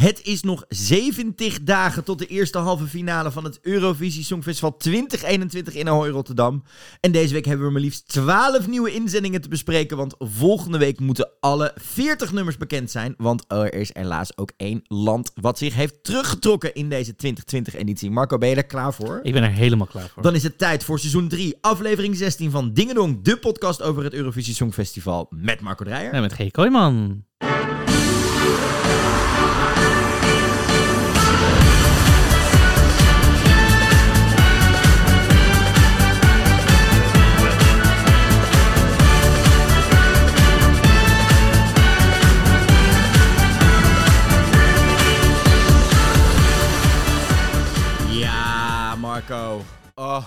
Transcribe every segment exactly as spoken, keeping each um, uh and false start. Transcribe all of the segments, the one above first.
Het is nog zeventig dagen tot de eerste halve finale van het Eurovisie Songfestival twintig eenentwintig in Ahoy, Rotterdam. En deze week hebben we maar liefst twaalf nieuwe inzendingen te bespreken, want volgende week moeten alle veertig nummers bekend zijn. Want er is helaas ook één land wat zich heeft teruggetrokken in deze twintig twintig editie. Marco, ben je er klaar voor? Ik ben er helemaal klaar voor. Dan is het tijd voor seizoen drie, aflevering zestien van Dingedong, de podcast over het Eurovisie Songfestival met Marco Dreyer. En met G. Kooijman. Marco. Oh.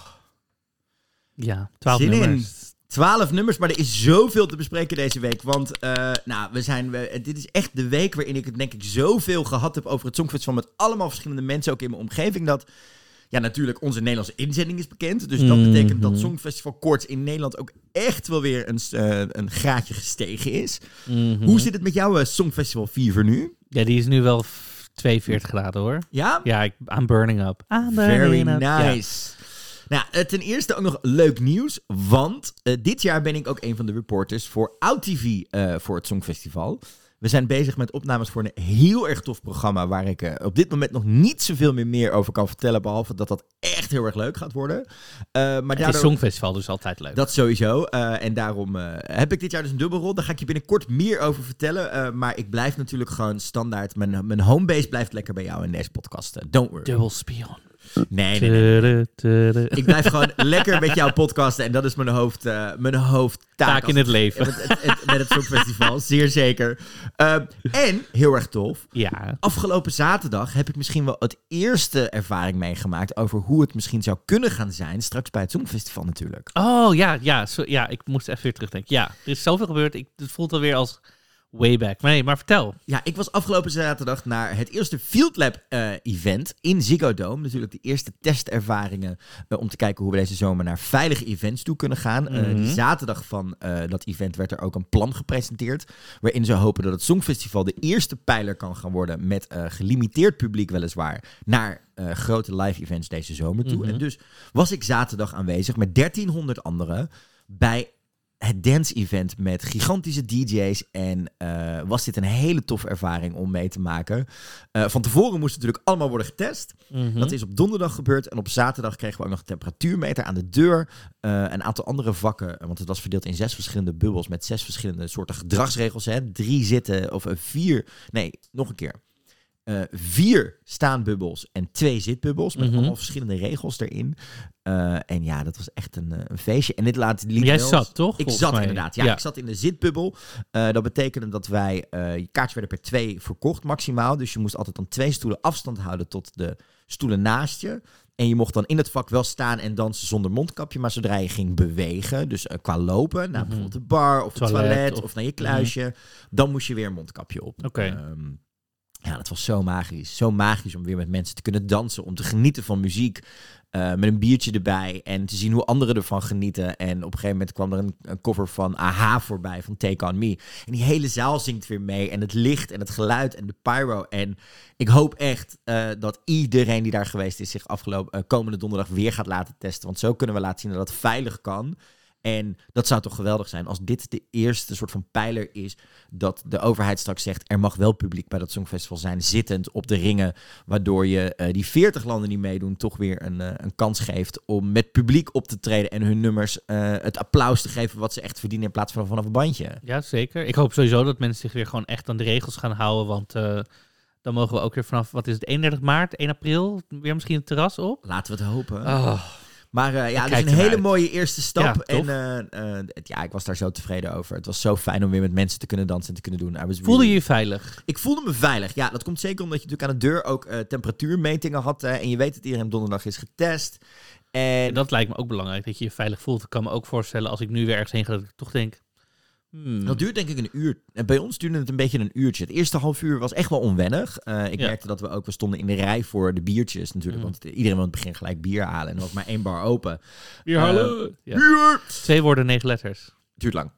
Ja, twaalf Zin nummers. In. Twaalf nummers, maar er is zoveel te bespreken deze week. Want uh, nou, we zijn, we, dit is echt de week waarin ik het denk ik zoveel gehad heb over het Songfestival met allemaal verschillende mensen, ook in mijn omgeving, dat ja, natuurlijk onze Nederlandse inzending is bekend. Dus dat Mm-hmm. betekent dat Songfestival koorts in Nederland ook echt wel weer een, uh, een graadje gestegen is. Mm-hmm. Hoe zit het met jouw uh, Songfestival fever nu? Ja, die is nu wel f- tweeënveertig graden hoor. Ja? Ja, ik, I'm burning up. I'm Very burning up. nice. Ja. Nou, ten eerste ook nog leuk nieuws, want uh, dit jaar ben ik ook een van de reporters voor OudTV uh, voor het Songfestival. We zijn bezig met opnames voor een heel erg tof programma waar ik uh, op dit moment nog niet zoveel meer, meer over kan vertellen, behalve dat dat echt heel erg leuk gaat worden. Uh, maar Het daardoor... is Songfestival, dus altijd leuk. Dat sowieso. Uh, en daarom uh, heb ik dit jaar dus een dubbelrol. Daar ga ik je binnenkort meer over vertellen. Uh, maar ik blijf natuurlijk gewoon standaard. Mijn, mijn homebase blijft lekker bij jou in deze podcast. Uh, don't worry. Dubbel spion. Nee, nee, nee. nee. Tudu, tudu. Ik blijf gewoon lekker met jou podcasten. En dat is mijn, hoofd, uh, mijn hoofdtaak. Taak in het leven. Met het, het, met het Songfestival, zeer zeker. Uh, en, heel erg tof. Ja. Afgelopen zaterdag heb ik misschien wel het eerste ervaring meegemaakt over hoe het misschien zou kunnen gaan zijn. Straks bij het Songfestival natuurlijk. Oh, ja, ja, so, ja. Ik moest even weer terugdenken. Ja, er is zoveel gebeurd. Ik, het voelt alweer als way back. Maar nee, maar vertel. Ja, ik was afgelopen zaterdag naar het eerste Field Lab uh, event in Ziggo Dome. Natuurlijk de eerste testervaringen uh, om te kijken hoe we deze zomer naar veilige events toe kunnen gaan. Uh, Mm-hmm. Die zaterdag van uh, dat event werd er ook een plan gepresenteerd, waarin ze hopen dat het Songfestival de eerste pijler kan gaan worden met uh, gelimiteerd publiek weliswaar naar uh, grote live events deze zomer toe. Mm-hmm. En dus was ik zaterdag aanwezig met dertienhonderd anderen bij het dance-event met gigantische D J's. En uh, was dit een hele toffe ervaring om mee te maken. Uh, van tevoren moest het natuurlijk allemaal worden getest. Mm-hmm. Dat is op donderdag gebeurd. En op zaterdag kregen we ook nog een temperatuurmeter aan de deur. Uh, een aantal andere vakken. Want het was verdeeld in zes verschillende bubbels met zes verschillende soorten gedragsregels. Hè. Drie zitten, of uh, vier. Nee, nog een keer. Uh, vier staanbubbels en twee zitbubbels. Met Mm-hmm. allemaal verschillende regels erin. Uh, en ja, dat was echt een, een feestje. En dit laat liet Jij wel... zat, toch? Ik Volgens zat mij. inderdaad. Ja, ja, ik zat in de zitbubbel. Uh, dat betekende dat wij... Uh, je kaartjes werden per twee verkocht maximaal. Dus je moest altijd dan twee stoelen afstand houden tot de stoelen naast je. En je mocht dan in het vak wel staan en dansen zonder mondkapje. Maar zodra je ging bewegen, dus uh, qua lopen, naar Mm-hmm. bijvoorbeeld de bar of het Toilet, toilet of, of naar je kluisje, mm-hmm. dan moest je weer een mondkapje op. Oké. Okay. Um, ja, dat was zo magisch. Zo magisch om weer met mensen te kunnen dansen, om te genieten van muziek. Uh, met een biertje erbij en te zien hoe anderen ervan genieten. En op een gegeven moment kwam er een, een cover van A H voorbij, van Take On Me. En die hele zaal zingt weer mee. En het licht en het geluid en de pyro. En ik hoop echt uh, dat iedereen die daar geweest is zich afgelopen uh, komende donderdag weer gaat laten testen. Want zo kunnen we laten zien dat het veilig kan. En dat zou toch geweldig zijn als dit de eerste soort van pijler is dat de overheid straks zegt er mag wel publiek bij dat Songfestival zijn, zittend op de ringen, waardoor je uh, die veertig landen die meedoen toch weer een, uh, een kans geeft om met publiek op te treden en hun nummers uh, het applaus te geven wat ze echt verdienen in plaats van vanaf een bandje. Ja, zeker. Ik hoop sowieso dat mensen zich weer gewoon echt aan de regels gaan houden, want uh, dan mogen we ook weer vanaf, wat is het, eenendertig maart, één april, weer misschien het terras op. Laten we het hopen. Oh. Maar uh, ja, dus een hele uit. mooie eerste stap. Ja, en uh, uh, het, ja, ik was daar zo tevreden over. Het was zo fijn om weer met mensen te kunnen dansen en te kunnen doen. Voelde really... je je veilig? Ik voelde me veilig. Ja, dat komt zeker omdat je natuurlijk aan de deur ook uh, temperatuurmetingen had. Uh, en je weet dat iedereen donderdag is getest. En... Ja, dat lijkt me ook belangrijk, dat je je veilig voelt. Ik kan me ook voorstellen, als ik nu weer ergens heen ga, dat ik toch denk... Hmm. Dat duurt denk ik een uur. En bij ons duurde het een beetje een uurtje. Het eerste half uur was echt wel onwennig. Uh, ik ja. merkte dat we ook, we stonden in de rij voor de biertjes natuurlijk. Mm. Want iedereen wil in het begin gelijk bier halen. En er was maar één bar open. Bier halen! Uh, ja. Bier! Twee woorden, negen letters. Duurt lang.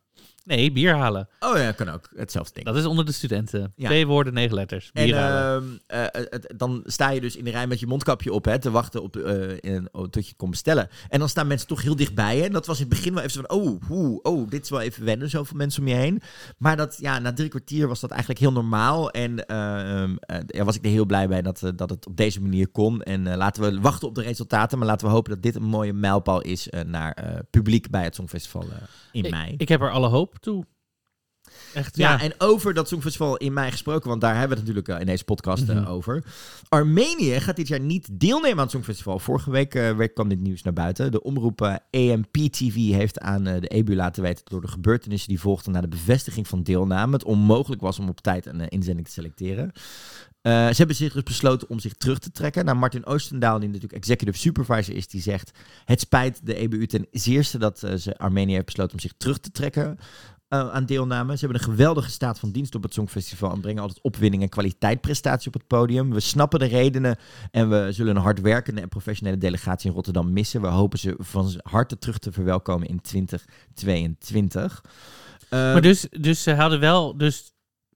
Nee, bier halen. Oh ja, kan ook. Hetzelfde ding. Dat is onder de studenten. Ja. Twee woorden, negen letters. Bier En halen. uh, uh, het, dan sta je dus in de rij met je mondkapje op, hè, te wachten op, uh, in, oh, tot je het kon bestellen. En dan staan mensen toch heel dichtbij. Hè? En dat was in het begin wel even zo van, oh, hoe, oh, dit is wel even wennen, zoveel mensen om je heen. Maar dat, ja, na drie kwartier was dat eigenlijk heel normaal. En uh, um, uh, ja, was ik er heel blij bij dat, uh, dat het op deze manier kon. En uh, laten we wachten op de resultaten. Maar laten we hopen dat dit een mooie mijlpaal is uh, naar uh, publiek bij het Songfestival uh, in ik, mei. Ik heb er alle hoop toe. Echt, ja, ja, en over dat Songfestival in mei gesproken, want daar hebben we het natuurlijk uh, in deze podcast uh, mm-hmm. over. Armenië gaat dit jaar niet deelnemen aan het Songfestival. Vorige week, uh, week kwam dit nieuws naar buiten. De omroep uh, A M P T V heeft aan uh, de E B U laten weten door de gebeurtenissen die volgden na de bevestiging van deelname het onmogelijk was om op tijd een uh, inzending te selecteren. Uh, ze hebben zich dus besloten om zich terug te trekken. Nou, Martin Oostendaal, die natuurlijk executive supervisor is, die zegt: het spijt de E B U ten zeerste dat uh, ze Armenië heeft besloten om zich terug te trekken. Uh, aan deelname. Ze hebben een geweldige staat van dienst op het Songfestival en brengen altijd opwinding en kwaliteitprestatie op het podium. We snappen de redenen en we zullen een hardwerkende en professionele delegatie in Rotterdam missen. We hopen ze van harte terug te verwelkomen in twintig tweeëntwintig. Uh, maar dus, dus ze hadden wel, dus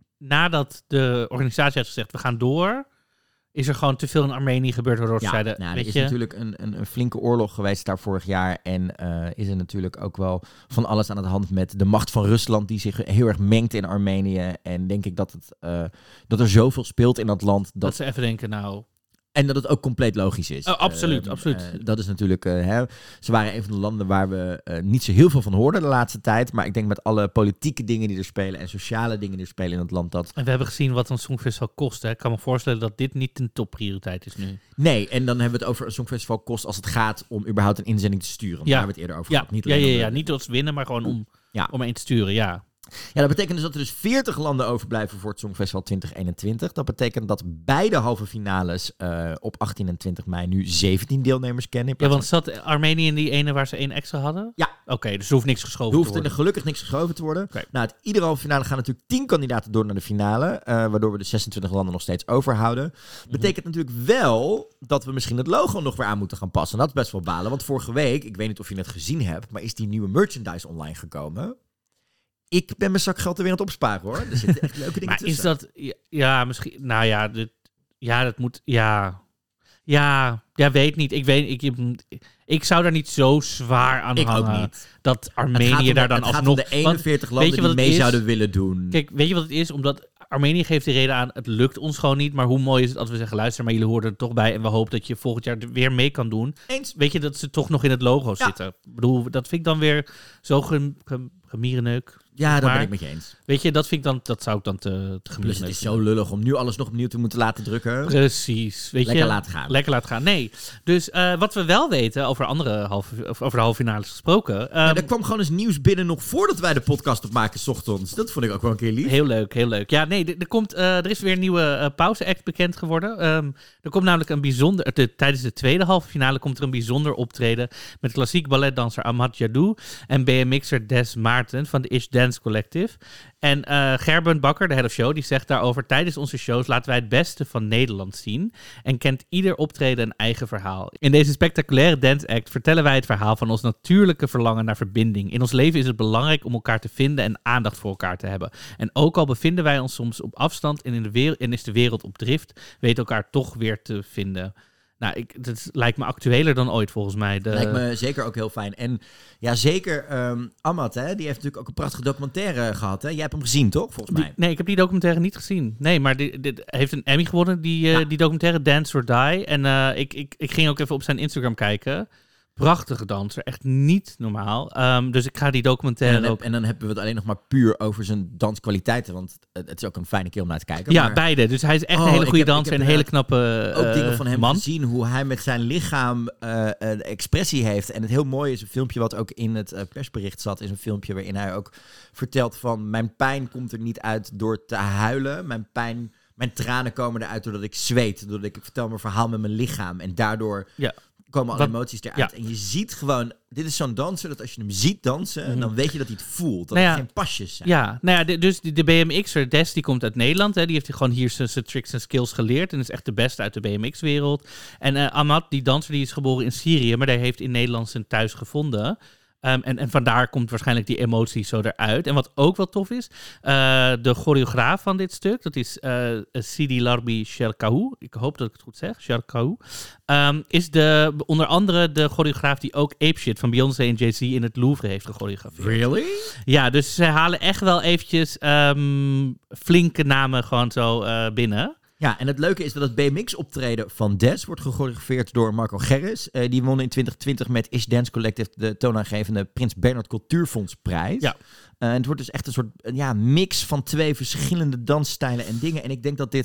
nadat de organisatie had gezegd, we gaan door, is er gewoon te veel in Armenië gebeurd, waardoor ze ja, zeiden, nou, weet er is je... natuurlijk een, een, een flinke oorlog geweest daar vorig jaar. En uh, is er natuurlijk ook wel van alles aan de hand met de macht van Rusland, die zich heel erg mengt in Armenië. En denk ik dat, het, uh, dat er zoveel speelt in dat land. Dat, dat ze even denken, nou... En dat het ook compleet logisch is. Oh, absoluut, uh, absoluut. Uh, dat is natuurlijk... Uh, hè, ze waren een van de landen waar we uh, niet zo heel veel van hoorden de laatste tijd. Maar ik denk met alle politieke dingen die er spelen en sociale dingen die er spelen in het land, dat... En we hebben gezien wat een Songfestival kost. Hè. Ik kan me voorstellen dat dit niet een topprioriteit is nu. Nee, en dan hebben we het over een Songfestival kost als het gaat om überhaupt een inzending te sturen. Ja. Daar hebben we het eerder over ja. gehad. Niet ja, ja, om ja, de... niet als winnen, maar gewoon om, ja. om erin te sturen, ja. Ja, dat betekent dus dat er dus veertig landen overblijven voor het Songfestival twintig eenentwintig. Dat betekent dat beide halve finales uh, op achttien en twintig mei nu zeventien deelnemers kennen. Ja, want zat Armenië in die ene waar ze één extra hadden? Ja. Oké, okay, dus er hoeft niks geschoven er hoeft te worden. Er gelukkig niks geschoven te worden. Okay. Nou, het iedere halve finale gaan natuurlijk tien kandidaten door naar de finale. Uh, waardoor we de zesentwintig landen nog steeds overhouden. Mm-hmm. Betekent natuurlijk wel dat we misschien het logo nog weer aan moeten gaan passen. En dat is best wel balen. Want vorige week, ik weet niet of je het gezien hebt, maar is die nieuwe merchandise online gekomen. Ik ben mijn zakgeld er weer aan het opsparen, hoor. Er zitten echt leuke dingen maar tussen. Maar is dat... Ja, ja, misschien... Nou ja, dit, ja, dat moet... Ja... Ja, ja, weet niet. Ik weet, ik, ik zou daar niet zo zwaar aan ik hangen. Ook niet. Dat Armenië de, daar dan het alsnog... Het gaat om de eenenveertig want, landen die mee is? zouden willen doen. Kijk, weet je wat het is? Omdat Armenië geeft de reden aan, het lukt ons gewoon niet. Maar hoe mooi is het als we zeggen, luister, maar jullie horen er toch bij. En we hopen dat je volgend jaar er weer mee kan doen. Eens. Weet je, dat ze toch nog in het logo ja. zitten. Ik bedoel, dat vind ik dan weer zo gem, gem, gemierenneuk. Ja, dat maar, ben ik met je eens. Weet je, dat vind ik dan, dat zou ik dan te, te Plus het is zo lullig om nu alles nog opnieuw te moeten laten drukken. Precies. Weet lekker je, laten gaan. Lekker laten gaan. Nee. Dus uh, wat we wel weten over andere halve, over de halve finales gesproken. Um, ja, er kwam gewoon eens nieuws binnen nog voordat wij de podcast opmaken 's ochtends. Dat vond ik ook wel een keer lief. Heel leuk, heel leuk. Ja, nee, er, er komt, uh, er is weer een nieuwe uh, pauze-act bekend geworden. Um, er komt namelijk een bijzonder, de, tijdens de tweede halve finale komt er een bijzonder optreden met klassiek balletdanser Ahmad Jadou en B M X'er Des Maarten van de Ish Dance Collective. En uh, Gerben Bakker, de head of show, die zegt daarover: tijdens onze shows laten wij het beste van Nederland zien en kent ieder optreden een eigen verhaal. In deze spectaculaire dance act vertellen wij het verhaal van ons natuurlijke verlangen naar verbinding. In ons leven is het belangrijk om elkaar te vinden en aandacht voor elkaar te hebben. En ook al bevinden wij ons soms op afstand en, in de wereld, en is de wereld op drift, weet elkaar toch weer te vinden. Nou, ik, dat lijkt me actueler dan ooit, volgens mij. De... Lijkt me zeker ook heel fijn. En ja, zeker um, Ahmad, hè, die heeft natuurlijk ook een prachtige documentaire gehad. Hè? Jij hebt hem gezien, toch? Volgens mij. Die, nee, ik heb die documentaire niet gezien. Nee, maar die, die heeft een Emmy gewonnen, die, uh, ja. die documentaire Dance or Die. En uh, ik, ik, ik ging ook even op zijn Instagram kijken. Prachtige danser, echt niet normaal. Um, dus ik ga die documentaire en dan, ook... heb, en dan hebben we het alleen nog maar puur over zijn danskwaliteiten. Want het is ook een fijne keer om naar te kijken. Ja, maar... beide. Dus hij is echt oh, een hele goede heb, danser en een hele knappe uh, ook dingen van hem man. gezien, hoe hij met zijn lichaam uh, een expressie heeft. En het heel mooi is, een filmpje wat ook in het uh, persbericht zat, is een filmpje waarin hij ook vertelt van: mijn pijn komt er niet uit door te huilen. Mijn pijn, mijn tranen komen eruit doordat ik zweet. Doordat ik, ik vertel mijn verhaal met mijn lichaam. En daardoor... Ja. komen alle emoties eruit. Ja. En je ziet gewoon... Dit is zo'n danser dat als je hem ziet dansen... Mm-hmm. dan weet je dat hij het voelt. Dat nou ja, het geen pasjes zijn. Ja, nou ja, de, dus de, de B M X'er Des, die komt uit Nederland. Hè, die heeft gewoon hier zijn tricks en skills geleerd. En is echt de beste uit de B M X-wereld. En uh, Ahmad, die danser, die is geboren in Syrië... maar die heeft in Nederland zijn thuis gevonden... Um, en, en vandaar komt waarschijnlijk die emotie zo eruit. En wat ook wel tof is, uh, de choreograaf van dit stuk, dat is uh, Sidi Larbi Cherkaoui. Ik hoop dat ik het goed zeg, Cherkaoui. Um, is de, onder andere de choreograaf die ook Ape Shit van Beyoncé en Jay-Z in het Louvre heeft gechoreografeerd. Really? Ja, dus ze halen echt wel eventjes um, flinke namen gewoon zo uh, binnen. Ja, en het leuke is dat het B M X-optreden van Des wordt gechoreografeerd door Marco Gerris. Uh, die won in twintig twintig met Ish Dance Collective de toonaangevende Prins Bernhard Cultuurfondsprijs. Ja. Uh, en het wordt dus echt een soort uh, ja, mix van twee verschillende dansstijlen en dingen. En ik denk dat dit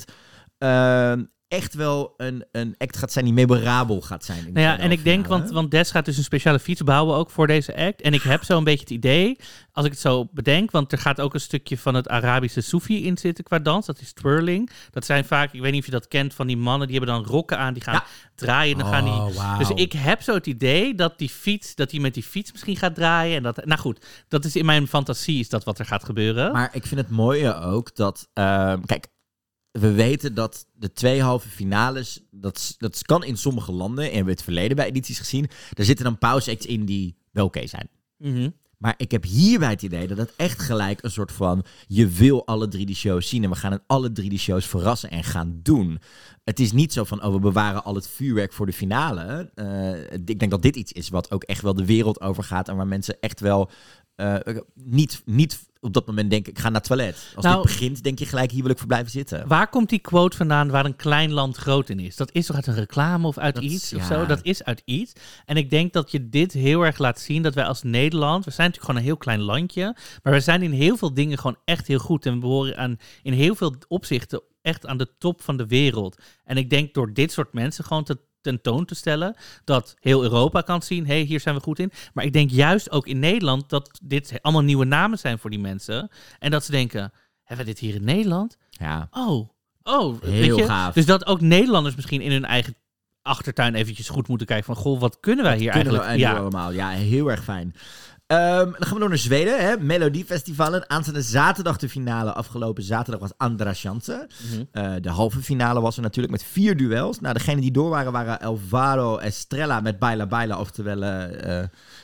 uh, echt wel een, een act gaat zijn die memorabel gaat zijn. In nou ja, en ik denk, want, want Des gaat dus een speciale fiets bouwen ook voor deze act. En ik heb zo een beetje het idee, als ik het zo bedenk, want er gaat ook een stukje van het Arabische Soefi in zitten qua dans. Dat is twirling. Dat zijn vaak, ik weet niet of je dat kent, van die mannen, die hebben dan rokken aan, die gaan ja. draaien. Dan oh, gaan die, wow. Dus ik heb zo het idee dat die fiets, dat hij met die fiets misschien gaat draaien. En dat, nou goed, dat is in mijn fantasie is dat wat er gaat gebeuren. Maar ik vind het mooie ook dat, uh, kijk, we weten dat de twee halve finales, dat, dat kan in sommige landen, en we hebben het verleden bij edities gezien, er zitten dan pauze-acts in die wel oké okay zijn. Mm-hmm. Maar ik heb hierbij het idee dat het echt gelijk een soort van, je wil alle drie die shows zien en we gaan in alle drie die shows verrassen en gaan doen. Het is niet zo van, oh, we bewaren al het vuurwerk voor de finale. Uh, ik denk dat dit iets is wat ook echt wel de wereld overgaat en waar mensen echt wel uh, niet, niet op dat moment denken, ik ga naar het toilet. Als nou, dit begint, denk je gelijk, hier wil ik voor blijven zitten. Waar komt die quote vandaan waar een klein land groot in is? Dat is toch uit een reclame of uit dat, iets ja. of zo? Dat is uit iets. En ik denk dat je dit heel erg laat zien, dat wij als Nederland, we zijn natuurlijk gewoon een heel klein landje, maar we zijn in heel veel dingen gewoon echt heel goed. En we behoren aan, in heel veel opzichten echt aan de top van de wereld. En ik denk door dit soort mensen gewoon te tentoon te stellen, dat heel Europa kan zien, hé, hey, hier zijn we goed in. Maar ik denk juist ook in Nederland dat dit allemaal nieuwe namen zijn voor die mensen. En dat ze denken, hebben we dit hier in Nederland? Ja. Oh, oh. Heel weet je? gaaf. Dus dat ook Nederlanders misschien in hun eigen achtertuin eventjes goed moeten kijken van, goh, wat kunnen wij wat hier kunnen eigenlijk? We ja. allemaal. Ja, heel erg fijn. Um, dan gaan we door naar Zweden. Hè? Melodiefestivalen. Aanstaande zaterdag de finale. Afgelopen zaterdag was Andra Chance. Mm-hmm. Uh, de halve finale was er natuurlijk met vier duels. Nou, degenen die door waren, waren Alvaro Estrella met Baila Baila. Oftewel uh,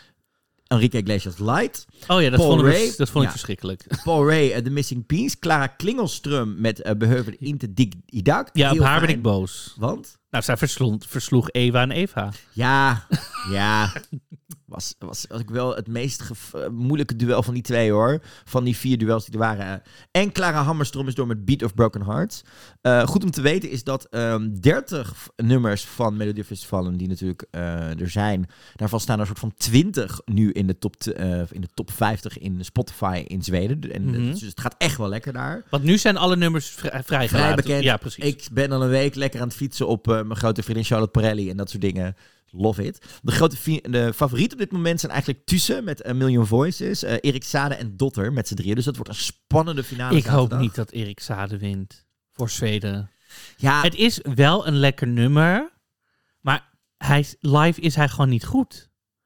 Enrique Iglesias Light. Oh ja, dat Paul vond, Ray, ik, dat vond ja. ik verschrikkelijk. Paul Ray, uh, The Missing Piece. Clara Klingelström met uh, Behöver inte dig idag. Ja, op Heel haar fijn. ben ik boos. Want? Nou, zij verslond, versloeg Eva en Eva. Ja, ja. Was, was, was ik wel het meest gev- uh, moeilijke duel van die twee, hoor. Van die vier duels die er waren. En Clara Hammerstrom is door met Beat of Broken Hearts. Uh, goed om te weten is dat um, dertig f- nummers van Melodiefestivalen die natuurlijk uh, er zijn. Daarvan staan er een soort van twintig nu in de top, t- uh, in de top vijftig in Spotify in Zweden. En, mm-hmm. Dus het gaat echt wel lekker daar. Want nu zijn alle nummers vrij, vrij, vrij bekend. Ja, precies. Ik ben al een week lekker aan het fietsen op uh, mijn grote vriendin Charlotte Pirelli en dat soort dingen. Love it. De grote fi- de favorieten op dit moment zijn eigenlijk Tussen met A Million Voices, uh, Erik Saade en Dotter met z'n drieën. Dus dat wordt een spannende finale. Ik zaterdag. hoop niet dat Erik Saade wint voor Zweden. Ja, het is wel een lekker nummer, maar hij, live is hij gewoon niet goed.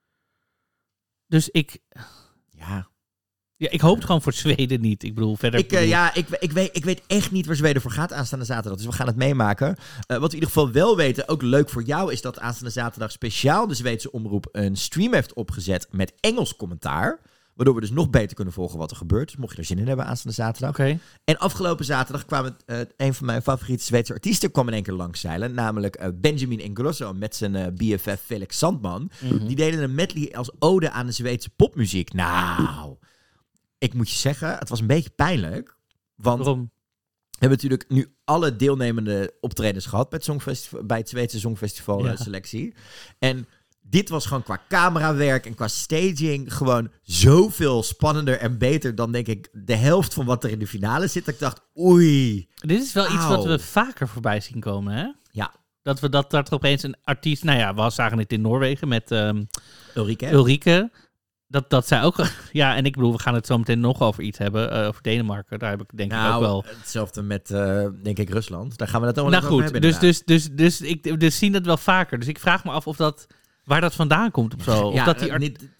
Dus ik... Ja... Ja, ik hoop het gewoon voor Zweden niet. Ik bedoel, verder... Ik, uh, ja, ik, ik, weet, ik weet echt niet waar Zweden voor gaat aanstaande zaterdag. Dus we gaan het meemaken. Uh, wat we in ieder geval wel weten, ook leuk voor jou, is dat aanstaande zaterdag speciaal de Zweedse omroep een stream heeft opgezet met Engels commentaar. Waardoor we dus nog beter kunnen volgen wat er gebeurt. Dus mocht je er zin in hebben aanstaande zaterdag. Okay. En afgelopen zaterdag kwam het, uh, een van mijn favoriete Zweedse artiesten kwam in één keer langs zeilen. Namelijk uh, Benjamin Ingrosso met zijn uh, B F F Felix Sandman. Mm-hmm. Die deden een medley als ode aan de Zweedse popmuziek. Nou... Ik moet je zeggen, het was een beetje pijnlijk. Want Waarom? we hebben natuurlijk nu alle deelnemende optredens gehad bij het, Songfestival, bij het Zweedse Songfestival ja. selectie. En dit was gewoon qua camerawerk en qua staging gewoon zoveel spannender en beter dan, denk ik, de helft van wat er in de finale zit. Dat ik dacht, oei. Dit is wel iets wat we vaker voorbij zien komen, hè? Ja. Dat we dat er opeens een artiest... Nou ja, we zagen het in Noorwegen met um, Ulrike. Ulrike. Dat, dat zij ook... Ja, en ik bedoel, we gaan het zo meteen nog over iets hebben. Uh, over Denemarken. Daar heb ik denk nou, ik ook wel... Hetzelfde met, uh, denk ik, Rusland. Daar gaan we het allemaal nou over goed, hebben. Dus, dus, dus, dus, ik dus zien het wel vaker. Dus ik vraag me af of dat... Waar dat vandaan komt of zo. Ja, of dat die art- niet,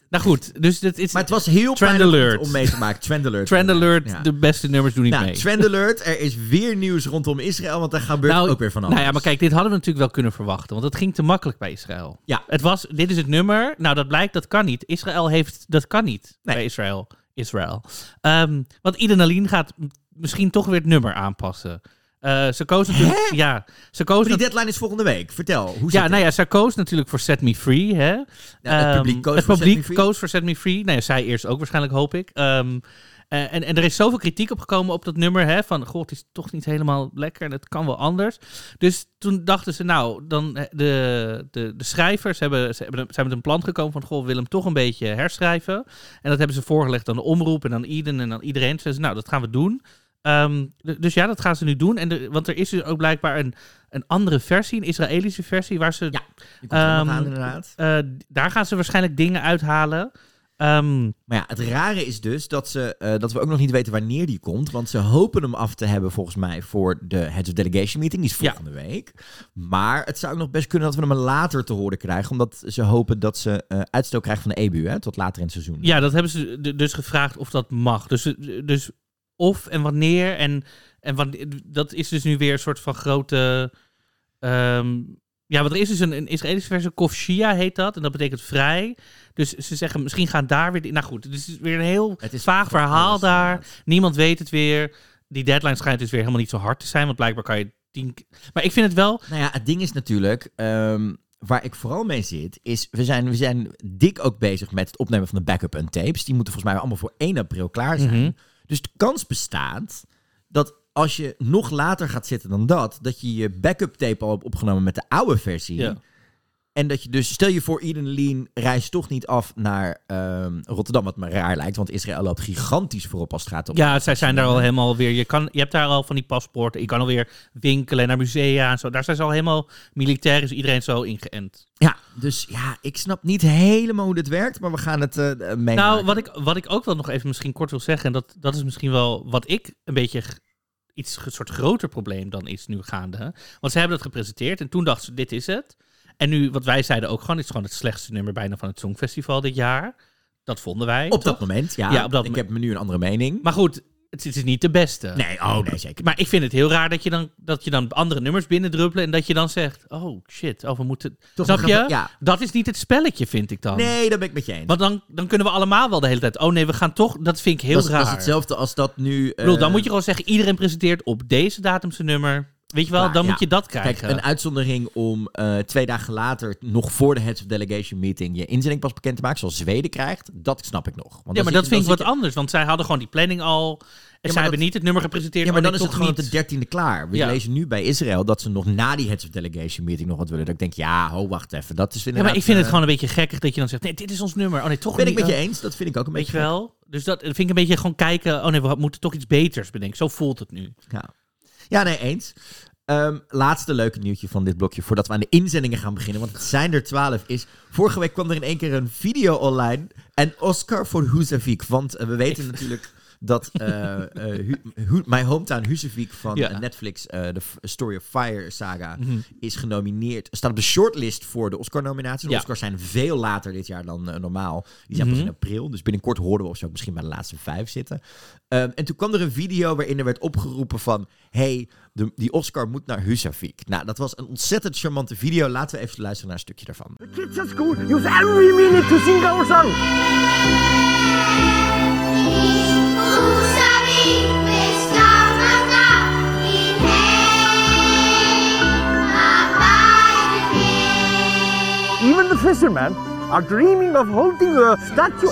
Nou goed, dus het is... Maar het was heel Trend pijnlijk Alert. om mee te maken. Trend Alert. Trend Alert, ja. de beste nummers doen niet nou, mee. Trend Alert, er is weer nieuws rondom Israël, want daar gebeurt nou, ook weer van alles. Nou ja, maar kijk, dit hadden we natuurlijk wel kunnen verwachten, want het ging te makkelijk bij Israël. Ja. Het was, dit is het nummer, nou dat blijkt, dat kan niet. Israël heeft, dat kan niet Nee. bij Israël. Israël. Um, want Iden Aline gaat m- misschien toch weer het nummer aanpassen. Uh, ze koos natuurlijk... Hè? Ja, ze koos... Die nat- deadline is volgende week. Vertel, hoe zit ja, het? nou ja, zij koos natuurlijk voor Set Me Free, hè. Ja, het publiek Um, koos het voor publiek Set Me Free. koos voor Set Me Free. Nou ja, zij eerst ook waarschijnlijk, hoop ik. Um, uh, en, en er is zoveel kritiek op gekomen op dat nummer, hè. Van, goh, het is toch niet helemaal lekker en het kan wel anders. Dus toen dachten ze, nou, dan de, de, de schrijvers hebben, ze hebben, zijn met een plan gekomen van, goh, we willen hem toch een beetje herschrijven. En dat hebben ze voorgelegd aan de omroep en aan Eden en aan iedereen. Toen zeiden ze, nou, dat gaan we doen. Um, d- dus ja, dat gaan ze nu doen. En de, want er is dus ook blijkbaar een, een andere versie, een Israëlische versie, waar ze... Ja, die komt er nog Um, aan inderdaad. Uh, daar gaan ze waarschijnlijk dingen uithalen. Um, Maar ja, het rare is dus dat, ze, uh, dat we ook nog niet weten wanneer die komt. Want ze hopen hem af te hebben volgens mij voor de Heads of Delegation meeting. Die is volgende ja. week. Maar het zou ook nog best kunnen dat we hem later te horen krijgen. Omdat ze hopen dat ze uh, uitstel krijgen van de E B U, hè, tot later in het seizoen. Ja, dat hebben ze d- dus gevraagd of dat mag. Dus, dus of en wanneer. En, en wanneer, dat is dus nu weer een soort van grote... Um, ja, want er is dus een, een Israëlische versie, Kof Shia heet dat. En dat betekent vrij. Dus ze zeggen, misschien gaan daar weer... Nou goed, het is weer een heel Het is vaag verhaal alles, daar. inderdaad. Niemand weet het weer. Die deadline schijnt dus weer helemaal niet zo hard te zijn. Want blijkbaar kan je tien... Maar ik vind het wel... Nou ja, het ding is natuurlijk... Um, waar ik vooral mee zit, is... We zijn, we zijn dik ook bezig met het opnemen van de backup en tapes. Die moeten volgens mij allemaal voor één april klaar zijn. Mm-hmm. Dus de kans bestaat dat als je nog later gaat zitten dan dat... dat je je backup tape al hebt opgenomen met de oude versie... Ja. En dat je dus, stel je voor, Eden Aline reist toch niet af naar um, Rotterdam, wat me raar lijkt, want Israël loopt gigantisch voorop als het gaat om... Ja, zij zijn daar al helemaal weer... Je, kan, je hebt daar al van die paspoorten. Je kan alweer winkelen naar musea en zo. Daar zijn ze al helemaal militair, is iedereen zo ingeënt. Ja, dus ja, ik snap niet helemaal hoe dit werkt, maar we gaan het uh, meemaken. Nou, wat ik, wat ik ook wel nog even misschien kort wil zeggen, en dat, dat is misschien wel wat ik een beetje... G- iets een soort groter probleem dan is nu gaande. Want ze hebben dat gepresenteerd en toen dachten ze, dit is het. En nu, wat wij zeiden ook gewoon, het is gewoon het slechtste nummer bijna van het Songfestival dit jaar. Dat vonden wij. Op toch? dat moment, ja. Ja, op dat ik moment. heb nu een andere mening. Maar goed, het, het is niet de beste. Nee, oh nee, zeker. Maar ik vind het heel raar dat je dan, dat je dan andere nummers binnendruppelen en dat je dan zegt, oh shit, oh we moeten... Toch Snap nog je? even- ja. Dat is niet het spelletje, vind ik dan. Nee, dat ben ik met je eens. Want dan, dan kunnen we allemaal wel de hele tijd, oh nee, we gaan toch, dat vind ik heel dat, is, raar. dat is hetzelfde als dat nu... Ik bedoel, dan uh, moet je gewoon zeggen, iedereen presenteert op deze datum zijn nummer. Weet je wel, Klaar, dan ja. moet je dat krijgen. Kijk, een uitzondering om uh, twee dagen later, nog voor de Heads of Delegation meeting, je inzending pas bekend te maken, zoals Zweden krijgt, dat snap ik nog. Want ja, dan maar zit dat je- vind ik dan wat zit anders, want zij hadden gewoon die planning al. En zij dat- hebben niet het nummer gepresenteerd. je- Ja, maar oh, dan nee, is het toch gewoon op niet. de dertiende klaar. We Ja. lezen nu bij Israël dat ze nog na die Heads of Delegation meeting nog wat willen. Dat ik denk, ja, ho, wacht even. Dat is Ja, inderdaad... maar ik vind het uh, gewoon een beetje gekkig dat je dan zegt, nee, dit is ons nummer. Oh nee, toch Ben niet. ik met je Oh, eens, dat vind ik ook een Weet je beetje gek. wel? Dus dat vind ik een beetje gewoon kijken, oh nee, we moeten toch iets beters bedenken. Zo voelt het nu. Ja, ja nee, eens. Um, laatste leuke nieuwtje van dit blokje, voordat we aan de inzendingen gaan beginnen, want het zijn er twaalf, is... Vorige week kwam er in één keer een video online, en Oscar voor Husavik, want uh, we weten natuurlijk dat uh, uh, Hu- Hu- My Hometown Husavik van Ja. uh, Netflix, uh, de F- Story of Fire saga, Mhm. is genomineerd, staat op de shortlist voor de Oscar-nominatie. De Ja. Oscars zijn veel later dit jaar dan uh, normaal. Die zijn Mhm. pas in april, dus binnenkort horen we of ze ook misschien bij de laatste vijf zitten. Um, en toen kwam er een video waarin er werd opgeroepen van... Hey, de, die Oscar moet naar Husavik. Nou, dat was een ontzettend charmante video. Laten we even luisteren naar een stukje daarvan. The kids at school use every minute to sing our song. Even the fishermen are dreaming of holding a statue.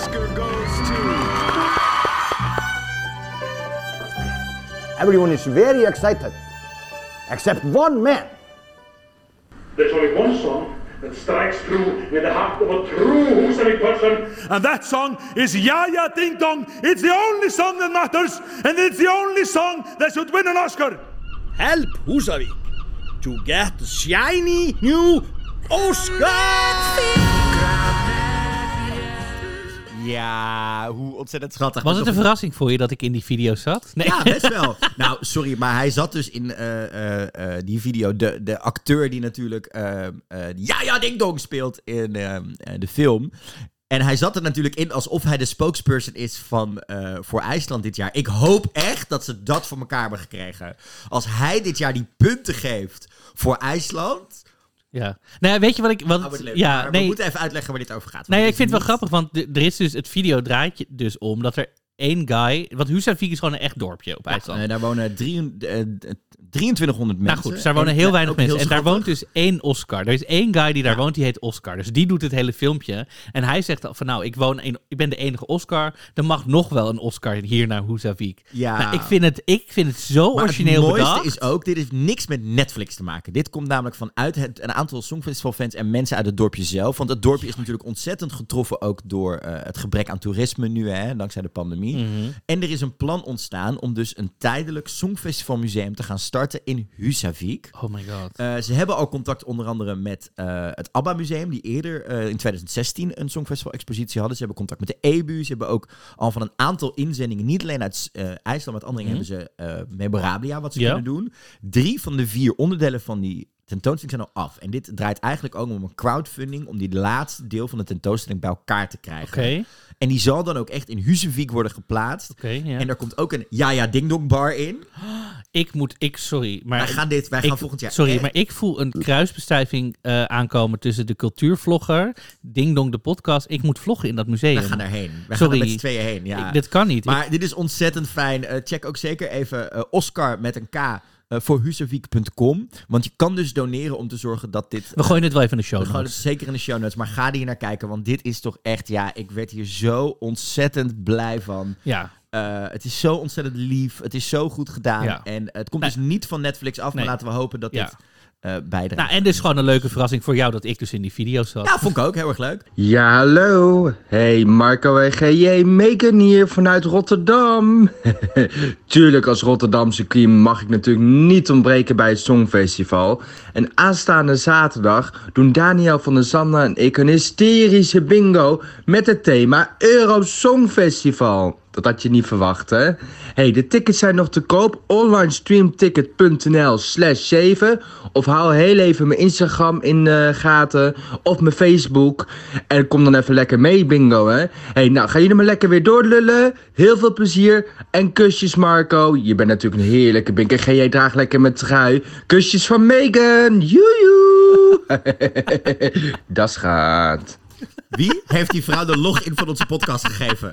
Everyone is very excited, except one man. There's only one song that strikes through with the heart of a true Husavik person. And that song is Ya Ya Ding Dong. It's the only song that matters, and it's the only song that should win an Oscar. Help Husavik to get the shiny new Oscar! Ja, hoe ontzettend schattig. Was Maar het een toch- verrassing voor je dat ik in die video zat? Nee. Ja, best wel. Nou, sorry, maar hij zat dus in uh, uh, uh, die video. De, de acteur die natuurlijk uh, uh, Ja Ja Ding Dong speelt in uh, uh, de film... En hij zat er natuurlijk in alsof hij de spokesperson is van uh, voor IJsland dit jaar. Ik hoop echt dat ze dat voor elkaar hebben gekregen. Als hij dit jaar die punten geeft voor IJsland... Ja. Nou, weet je wat ik... Wat Nou, het, leuk, ja, maar nee, we moeten even uitleggen waar dit over gaat. Nee, dit ik vind het niet... wel grappig, want de, er is dus het video draait je dus om dat er één guy... Want Husavik is gewoon een echt dorpje op IJsland. Ja, uh, daar wonen drie, uh, drieëntwintighonderd mensen. Nou goed, dus daar wonen en, heel ja, weinig mensen. En daar schattig. woont dus één Oscar. Er is één guy die daar ja. woont, die heet Oscar. Dus die doet het hele filmpje. En hij zegt dan van nou, ik, woon een, ik ben de enige Oscar. Er mag nog wel een Oscar hier naar Husavik. Ja. Nou, ik, vind het, ik vind het zo maar origineel het mooiste bedacht. is ook, dit heeft niks met Netflix te maken. Dit komt namelijk vanuit het, een aantal Songfestivalfans en mensen uit het dorpje zelf. Want het dorpje is natuurlijk ontzettend getroffen ook door uh, het gebrek aan toerisme nu, hè, dankzij de pandemie. Mm-hmm. En er is een plan ontstaan om dus een tijdelijk Songfestivalmuseum te gaan starten in Husavik. Oh my god. Uh, ze hebben al contact onder andere met uh, het ABBA Museum, die eerder uh, in twintig zestien een Songfestival-expositie hadden. Ze hebben contact met de E B U. Ze hebben ook al van een aantal inzendingen, niet alleen uit uh, IJsland, met andere mm-hmm. hebben ze uh, memorabilia wat ze ja. kunnen doen. Drie van de vier onderdelen van die tentoonstelling zijn al af. En dit draait eigenlijk ook om een crowdfunding om die laatste deel van de tentoonstelling bij elkaar te krijgen. Okay. En die zal dan ook echt in Husavik worden geplaatst. Okay, ja. En daar komt ook een Ja Ja Ding Dong bar in. Ik moet, ik, sorry, maar... Wij gaan dit, wij gaan ik, volgend jaar... Sorry, echt... maar ik voel een kruisbestuiving uh, aankomen tussen de cultuurvlogger, Ding Dong de podcast. Ik moet vloggen in dat museum. We gaan daarheen. We sorry. gaan er met z'n tweeën heen, ja. Ik, dit kan niet. Maar ik... dit is ontzettend fijn. Uh, check ook zeker even uh, Oscar met een K... Uh, voor husavik punt com. Want je kan dus doneren om te zorgen dat dit... We gooien het wel even in de show notes. We gooien het zeker in de show notes. Maar ga hier naar kijken. Want dit is toch echt... Ja, ik werd hier zo ontzettend blij van. Ja. Uh, het is zo ontzettend lief. Het is zo goed gedaan. Ja. En uh, het komt nee. dus niet van Netflix af. Maar nee. laten we hopen dat ja. dit... Uh, bijdragen. Nou, en dus gewoon een leuke verrassing voor jou dat ik dus in die video's zat. Ja, vond ik ook heel erg leuk. Ja, hallo. Hey, Marco en G J, Megan hier vanuit Rotterdam. Tuurlijk, als Rotterdamse queen mag ik natuurlijk niet ontbreken bij het Songfestival. En aanstaande zaterdag doen Daniel van der Zanden en ik een hysterische bingo met het thema Euro Songfestival. Dat had je niet verwacht, hè? Hey, de tickets zijn nog te koop. onlinestreamticket.nl slash zeven. Of hou heel even mijn Instagram in de uh, gaten. Of mijn Facebook. En kom dan even lekker mee, bingo, hè? Hey, nou, gaan jullie maar lekker weer doorlullen. Heel veel plezier. En kusjes, Marco. Je bent natuurlijk een heerlijke binker. Ga jij draag lekker met trui. Kusjes van Megan. Joejoe. Dat gaat. Wie heeft die vrouw de login van onze podcast gegeven?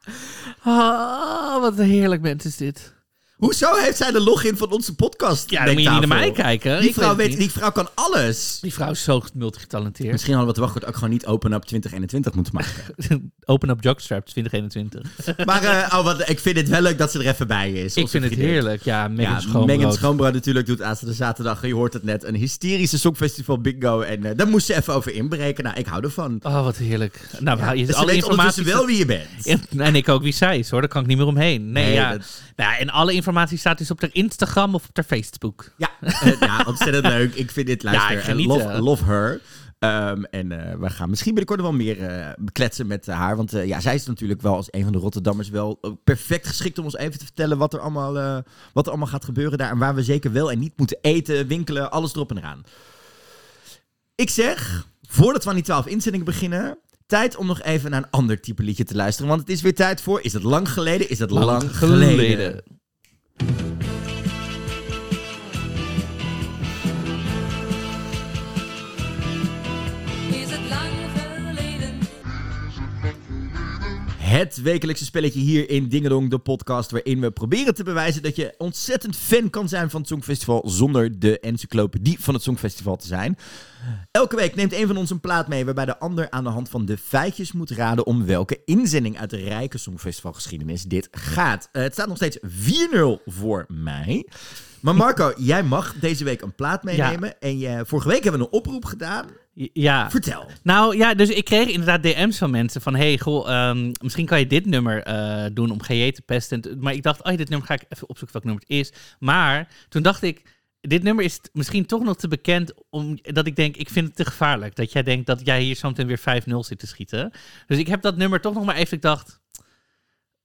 Oh, wat een heerlijk mens is dit. Hoezo heeft zij de login van onze podcast? Ja, dan moet je niet naar mij kijken. Die ik vrouw, weet weet, die vrouw kan alles. Die vrouw is zo multigetalenteerd. Misschien hadden we het wachtwoord ook gewoon niet Open Up twintig eenentwintig moeten maken. Open Up Jockstrap twintig eenentwintig. Maar uh, oh, wat, ik vind het wel leuk dat ze er even bij is. Ik vind het heerlijk. Ja, Megan ja, Schoonbrood. Megan Schoonbrood natuurlijk doet aanstaande zaterdag. Je hoort het net. Een hysterische Songfestival bingo. En uh, daar moest ze even over inbreken. Nou, ik hou ervan. Oh, wat heerlijk. Nou, ja, je dus alle ze weet informatie ondertussen wel wie je bent. En, en ik ook wie zij is, hoor. Daar kan ik niet meer omheen. Nee, nee ja. Dat... Nou, en alle informatie staat dus op haar Instagram of op haar Facebook. Ja, uh, ja ontzettend leuk. Ik vind dit, luister, ja, ik uh, love, love her. Um, en uh, we gaan misschien binnenkort wel meer uh, bekletsen met uh, haar. Want uh, ja, zij is natuurlijk wel als een van de Rotterdammers wel uh, perfect geschikt om ons even te vertellen wat er, allemaal, uh, wat er allemaal gaat gebeuren daar. En waar we zeker wel en niet moeten eten, winkelen, alles erop en eraan. Ik zeg, voordat we aan die twaalf inzendingen beginnen... Tijd om nog even naar een ander type liedje te luisteren. Want het is weer tijd voor... Is het lang geleden? Is het lang, lang geleden? geleden. Is het lang geleden? Het wekelijkse spelletje hier in Dingedong, de podcast... waarin we proberen te bewijzen dat je ontzettend fan kan zijn van het Songfestival... zonder de encyclopedie van het Songfestival te zijn... Elke week neemt een van ons een plaat mee waarbij de ander aan de hand van de feitjes moet raden om welke inzending uit de rijke Songfestivalgeschiedenis dit gaat. Uh, het staat nog steeds vier nul voor mij. Maar Marco, jij mag deze week een plaat meenemen. Ja. En je, vorige week hebben we een oproep gedaan. Ja. Vertel. Nou ja, dus ik kreeg inderdaad D M's van mensen van... hey, goh, um, misschien kan je dit nummer uh, doen om G J te pesten. Maar ik dacht, oh, dit nummer ga ik even opzoeken welk nummer het is. Maar toen dacht ik... Dit nummer is misschien toch nog te bekend omdat ik denk, ik vind het te gevaarlijk. Dat jij denkt dat jij hier zometeen weer vijf nul zit te schieten. Dus ik heb dat nummer toch nog maar even, ik dacht,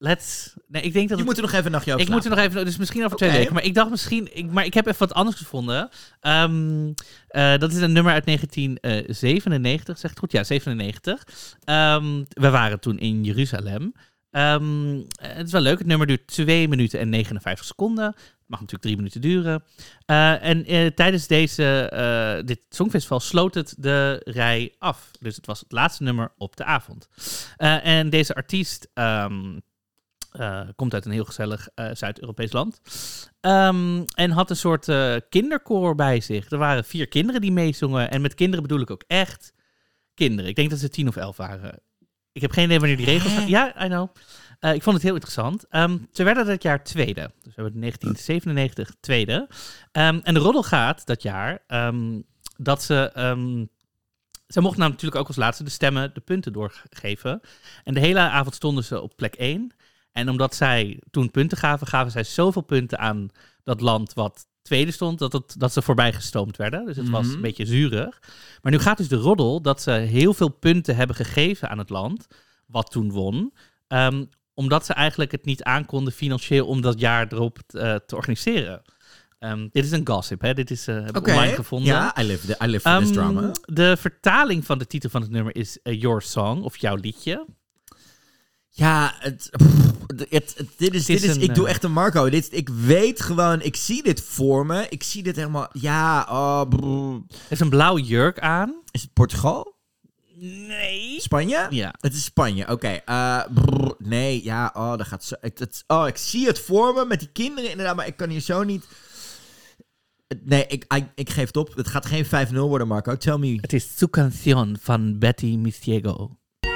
let's... Nee, ik denk dat Je het- moet er nog even een nachtje over Ik moet er slapen. nog even... Dus misschien over twee Oké. weken. Maar ik dacht misschien... Ik, maar ik heb even wat anders gevonden. Um, uh, dat is een nummer uit negentien zevenennegentig. Zeg ik het goed? Ja, zevenennegentig. Um, we waren toen in Jeruzalem. Um, het is wel leuk. Het nummer duurt twee minuten en negenenvijftig seconden. Het mag natuurlijk drie minuten duren. Uh, en uh, tijdens deze, uh, dit Songfestival sloot het de rij af. Dus het was het laatste nummer op de avond. Uh, en deze artiest um, uh, komt uit een heel gezellig uh, Zuid-Europees land. Um, en had een soort uh, kinderkoor bij zich. Er waren vier kinderen die meezongen. En met kinderen bedoel ik ook echt kinderen. Ik denk dat ze tien of elf waren. Ik heb geen idee wanneer die regels gaan. Ja, I know. Uh, ik vond het heel interessant. Um, ze werden dat jaar tweede. Dus we hebben negentien zevenennegentig tweede. Um, en de roddel gaat dat jaar um, dat ze... Um, ze mochten nou natuurlijk ook als laatste de stemmen de punten doorgeven. En de hele avond stonden ze op plek één. En omdat zij toen punten gaven, gaven zij zoveel punten aan dat land wat tweede stond, dat, het, dat ze voorbij gestoomd werden. Dus het was Mhm. een beetje zuurig. Maar nu gaat dus de roddel dat ze heel veel punten hebben gegeven aan het land, wat toen won. Um, omdat ze eigenlijk het niet aankonden financieel om dat jaar erop uh, te organiseren. Um, dit is een gossip, hè? Dit is, uh, heb ik Oké. online gevonden. Ja, I live, the, I live for this Um, drama. De vertaling van de titel van het nummer is uh, Your Song, of Jouw Liedje. Ja, het, pff, het, het- dit is, Het is dit is een, ik doe uh, echt een Marco. Dit, ik weet gewoon, ik zie dit voor me. Ik zie dit helemaal, ja, oh, brrr. Er is een blauwe jurk aan. Is het Portugal? Nee. Spanje? Ja. Het is Spanje, oké. eh, brrr, nee, ja, oh, dat gaat zo. Ik, het, oh, ik zie het voor me met die kinderen inderdaad, maar ik kan hier zo niet. Nee, ik, ik, ik geef het op. Het gaat geen vijf nul worden, Marco. Tell me. Het is Su Canción van Betty Mistiego.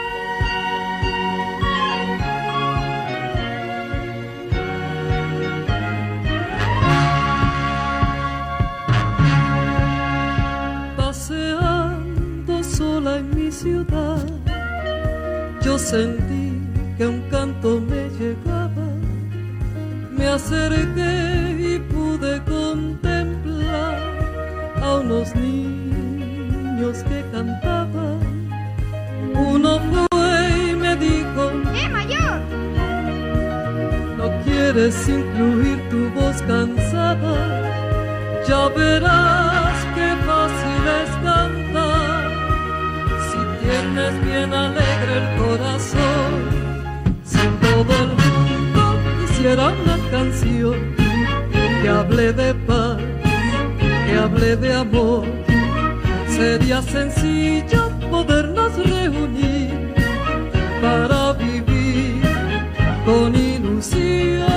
Paseando sola en mi ciudad, yo sentí que un canto me llegaba. Me acerqué y pude contemplar a unos niños que cantaban. Uno fue y me dijo: ¡Eh, mayor! ¿No quieres incluir tu voz cansada? Ya verás qué fácil es cantar. Si tienes bien alegre el corazón, si todo el mundo quisiera una canción que hable de paz, que hable de amor, sería sencillo podernos reunir para vivir con ilusión.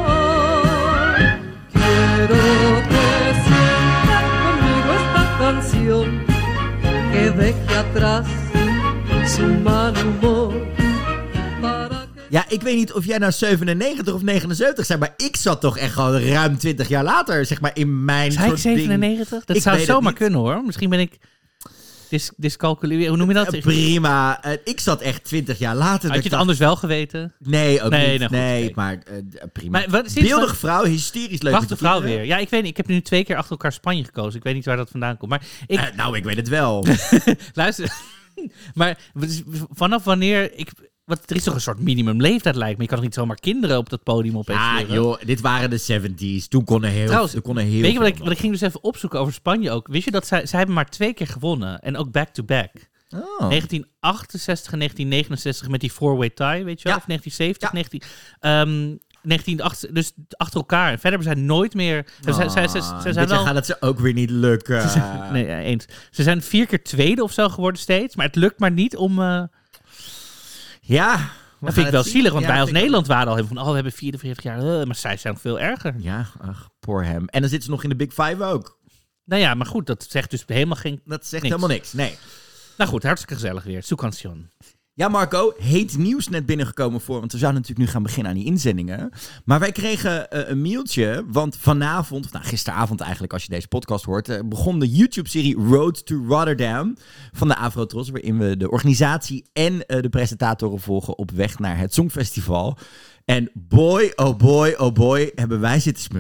Quiero que sientas conmigo esta canción, que deje atrás su mal humor. Para que... Ja, ik weet niet of jij nou zevenennegentig of negenenzeventig zei, maar ik zat toch echt gewoon ruim twintig jaar later, zeg maar, in mijn Zei ik soort ding. zevenennegentig? Dat Ik zou weet het zomaar niet. kunnen, hoor. Misschien ben ik dis discalculeerd. Hoe noem je dat? Eh, prima. Eh, ik zat echt twintig jaar later. dat Had je ik het dacht, anders wel geweten? Nee, ook Nee, niet. nou goed, nee, oké. maar eh, prima. Maar wat- sinds Beeldige wat- vrouw, hysterisch leuk. Wacht met de die vrouw kinderen. weer. Ja, ik weet niet. Ik heb nu twee keer achter elkaar Spanje gekozen. Ik weet niet waar dat vandaan komt. Maar ik... Eh, nou, ik weet het wel. Luister. Maar vanaf wanneer... Ik, wat, er is toch een soort minimumleeftijd, lijkt me. Je kan toch niet zomaar kinderen op dat podium opeens Ja, leren? joh, dit waren de zeventies. Toen kon er heel, Trouwens, er kon er heel Weet je wat veel ik, wat ik ging dus even opzoeken over Spanje ook? Wist je dat zij... Zij hebben maar twee keer gewonnen. En ook back-to-back. Oh. negentien achtenzestig en negentien negenenzestig met die four-way tie, weet je wel? Ja. Of negentien zeventig, Ja. negentien... Um, negentien achtenzestig, dus achter elkaar. En verder hebben zij nooit meer... Zij, zij, zij, zij, Ah, zij dit zijn jaar wel... gaat het ze ook weer niet lukken. Ze zijn, nee, ja, eens. Ze zijn vier keer tweede of zo geworden steeds. Maar het lukt maar niet om... Uh, Ja. we dat gaan vind ik wel het zien. zielig. Want Ja, wij als vind ik- Nederland waren al heel van... Oh, we hebben vierenveertig jaar. Uh, maar zij zijn nog veel erger. Ja, ach, poor hem. En dan zitten ze nog in de Big Five ook. Nou ja, maar goed. Dat zegt dus helemaal geen... Dat zegt Niks. helemaal niks. Nee. Nou goed, hartstikke gezellig weer. Su Canción. Ja, Marco, heet nieuws net binnengekomen voor, want we zouden natuurlijk nu gaan beginnen aan die inzendingen. Maar wij kregen uh, een mailtje, want vanavond, of nou gisteravond eigenlijk als je deze podcast hoort, uh, begon de YouTube-serie Road to Rotterdam van de Afrotros, waarin we de organisatie en uh, de presentatoren volgen op weg naar het Songfestival. En boy, oh boy, oh boy, hebben wij zitten smullen.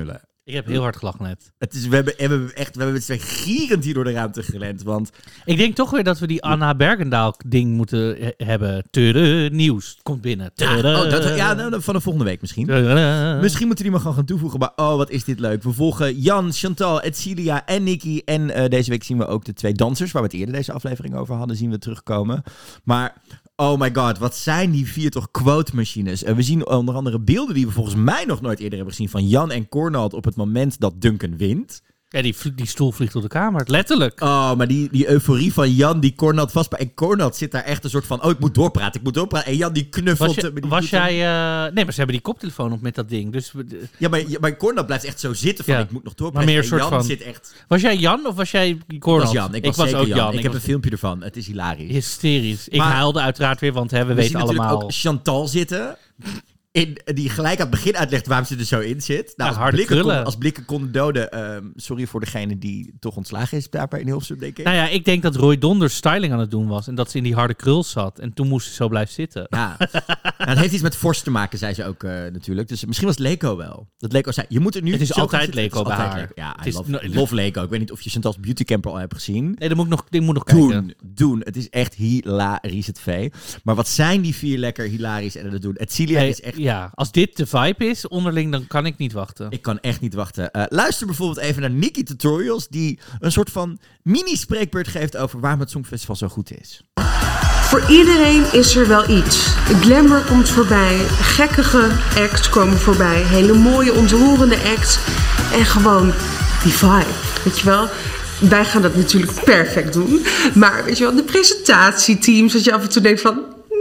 Ik heb heel hard gelachen net. Het is, we, hebben, we hebben echt, we hebben het twee gierend hier door de ruimte gerend. Want Ik denk toch weer dat we die Anna Bergendaal ding moeten he- hebben. Tere, nieuws komt binnen. ja, Tere, oh, dat, ja, nou, van de volgende week misschien. tere. Misschien moeten die maar gewoon gaan toevoegen. Maar oh, wat is dit leuk. We volgen Jan, Chantal, Edcilia en Nicky. En uh, deze week zien we ook de twee dansers, waar we het eerder deze aflevering over hadden, zien we terugkomen. Maar oh my god, wat zijn die vier toch quote-machines. Uh, we zien onder andere beelden die we volgens mij nog nooit eerder hebben gezien van Jan en Cornald op het moment dat Duncan wint. Ja, die, vlie- die stoel vliegt door de kamer. Letterlijk. Oh, maar die, die euforie van Jan die Cornald vastpakt. En Cornald zit daar echt een soort van, oh, ik moet doorpraten, ik moet doorpraten. En Jan die knuffelt. Was, je- met die was voeten. jij... eh, Nee, maar ze hebben die koptelefoon op met dat ding. Dus we- Ja, maar, ja, maar Cornald blijft echt zo zitten van, Ja. ik moet nog doorpraten. Maar meer En een soort Jan van- zit echt... was jij Jan of was jij Ik Cornald? was Jan, ik was, zeker ook Jan. Jan. Ik, Ik heb was een filmpje ervan, het is hilarisch. hysterisch. Ik Maar- huilde uiteraard weer, want hè, we, We weten zien natuurlijk allemaal... ook Chantal zitten. In, die gelijk aan het begin uitlegt waarom ze er zo in zit. Nou, Ja, als, harde blikken kon, krullen. als blikken konden doden... ehm, sorry voor degene die toch ontslagen is daarbij in Hilversum, denk ik. Nou ja, ik denk dat Roy Donders styling aan het doen was. En dat ze in die harde krul zat. En toen moest ze zo blijven zitten. Ja. Nou, het heeft iets met Force te maken, zei ze ook uh, natuurlijk. Dus misschien was het Leko wel. Dat Leko zei, je moet er nu... Het is zo altijd gaan zitten. Leko Het is bij altijd haar. Leko. Ja, Het I is love, no- love Leko. Ik weet niet of je Chantal's Beauty Camper al hebt gezien. Nee, dat moet ik nog, ik moet nog kijken. Doen, doen. Het is echt hilarisch, het vee. Maar wat zijn die vier lekker hilarisch en dat doen. Het Celia Hey, is echt... Ja, als dit de vibe is onderling, dan kan ik niet wachten. Ik kan echt niet wachten. Uh, luister bijvoorbeeld even naar Nikki Tutorials, die een soort van mini-spreekbeurt geeft over waarom het Songfestival zo goed is. Voor iedereen is er wel iets. Glamour komt voorbij, gekkige acts komen voorbij, hele mooie, ontroerende acts en gewoon die vibe, weet je wel. Wij gaan dat natuurlijk perfect doen, maar weet je wel, de presentatieteams, dat je af en toe denkt van...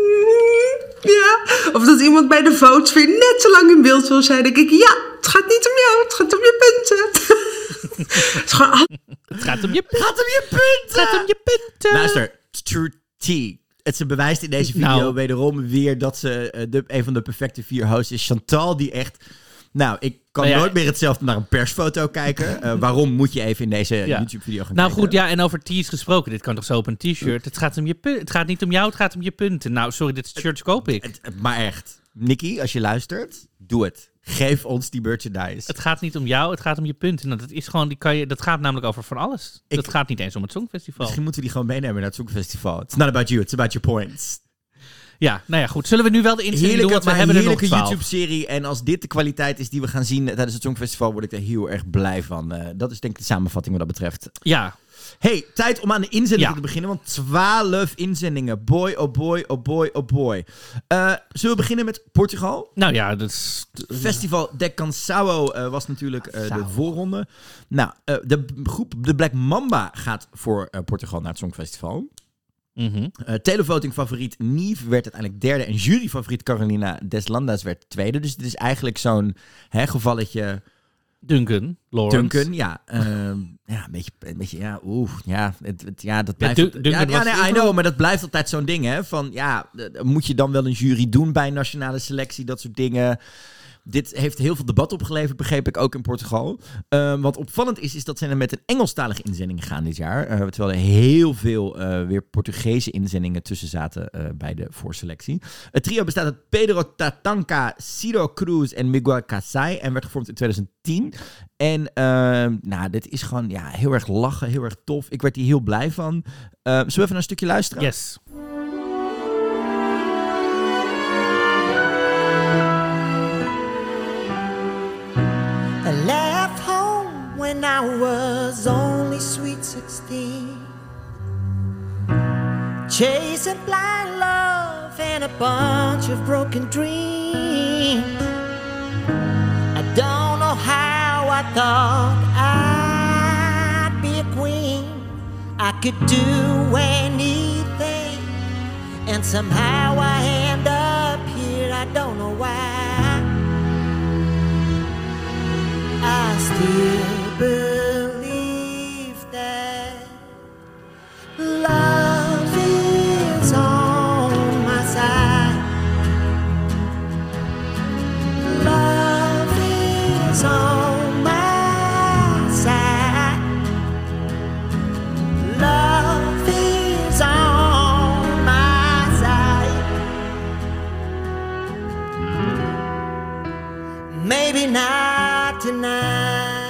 mm, ja, of dat iemand bij de votes weer net te lang in beeld wil zijn, denk ik, ja, het gaat niet om jou, het gaat om je punten. Het is gewoon... Het gaat om je punten. Gaat om je punten! Het gaat om je punten. Luister, True T. Het ze bewijst in deze video Nou. wederom weer dat ze uh, de, een van de perfecte vier hosts is. Chantal, die echt... Nou, ik kan Nou ja, nooit meer hetzelfde naar een persfoto kijken. Uh, waarom moet je even in deze Ja. YouTube-video gaan Nou kijken? goed, ja, en over tees gesproken. Dit kan toch zo op een t-shirt? Het gaat om je punten. Het gaat niet om jou, het gaat om je punten. Nou, sorry, dit shirt koop ik. Het- het- maar echt, Nikki, als je luistert, doe het. Geef ons die merchandise. Het gaat niet om jou, het gaat om je punten. Nou, dat is gewoon, die kan je, dat gaat namelijk over van alles. Ik- dat gaat niet eens om het Songfestival. Misschien moeten we die gewoon meenemen naar het Songfestival. It's not about you, it's about your points. Ja, nou ja, goed. Zullen we nu wel de instelling doen? Heerlijke, Want we maar hebben er nog heerlijke twaalf. YouTube-serie. En als dit de kwaliteit is die we gaan zien tijdens het Songfestival, word ik er heel erg blij van. Uh, dat is denk ik de samenvatting wat dat betreft. Ja, Hey, tijd om aan de inzendingen Ja. te beginnen. Want twaalf inzendingen. Boy, oh boy, oh boy, oh boy. Uh, zullen we beginnen met Portugal? nou ja, dat is... Festival de Canção uh, was natuurlijk uh, de Canção. voorronde. Nou, uh, de groep de Black Mamba gaat voor uh, Portugal naar het Songfestival. Mhm. Uh, televoting favoriet Nive werd uiteindelijk derde. En juryfavoriet Carolina Deslandas werd tweede. Dus dit is eigenlijk zo'n hè, gevalletje... Duncan, Lawrence. Duncan, ja. Uh, ja, een beetje, een beetje, ja, oeh, ja, het, het, ja, dat blijft... Dun- altijd- Duncan ja, ja, was- nee, I know, maar dat blijft altijd zo'n ding, hè. Van, ja, uh, moet je dan wel een jury doen bij een nationale selectie, dat soort dingen. Dit heeft heel veel debat opgeleverd, begreep ik, ook in Portugal. Uh, wat opvallend is, is dat ze er met een Engelstalige inzending gaan dit jaar. Uh, terwijl er heel veel uh, weer Portugese inzendingen tussen zaten uh, bij de voorselectie. Het trio bestaat uit Pedro Tatanka, Ciro Cruz en Miguel Casai en werd gevormd in twintig tien. En uh, nou, dit is gewoon ja, heel erg lachen, heel erg tof. Ik werd hier heel blij van. Uh, zullen we even naar een stukje luisteren? Yes. I left home when I was only sweet sixteen, chasing blind love and a bunch of broken dreams. I don't know how I thought I'd be a queen. I could do anything, and somehow I end up here. I don't know why. I still believe that love is on my side. Love is on my side. Love is on my side. Maybe not tonight.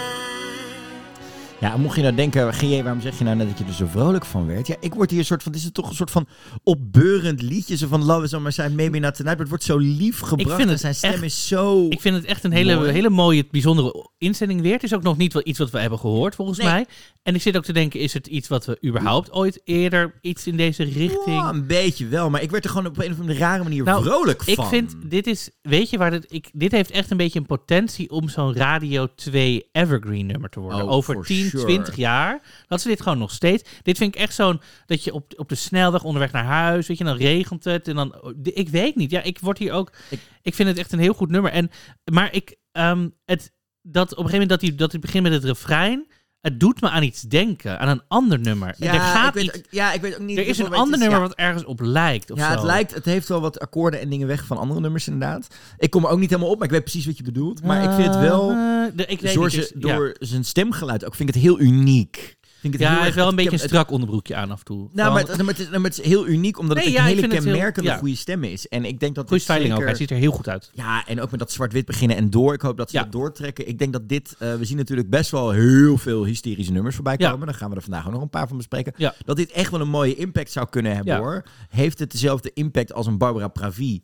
Ja, mocht je nou denken, G J, waarom zeg je nou net dat je er zo vrolijk van werd? Ja, ik word hier een soort van, dit is toch een soort van opbeurend liedje, zo van Love is on my side, maybe not tonight, maar het wordt zo lief gebracht. Ik vind het zijn stem echt, is zo Ik vind het echt een hele, mooi. hele mooie, bijzondere inzending weer. Het is ook nog niet wel iets wat we hebben gehoord, volgens Nee. mij. En ik zit ook te denken, is het iets wat we überhaupt ooit eerder iets in deze richting... Ja, een beetje wel, maar ik werd er gewoon op een of andere rare manier Nou, vrolijk van. Ik vind, dit is, weet je waar dit, ik, dit heeft echt een beetje een potentie om zo'n Radio twee evergreen nummer te worden. Oh, Over for tien, sure. twintig jaar, dat ze dit gewoon nog steeds. Dit vind ik echt zo'n, dat je op, op de snelweg onderweg naar huis, weet je, dan regent het en dan, ik weet niet. Ja, ik word hier ook, Ik- ik, vind het echt een heel goed nummer. En, maar ik, um, het, dat op een gegeven moment dat hij, dat hij begint met het refrein, het doet me aan iets denken, aan een ander nummer. Ja, er gaat ik weet, iets, ja, ik weet ook niet. er is een hoeveel ander het nummer ja. wat ergens op lijkt. Of Ja, zo. het lijkt, het heeft wel wat akkoorden en dingen weg van andere nummers inderdaad. Ik kom er ook niet helemaal op, maar ik weet precies wat je bedoelt. Maar ik vind het wel, Uh, de, ik weet door, niet, ze, is- ja. door zijn stemgeluid ook, vind ik het heel uniek. Vind ik het Ja, heel hij heeft erg- wel een het- beetje een het- strak onderbroekje aan af en toe. Nou, Wel- maar het, maar, het is, maar het is heel uniek, omdat Nee, het ja, een ik hele vind het heel- kenmerkende ja. goede stem is. En ik denk dat Goeie dit styling ook, zeker... hij ziet er heel goed uit. Ja, en ook met dat zwart-wit beginnen en door. Ik hoop dat ze Ja. dat doortrekken. Ik denk dat dit... uh, we zien natuurlijk best wel heel veel hysterische nummers voorbij Ja. komen. Daar gaan we er vandaag ook nog een paar van bespreken. Ja. Dat dit echt wel een mooie impact zou kunnen hebben, Ja. hoor. Heeft het dezelfde impact als een Barbara Pravi?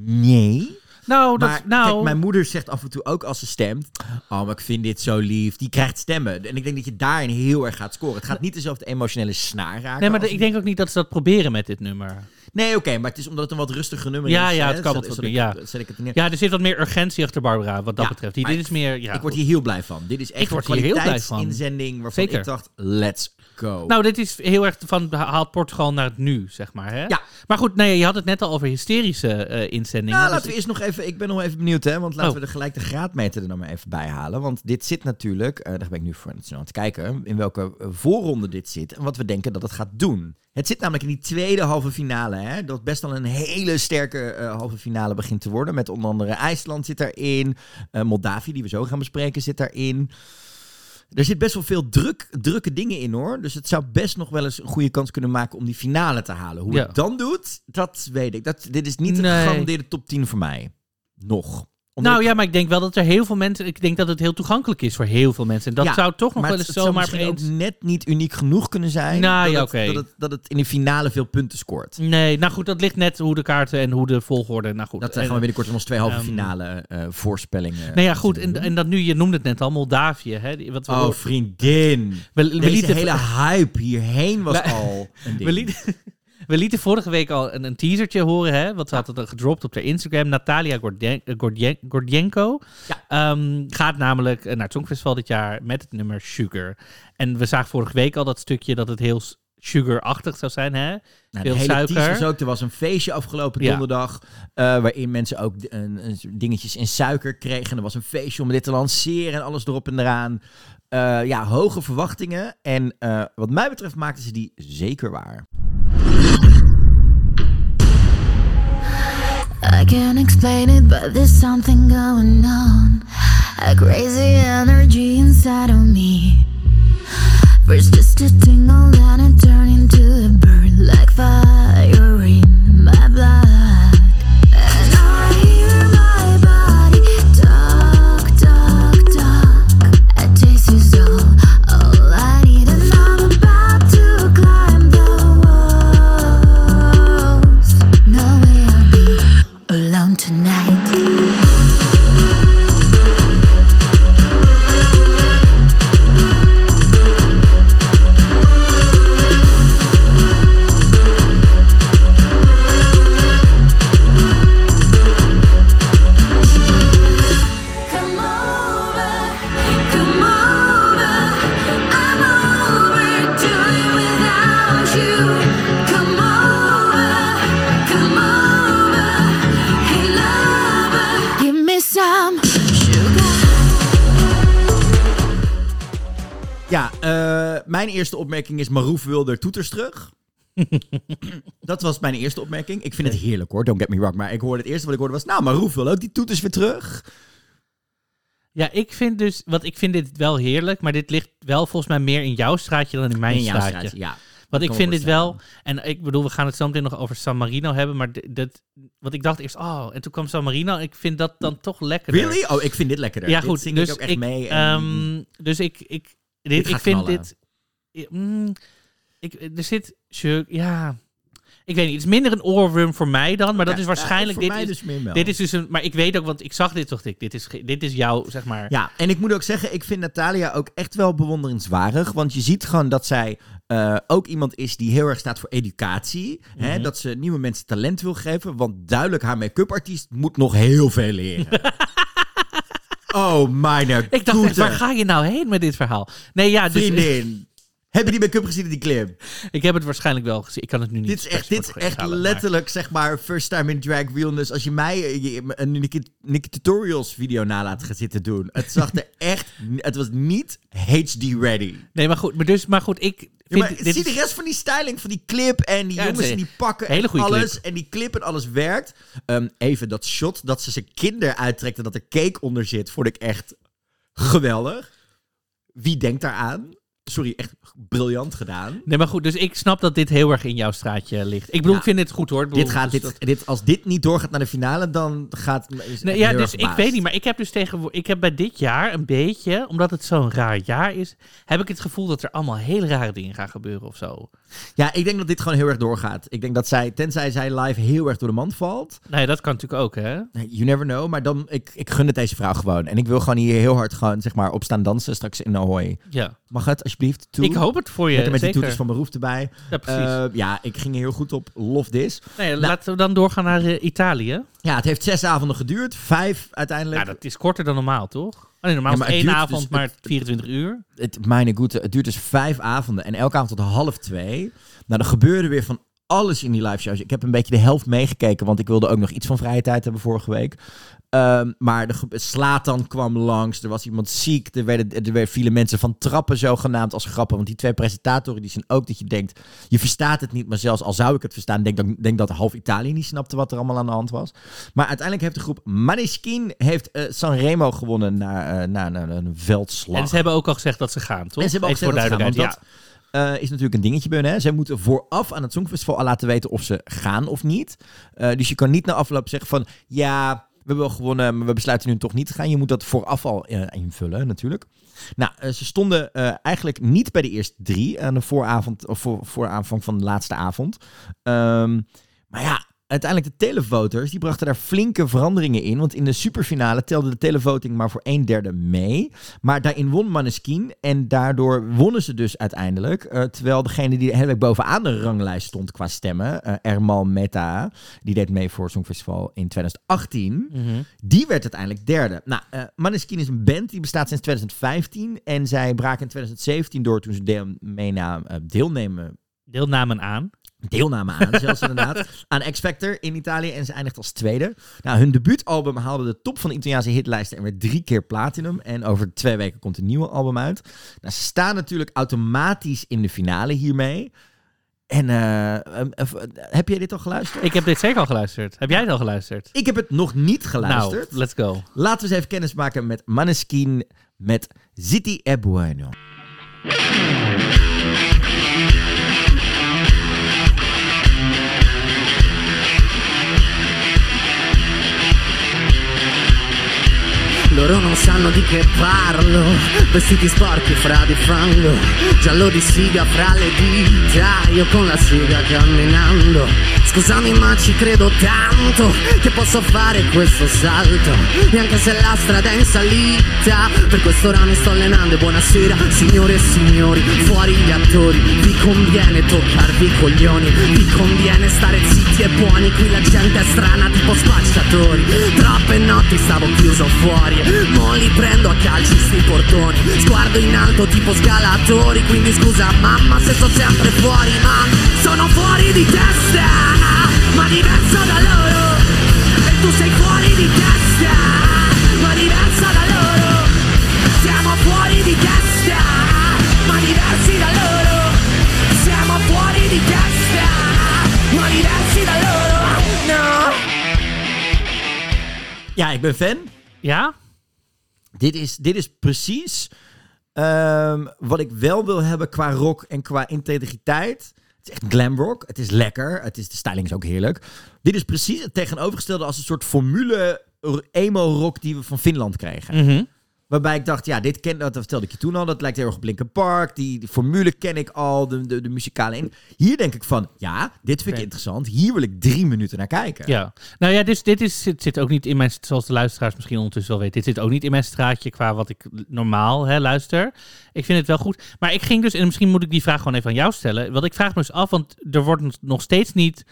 Nee. Nou, dat, Maar nou kijk, mijn moeder zegt af en toe ook als ze stemt... Oh, maar ik vind dit zo lief. Die krijgt stemmen. En ik denk dat je daarin heel erg gaat scoren. Het gaat niet dezelfde emotionele snaar raken. nee, maar de- als ik denk ook niet dat ze dat proberen met dit nummer. Nee, oké, maar het is omdat het een wat rustiger nummer Ja, is. ja, hè? het kan Zet- wat wat zet meer, ik- ja. zet ik het neer. Ja, er zit wat meer urgentie achter Barbara, wat dat Ja, betreft. Die, maar dit is meer, ja. Ik word hier heel blij van. Dit is echt Ik word een hier heel blij van. kwaliteitsinzending waarvan Zeker. ik dacht, let's go. Nou, dit is heel erg van haalt Portugal naar het nu, zeg maar. Hè? Ja. Maar goed, nee, je had het net al over hysterische eh, inzendingen. Nou, Dus laten we eerst nog even... Ik ben nog even benieuwd, hè. Want laten Oh. we er gelijk de graadmeter er dan maar even bij halen. Want dit zit natuurlijk... eh, daar ben ik nu voor snel aan het kijken. In welke eh, voorronde dit zit. En wat we denken dat het gaat doen. Het zit namelijk in die tweede halve finale, hè. Dat best wel een hele sterke eh, halve finale begint te worden. Met onder andere IJsland zit daarin. Uh, Moldavië, die we zo gaan bespreken, zit daarin. Er zit best wel veel druk, drukke dingen in, hoor. Dus het zou best nog wel eens een goede kans kunnen maken om die finale te halen. Hoe Ja. het dan doet, dat weet ik. Dat, dit is niet een Nee. gegarandeerde top tien voor mij. Nog. Omdat Nou ik- ja, maar ik denk wel dat er heel veel mensen... Ik denk dat het heel toegankelijk is voor heel veel mensen. En dat Ja, zou toch nog maar wel het- eens het zou zomaar misschien opeens... ook net niet uniek genoeg kunnen zijn. Nou, dat, ja, het, oké. dat, het, dat het in de finale veel punten scoort. Nee, nou goed, dat ligt net hoe de kaarten en hoe de volgorde... Nou goed. Dat zijn En- gewoon binnenkort in ons twee halve Ehm, finale eh, voorspellingen. Nou ja, goed. En, doen. en dat nu, je noemde het net al, Moldavië. Hè, die- wat we Oh, hoor- vriendin. we, we Deze lieten, hele hype hierheen was We- al een ding. we, lieten, we lieten vorige week al een, een teasertje horen, hè? Want ze had het al gedropt op haar Instagram. Natalia Gordien- eh, Gordien- Gordienko Ehm, gaat namelijk naar het Songfestival dit jaar met het nummer Sugar. En we zagen vorige week al dat stukje dat het heel s- sugar-achtig zou zijn, hè? Nou, de Veel hele suiker. teasers ook. Er was een feestje afgelopen Ja. donderdag. eh, waarin mensen ook d- een, een dingetjes in suiker kregen. En er was een feestje om dit te lanceren. En alles erop en eraan. Eh, ja, hoge verwachtingen. En eh, wat mij betreft maakten ze die zeker waar. I can't explain it, but there's something going on. A crazy energy inside of me. First just a tingle, then it turned into a bird, like fire in my blood. And I hear my body talk, talk, talk. A taste is all, all I need, and I'm about to climb the walls. No way I'll be alone tonight. Come over, come over. I'm overdoing without you. Come over, come over. Hey lover, give me some sugar. Ja, eh, mijn eerste opmerking is Marouf wil er toeters terug. Dat was mijn eerste opmerking. Ik vind het heerlijk, hoor. Don't get me wrong. Maar ik hoorde het eerste wat ik hoorde was... Nou, Marouf wil ook die toeters weer terug. Ja, ik vind dus... Want ik vind dit wel heerlijk, maar dit ligt wel volgens mij meer in jouw straatje dan in mijn In jouw straatje. straatje, ja. Want Ik ik kan me vind dit wel... En ik bedoel, we gaan het zo meteen nog over San Marino hebben, maar d- dat... Want ik dacht eerst, oh, en toen kwam San Marino. Ik vind dat dan toch lekkerder. Really? Oh, ik vind dit lekkerder. Ja, Dit goed. zing Dus ik ook echt ik, mee. En... ehm, dus ik, ik, dit, Dit ik gaat vind knallen. dit... Ja, mm, ik, er zit... Ja... Ik weet niet, het is minder een oorworm voor mij dan, maar dat Ja, is waarschijnlijk... ja, voor dit, mij is, dus meer wel. dit is dus een... Maar ik weet ook, want ik zag dit toch, ik, dit is, ge- dit is jouw, zeg maar... Ja, en ik moet ook zeggen, ik vind Natalia ook echt wel bewonderenswaardig. Want je ziet gewoon dat zij uh, ook iemand is die heel erg staat voor educatie. Mm-hmm. Hè, dat ze nieuwe mensen talent wil geven. Want duidelijk, haar make-up artiest moet nog heel veel leren. Oh, mijn Ik dacht echt, waar ga je nou heen met dit verhaal? Nee, ja, dus... Vriendin. Heb je die make-up gezien in die clip? Ik heb het waarschijnlijk wel gezien. Ik kan het nu niet... Dit is echt, dit is echt letterlijk, zeg maar, first time in drag realness. Als je mij uh, je- een Nikki, Nikki Tutorials video na laat gaan zitten doen. Het zag er echt... Het was niet H D ready. Nee, maar goed, maar, dus, maar goed, ik... Ja, Vind, maar dit zie is- de rest van die styling van die clip en die Ja, het jongens is en die pakken hele en goede alles. clip. En die clip en alles werkt. Um, even dat shot dat ze zijn kinder uittrekt en dat er cake onder zit, vond ik echt geweldig. Wie denkt daaraan? Sorry, echt briljant gedaan. Nee, maar goed, dus ik snap dat dit heel erg in jouw straatje ligt. Ik bedoel, Ja. ik vind dit goed hoor. Ik bedoel, Dit gaat, dus dit, dat- dit, als dit niet doorgaat naar de finale, dan gaat... Is het Nee, echt ja, heel dus erg ik verbaasd. weet niet, maar ik heb dus tegenwoordig, ik heb bij dit jaar een beetje, omdat het zo'n raar jaar is, heb ik het gevoel dat er allemaal hele rare dingen gaan gebeuren of zo. Ja, ik denk dat dit gewoon heel erg doorgaat. Ik denk dat zij, tenzij zij live heel erg door de mand valt... Nee, dat kan natuurlijk ook, hè? You never know, maar dan, ik, ik gun het deze vrouw gewoon. En ik wil gewoon hier heel hard gewoon, zeg maar, op staan dansen straks in Ahoy. Ja. Mag het, alsjeblieft? Toe. Ik hoop het voor je, Lekker met zeker. die toeters van Beroef erbij. Ja, precies. Uh, ja, ik ging er heel goed op. Love this. Nee, Nou, laten we dan doorgaan naar uh, Italië. Ja, het heeft zes avonden geduurd. Vijf uiteindelijk. Nou, dat is korter dan normaal, toch? Oh, nee, normaal Ja, is maar het het één duurt avond, dus- maar het- vierentwintig uur. Het, mijn goede, het duurt dus vijf avonden. En elke avond tot half twee. Nou, er gebeurde weer van alles in die live shows. Ik heb een beetje de helft meegekeken, want ik wilde ook nog iets van vrije tijd hebben vorige week. Um, maar de ge- Slatan kwam langs, er was iemand ziek, er, werden, er werden, vielen mensen van trappen zogenaamd als grappen. Want die twee presentatoren die zijn ook dat je denkt, je verstaat het niet, maar zelfs al zou ik het verstaan, denk, dat, denk dat half Italië niet snapte wat er allemaal aan de hand was. Maar uiteindelijk heeft de groep Maneskin heeft uh, Sanremo gewonnen na, uh, na, na een veldslag. En ze hebben ook al gezegd dat ze gaan, toch? En ze hebben ook Even voor gezegd dat ze gaan, duidelijkheid, want dat uh, is natuurlijk een dingetje bij hun. Hè? Zij moeten vooraf aan het Songfestival al laten weten of ze gaan of niet. Uh, dus je kan niet na afloop zeggen van, ja, we hebben wel gewonnen, maar we besluiten nu toch niet te gaan. Je moet dat vooraf al uh, invullen, natuurlijk. Nou, uh, ze stonden uh, eigenlijk niet bij de eerste drie aan de vooravond, of voor, vooravond van de laatste avond. Um, maar ja, uiteindelijk de televoters, die brachten daar flinke veranderingen in. Want in de superfinale telde de televoting maar voor een derde mee. Maar daarin won Maneskin. En daardoor wonnen ze dus uiteindelijk. Uh, terwijl degene die de hele week bovenaan de ranglijst stond qua stemmen, uh, Ermal Meta, die deed mee voor het Songfestival in twintig achttien. Mm-hmm. Die werd uiteindelijk derde. Nou, uh, Maneskin is een band die bestaat sinds twintig vijftien. En zij braken in twintig zeventien door toen ze deel, meena, uh, deelnemen... Deelnamen aan. Deelname aan, zelfs inderdaad. Aan X-Factor in Italië. En ze eindigt als tweede. Nou, hun debuutalbum haalde de top van de Italiaanse hitlijsten en werd drie keer platinum. En over twee weken komt een nieuwe album uit. Nou, ze staan natuurlijk automatisch in de finale hiermee. En uh, uh, uh, heb jij dit al geluisterd? Ik heb dit zeker al geluisterd. Heb jij het al geluisterd? Ik heb het nog niet geluisterd. Nou, let's go. Laten we eens even kennis maken met Maneskin met Ziti e Bueno. Loro non sanno di che parlo, vestiti sporchi fra di fango, giallo di siga fra le dita, io con la siga camminando. Scusami ma ci credo tanto che posso fare questo salto, e anche se la strada è in salita, per quest'ora mi sto allenando. E buonasera signore e signori, fuori gli attori, vi conviene toccarvi i coglioni, vi conviene stare zitti e buoni, qui la gente è strana tipo spacciatori. Troppe notti stavo chiuso fuori, mo li prendo a calci sti portoni, sguardo in alto tipo scalatori, quindi scusa mamma se sto sempre fuori, ma sono fuori di testa, ma diverso da loro, e tu sei fuori di testa, ma diversa da loro, siamo fuori di testa, ma diversi da loro, siamo fuori di testa, ma diversi da loro, no. Ja, ik ben fan. Ja? Dit is, dit is precies um, wat ik wel wil hebben qua rock en qua integriteit. Het is echt glam rock. Het is lekker. Het is, de styling is ook heerlijk. Dit is precies het tegenovergestelde als een soort formule emo rock die we van Finland kregen. Mm-hmm. Waarbij ik dacht, ja, dit ken, dat vertelde ik je toen al. Dat lijkt heel erg op Linkin Park. Die, die formule ken ik al, de, de, de muzikale. En hier denk ik van, ja, dit vind ik Okay. interessant. Hier wil ik drie minuten naar kijken. Ja, nou ja, dus dit is, zit, zit ook niet in mijn, zoals de luisteraars misschien ondertussen wel weten, dit zit ook niet in mijn straatje qua wat ik normaal hè, luister. Ik vind het wel goed. Maar ik ging dus, en misschien moet ik die vraag gewoon even aan jou stellen. Want ik vraag me dus af, want er wordt nog steeds niet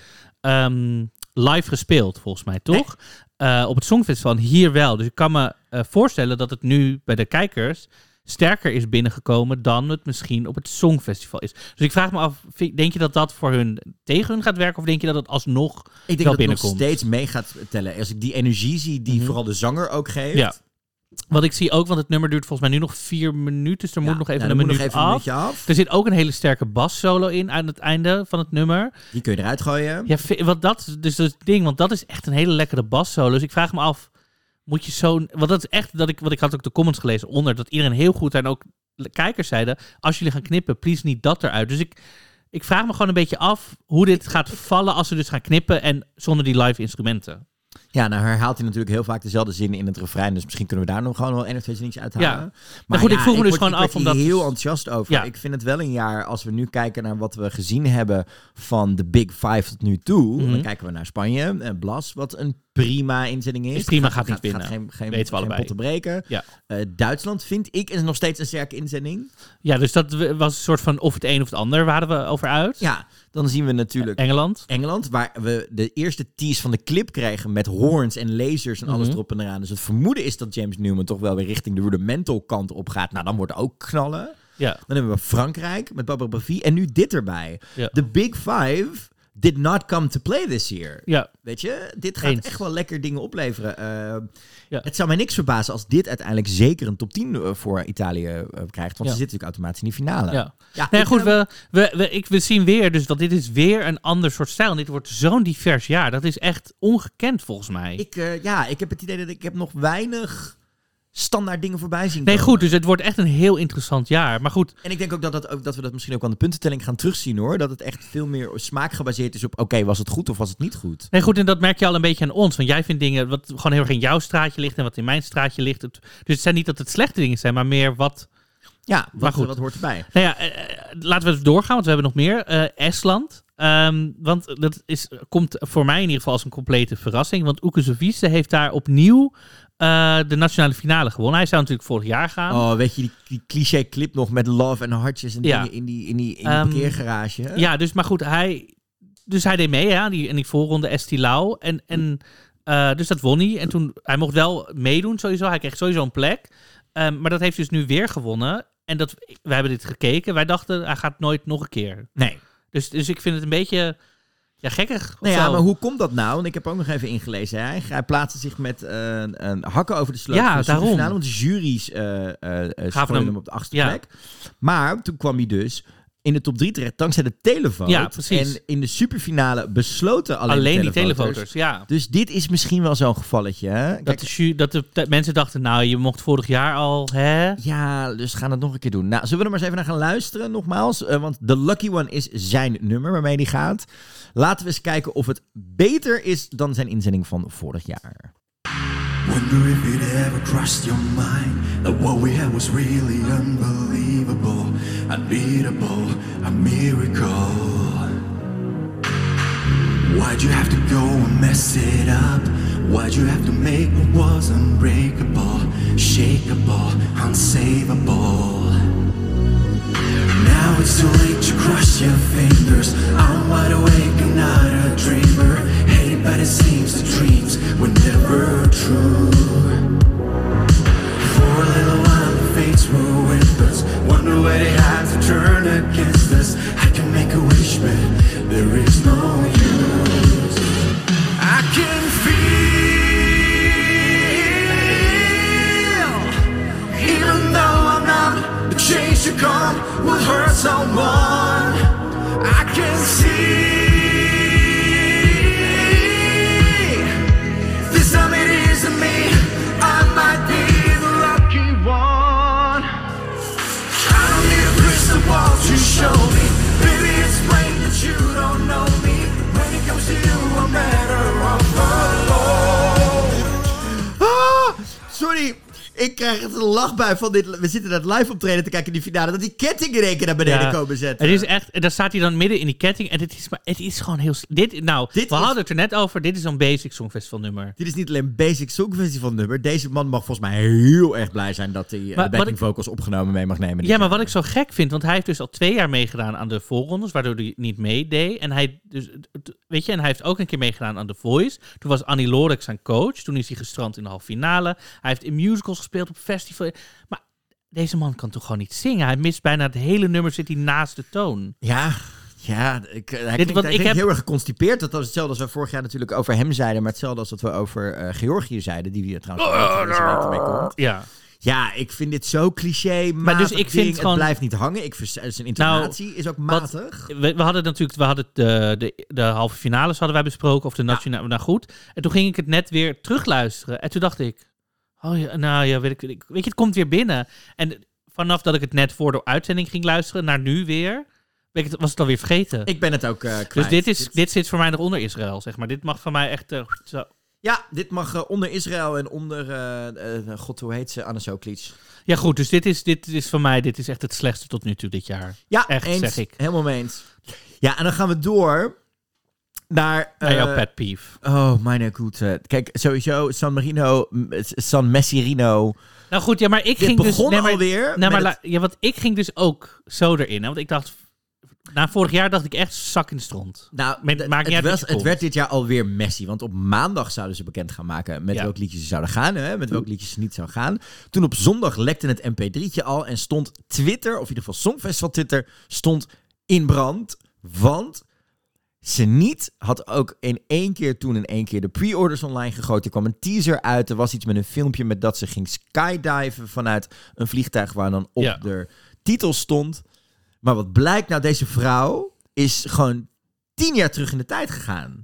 um, live gespeeld, volgens mij, toch? Nee. Uh, op het Songfestival, hier wel. Dus ik kan me uh, voorstellen dat het nu bij de kijkers sterker is binnengekomen dan het misschien op het Songfestival is. Dus ik vraag me af, denk je dat dat voor hun tegen hun gaat werken of denk je dat het alsnog Ik denk wel dat het binnenkomt? nog steeds mee gaat tellen. Als ik die energie zie die Mm-hmm. vooral de zanger ook geeft. Ja. Wat ik zie ook, want het nummer duurt volgens mij nu nog vier minuten. Dus er Ja, moet nog even nou, een er moet minuut nog even een af. minuutje af. Er zit ook een hele sterke bassolo in aan het einde van het nummer. Die kun je eruit gooien. Ja, vi- wat dat, dus dat is het ding, want dat is echt een hele lekkere bassolo. Dus ik vraag me af, moet je zo'n... Want dat is echt, dat ik, wat ik had ook de comments gelezen onder, dat iedereen heel goed en ook kijkers zeiden, als jullie gaan knippen, please niet dat eruit. Dus ik, ik vraag me gewoon een beetje af hoe dit gaat vallen als ze dus gaan knippen en zonder die live instrumenten. Ja, nou herhaalt hij natuurlijk heel vaak dezelfde zin in het refrein. Dus misschien kunnen we daar nog gewoon wel één of twee zinnetjes uithalen. Ja. Maar, Maar goed, ja, ik vroeg me dus word- gewoon ik af word hier omdat- heel enthousiast over. Ja. Ik vind het wel een jaar, als we nu kijken naar wat we gezien hebben van de Big Five tot nu toe. Mhm. Dan kijken we naar Spanje en Blas, wat een prima inzending is. Is prima, Het gaat niet Gaat winnen. geen, geen, Weten we geen allebei. pot te breken. Ja. Uh, Duitsland vind ik is nog steeds een sterke inzending. Ja, dus dat was een soort van of het een of het ander waren we over uit. Ja, dan zien we natuurlijk Engeland. Engeland, waar we de eerste tease van de clip kregen met horns en lasers en alles Mhm. erop en eraan. Dus het vermoeden is dat James Newman toch wel weer richting de rudimental kant op gaat. Nou, dan wordt er ook knallen. Ja. Dan hebben we Frankrijk met Barbara Pravi en nu dit erbij. Ja. De Big Five did not come to play this year. Ja. Weet je, dit gaat Eens. echt wel lekker dingen opleveren. Uh, Ja. Het zou mij niks verbazen als dit uiteindelijk zeker een top tien uh, voor Italië uh, krijgt. Want Ja. ze zitten natuurlijk automatisch in die finale. Ja. Ja, Nee, ik, goed, uh, we, we, we, ik, we zien weer, dus dat dit is weer een ander soort stijl. En dit wordt zo'n divers jaar. Dat is echt ongekend volgens mij. Ik, uh, ja, ik heb het idee dat ik heb nog weinig standaard dingen voorbij zien nee, komen. goed, dus het wordt echt een heel interessant jaar. Maar goed, En ik denk ook dat, dat, ook dat we dat misschien ook aan de puntentelling gaan terugzien, hoor. Dat het echt veel meer smaakgebaseerd is op, oké, was het goed of was het niet goed? nee, goed, en dat merk je al een beetje aan ons. Want jij vindt dingen wat gewoon heel erg in jouw straatje ligt en wat in mijn straatje ligt. Het, dus het zijn niet dat het slechte dingen zijn, maar meer wat... Ja, Maar wat, goed. wat hoort erbij? Nou ja, eh, laten we even doorgaan, want we hebben nog meer. Eh, Estland. Um, want dat is, komt voor mij in ieder geval als een complete verrassing. Want Uke Sovise heeft daar opnieuw uh, de nationale finale gewonnen. Hij zou natuurlijk vorig jaar gaan. Oh, weet je die, die cliché clip nog met love en hartjes en Ja. dingen in die, in die, in die Um, parkeergarage? hè? Ja, dus maar goed, hij, dus hij deed mee ja, die, in die voorronde Estilau. En, en uh, dus dat won hij. En toen, hij mocht wel meedoen sowieso. Hij kreeg sowieso een plek. Um, maar dat heeft dus nu weer gewonnen. En dat, wij hebben dit gekeken. Wij dachten, hij gaat nooit nog een keer. Nee. Dus, dus ik vind het een beetje ja, gekkig. of Nou ja, zo. maar hoe komt dat nou? Want ik heb ook nog even ingelezen. Hij, hij plaatste zich met uh, een hakken over de sloot. Ja, van de daarom. superfinale, want de jury's uh, uh, schoten hem- hem op de achtste ja. plek. Maar toen kwam hij dus in de top drie terecht dankzij de televote. Ja, precies. En in de superfinale besloten alleen, Alleen de die televoters. televoters, ja. Dus dit is misschien wel zo'n gevalletje. Hè? Dat, Kijk, de, ju- dat de, de mensen dachten, nou, je mocht vorig jaar al, hè? ja, dus gaan het nog een keer doen. Nou, zullen we er maar eens even naar gaan luisteren, nogmaals. Uh, want The Lucky One is zijn nummer waarmee hij gaat. Laten we eens kijken of het beter is dan zijn inzending van vorig jaar. Wonder if it ever crossed your mind that what we had was really unbelievable, unbeatable, a miracle. Why'd you have to go and mess it up? Why'd you have to make what was unbreakable, shakeable, unsavable? Now it's too late to cross your fingers. I'm wide awake and not a dreamer. Hey, but it seems the dreams were never true. For a little while the fates were with us. Wonder where they had to turn against us. I can make a wish, but there is no use. I can feel, even though I'm not, the change to come will hurt someone. Ik krijg het een lachbui van dit. We zitten naar het live optreden te kijken in die finale. Dat die ketting in één keer naar beneden Ja. komen zetten. Het is echt, daar staat hij dan midden in die ketting. En het is, maar het is gewoon heel... Dit, nou, Dit we is- hadden het er net over. Dit is zo'n basic Songfestival nummer. Dit is niet alleen een basic songfestival nummer. Deze man mag volgens mij heel erg blij zijn dat hij eh, Maar de wat backing ik- vocals opgenomen mee mag nemen. dit Ja, maar jaar. wat ik zo gek vind, want hij heeft dus al twee jaar meegedaan aan de voorrondes, waardoor hij niet meedeed. En hij, dus, weet je, en hij heeft ook een keer meegedaan aan The Voice. Toen was Annie Lorek zijn coach. Toen is hij gestrand in de halve finale. Hij heeft in musicals gespeeld op festival. Maar deze man kan toch gewoon niet zingen? Hij mist bijna het hele nummer, zit hij naast de toon. Ja, ja, ik, hij Dit- klinkt, want hij ik klinkt heb- heel erg geconstipeerd. Dat was hetzelfde als we vorig jaar natuurlijk over hem zeiden. Maar hetzelfde als wat we over uh, Georgië zeiden. Die we trouwens oh, deze week ermee komt. Ja. Ja, ik vind dit zo cliché. Maar dus ik vind ding. gewoon- Het blijft niet hangen. Ik vers- zijn intonatie Nou, is ook wat- matig. We, we hadden natuurlijk we hadden de, de, de halve finales hadden wij besproken, of de nationale. Nou goed. En toen ging ik het net weer terugluisteren. En toen dacht ik, oh ja, nou ja, weet ik, ik- weet je, het komt weer binnen. En vanaf dat ik het net voor de uitzending ging luisteren, naar nu weer, weet ik, het- was het alweer vergeten. Ik ben het ook uh, kwijt. dus dit, is, Dit- dit zit voor mij nog onder Israël, zeg maar. Dit mag van mij echt... eh, zo. Ja, dit mag uh, onder Israël en onder, uh, uh, god, hoe heet ze? Anna Soklic. Ja goed, dus dit is, dit is voor mij dit is echt het slechtste tot nu toe dit jaar. Ja, echt, eens, zeg ik. helemaal mee eens. Ja, en dan gaan we door naar... Naar jouw uh, pet peeve. Oh, mijn goede. Kijk, sowieso San Marino, m- San Messirino. Nou goed, ja, maar ik Dit ging dus... begon nee, maar, alweer Nee, met maar het- la- ja, want ik ging dus ook zo erin. Hè, want ik dacht... Na vorig jaar dacht ik echt zak in de stront. Nou, Met, d- maakt niet het, uit was, wat je het komt. werd dit jaar alweer messy. Want op maandag zouden ze bekend gaan maken met Ja. welk liedje ze zouden gaan. Hè, met welk liedje ze niet zou gaan. Toen op zondag lekte het M P drie'tje al. En stond Twitter, of in ieder geval Songfestival Twitter, stond in brand. Want ze niet had ook in één keer toen in één keer de pre-orders online gegooid. Er kwam een teaser uit. Er was iets met een filmpje met dat ze ging skydiven vanuit een vliegtuig waar dan op Ja. de titel stond. Maar wat blijkt nou, deze vrouw is gewoon tien jaar terug in de tijd gegaan.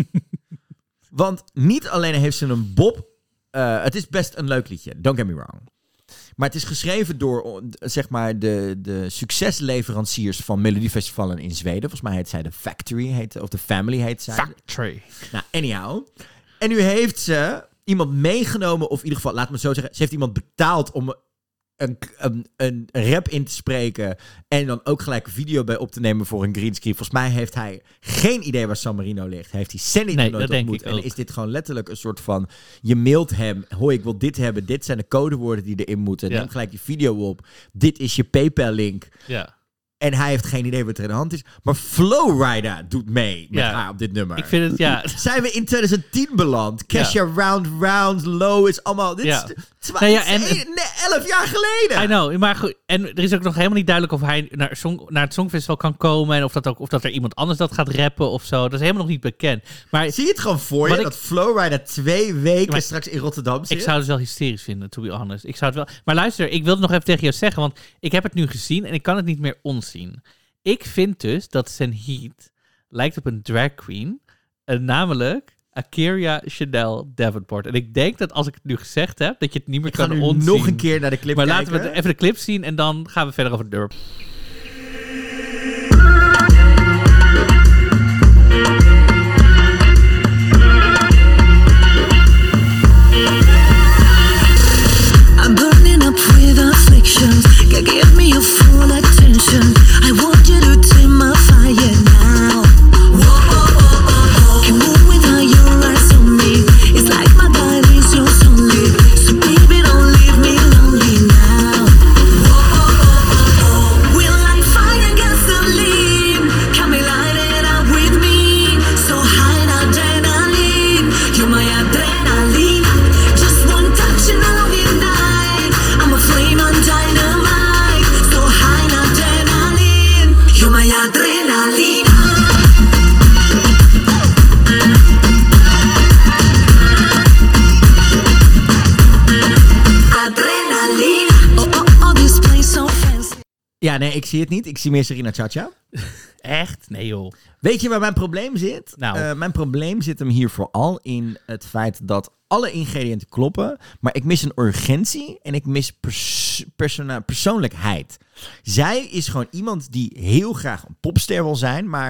Want niet alleen heeft ze een bob... Uh, het is best een leuk liedje, don't get me wrong. Maar het is geschreven door zeg maar, de, de succesleveranciers van Melodiefestivalen in Zweden. Volgens mij heet zij de Factory, heet, of de Family heet zij. Factory. Nou, anyhow. En nu heeft ze iemand meegenomen, of in ieder geval, laat me het zo zeggen, ze heeft iemand betaald om een, een, een rap in te spreken en dan ook gelijk een video bij op te nemen voor een greenscreen. Volgens mij heeft hij geen idee waar San Marino ligt. Heeft hij Sandy Nee, nog nooit dat denk ontmoet. ik ook. En is dit gewoon letterlijk een soort van, je mailt hem, hoi, ik wil dit hebben, dit zijn de codewoorden die erin moeten. Ja. Neem gelijk die video op. Dit is je PayPal-link. Ja. En hij heeft geen idee wat er aan de hand is. Maar Flowrider doet mee met Ja. haar op dit nummer. Ik vind het, ja... Zijn we in twintig tien beland? Kesha Round Round, Low is allemaal... Dit Ja. is twa- Nou ja, en- het is een- nee, elf jaar geleden. I know, maar goed. En er is ook nog helemaal niet duidelijk of hij naar, song, naar het Songfestival kan komen. En of dat, ook, of dat er iemand anders dat gaat rappen of zo. Dat is helemaal nog niet bekend. Maar Zie je het gewoon voor je, Wat ik- dat Flowrider twee weken Maar straks in Rotterdam zit? ik zou het wel hysterisch vinden, to be honest. Ik zou het wel... Maar luister, ik wilde nog even tegen jou zeggen, want ik heb het nu gezien en ik kan het niet meer onzien. Ik vind dus dat Sanheet lijkt op een drag queen, uh, namelijk Akeria Chanel Davenport. En ik denk dat als ik het nu gezegd heb, dat je het niet meer Ik ga kan nu onzien. nog een keer naar de clip Maar kijken. laten we even de clip zien en dan gaan we verder over de Durp. I'm burning up with afflictions. Can't give me your full attention. I want you to tame my fire now. Whoa, whoa, whoa, whoa, whoa. Can move without your eyes on me. It's like my body's yours only. So baby, don't leave me lonely now. Whoa, whoa, whoa, whoa, whoa. We're like fire and gasoline. Can be lighting up with me. So high in adrenaline. You're my adrenaline. Just one touch and I'll ignite. I'm a flame on dynamite. So high in adrenaline. You're my adrenaline. Adrenaline. Oh, oh, oh, this place so fancy. Ja, nee, ik zie het niet. Ik zie meer Serena Chacha. Echt? Nee joh. Weet je waar mijn probleem zit? Nou. Uh, mijn probleem zit hem hier vooral in het feit dat alle ingrediënten kloppen, maar ik mis een urgentie en ik mis pers- persona- persoonlijkheid. Zij is gewoon iemand die heel graag een popster wil zijn, maar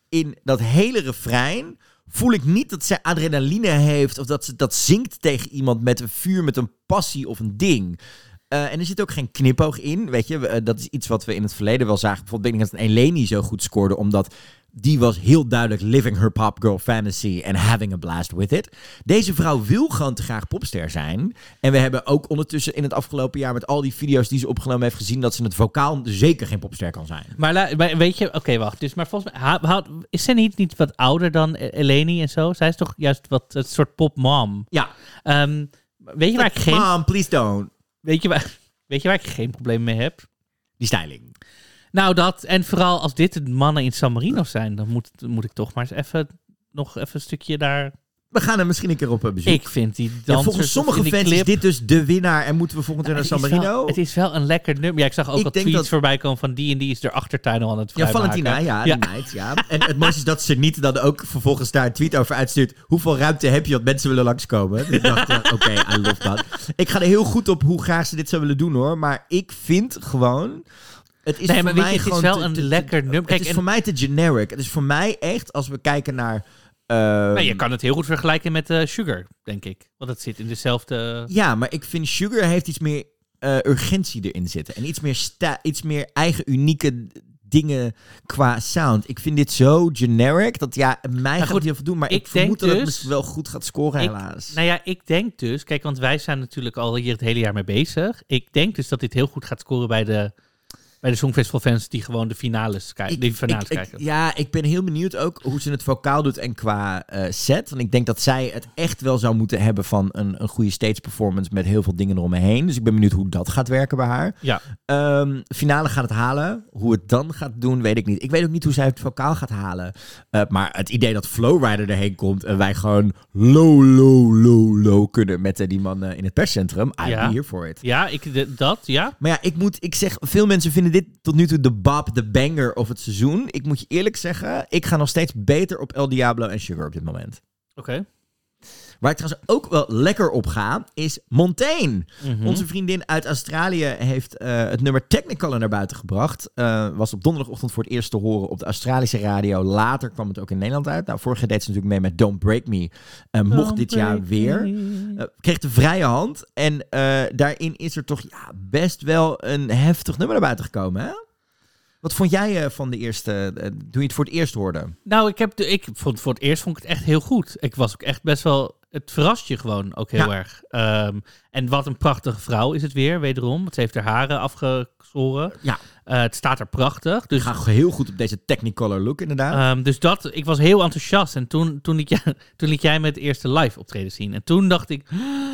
in dat hele refrein voel ik niet dat zij adrenaline heeft of dat ze dat zingt tegen iemand met een vuur, met een passie of een ding. Uh, en er zit ook geen knipoog in, weet je. Uh, dat is iets wat we in het verleden wel zagen. Bijvoorbeeld, ik denk dat Eleni zo goed scoorde, omdat die was heel duidelijk living her pop girl fantasy and having a blast with it. Deze vrouw wil gewoon te graag popster zijn. En we hebben ook ondertussen in het afgelopen jaar met al die video's die ze opgenomen heeft gezien dat ze het vocaal zeker geen popster kan zijn. Maar, la, maar weet je, oké, okay, wacht. Dus, maar volgens mij, ha, ha, is zij niet, niet wat ouder dan Eleni en zo? Zij is toch juist wat het soort popmom? Ja. Um, weet je waar ik geen... Mom, please don't. Weet je waar, weet je waar ik geen probleem mee heb? Die styling. Nou, dat. En vooral als dit de mannen in San Marino zijn, dan moet, moet ik toch maar eens even, nog even een stukje daar... We gaan er misschien een keer op bezoek. Ik vind die dansers... Ja, volgens sommige fans clip... is dit dus de winnaar en moeten we volgend jaar naar San Marino. Wel, het is wel een lekker nummer. Ja, ik zag ook ik al tweets dat... voorbij komen van die en die is de achtertuin al aan het vrijmaken. Ja, Valentina, ja, die ja. meid, ja. En het mooiste is dat ze niet dan ook vervolgens daar een tweet over uitstuurt. Hoeveel ruimte heb je, want mensen willen langskomen? Dus ik dacht, oké, okay, I love that. Ik ga er heel goed op hoe graag ze dit zou willen doen, hoor. Maar ik vind gewoon... Het is nee, voor maar mij weet je, het is gewoon wel te, een te, lekker nummer. Het is en... voor mij te generic. Het is voor mij echt, als we kijken naar... Uh... Nee, je kan het heel goed vergelijken met uh, Sugar, denk ik. Want het zit in dezelfde... Ja, maar ik vind Sugar heeft iets meer uh, urgentie erin zitten. En iets meer, sta- iets meer eigen unieke dingen qua sound. Ik vind dit zo generic dat ja, mij nou, gaat goed, het heel veel doen. Maar ik, ik vermoed dat dus, het misschien wel goed gaat scoren, ik, helaas. Nou ja, ik denk dus... Kijk, want wij zijn natuurlijk al hier het hele jaar mee bezig. Ik denk dus dat dit heel goed gaat scoren bij de... Bij de Songfestival-fans die gewoon de finales, kijk, ik, die finales ik, ik, kijken. Ja, ik ben heel benieuwd ook hoe ze het vocaal doet en qua uh, set. Want ik denk dat zij het echt wel zou moeten hebben van een, een goede stage performance met heel veel dingen eromheen. Dus ik ben benieuwd hoe dat gaat werken bij haar. Ja. Um, finale gaat het halen. Hoe het dan gaat doen, weet ik niet. Ik weet ook niet hoe zij het vocaal gaat halen. Uh, maar het idee dat Flowrider erheen komt en wij gewoon low, low, low, low kunnen met uh, die man uh, in het perscentrum. I'm ja. here for it. Ja, ik, de, dat, ja. Maar ja, ik moet, ik zeg, veel mensen vinden dit tot nu toe de bab, de banger of het seizoen. Ik moet je eerlijk zeggen, ik ga nog steeds beter op El Diablo en Sugar op dit moment. Oké. Okay. Waar ik trouwens ook wel lekker op ga, is Montaigne. Mm-hmm. Onze vriendin uit Australië heeft uh, het nummer Technicolor naar buiten gebracht. Uh, was op donderdagochtend voor het eerst te horen op de Australische radio. Later kwam het ook in Nederland uit. Nou, vorig jaar deed ze natuurlijk mee met Don't Break Me. Uh, mocht dit jaar weer. Uh, kreeg de vrije hand. En uh, daarin is er toch ja, best wel een heftig nummer naar buiten gekomen, hè? Wat vond jij uh, van de eerste, uh, toen je het voor het eerst hoorde? Nou, ik heb de, ik vond voor het eerst vond ik het echt heel goed. Ik was ook echt best wel, het verrast je gewoon ook heel ja. erg. Um, en wat een prachtige vrouw is het weer, wederom. Want ze heeft haar haren afgeschoren. Ja. Uh, het staat er prachtig. Dus gaat heel goed op deze Technicolor look, inderdaad. Um, dus dat, ik was heel enthousiast. En toen, toen, liet jij, toen liet jij me het eerste live optreden zien. En toen dacht ik...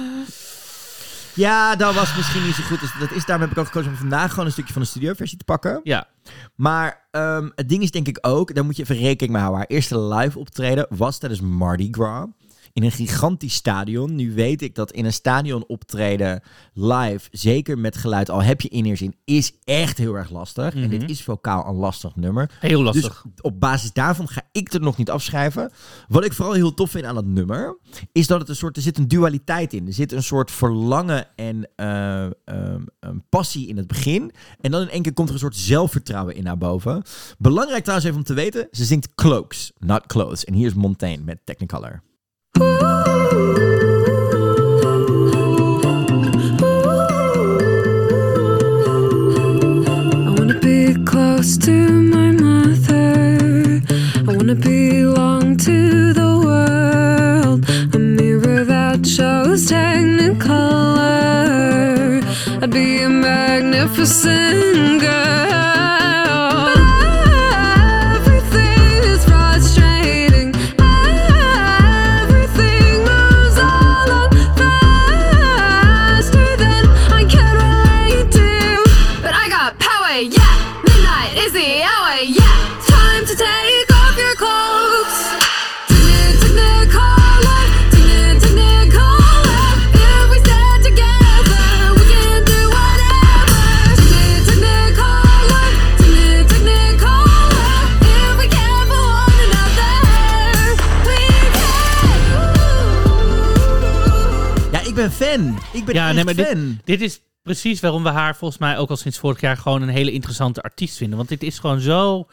Ja, dat was misschien niet zo goed. Dus dat is, daarom heb ik ook gekozen om vandaag gewoon een stukje van de studioversie te pakken. Ja. Maar um, het ding is denk ik ook, daar moet je even rekening mee houden. Haar eerste live optreden was tijdens Mardi Gras. In een gigantisch stadion. Nu weet ik dat in een stadion optreden live, zeker met geluid, al heb je in-ears in, is echt heel erg lastig. Mm-hmm. En dit is vocaal een lastig nummer. Heel lastig. Dus op basis daarvan ga ik het nog niet afschrijven. Wat ik vooral heel tof vind aan het nummer, is dat het een soort, er zit een dualiteit in. Er zit een soort verlangen en uh, um, een passie in het begin. En dan in één keer komt er een soort zelfvertrouwen in naar boven. Belangrijk trouwens even om te weten, ze zingt Cloaks, not Clothes. En hier is Montaigne met Technicolor. I wanna be close to my mother. I wanna belong to the world. A mirror that shows Technicolor. I'd be a magnificent girl. Ik ben fan. Ik ben ja, echt nee, maar fan. Dit, dit is precies waarom we haar volgens mij ook al sinds vorig jaar gewoon een hele interessante artiest vinden. Want dit is gewoon zo...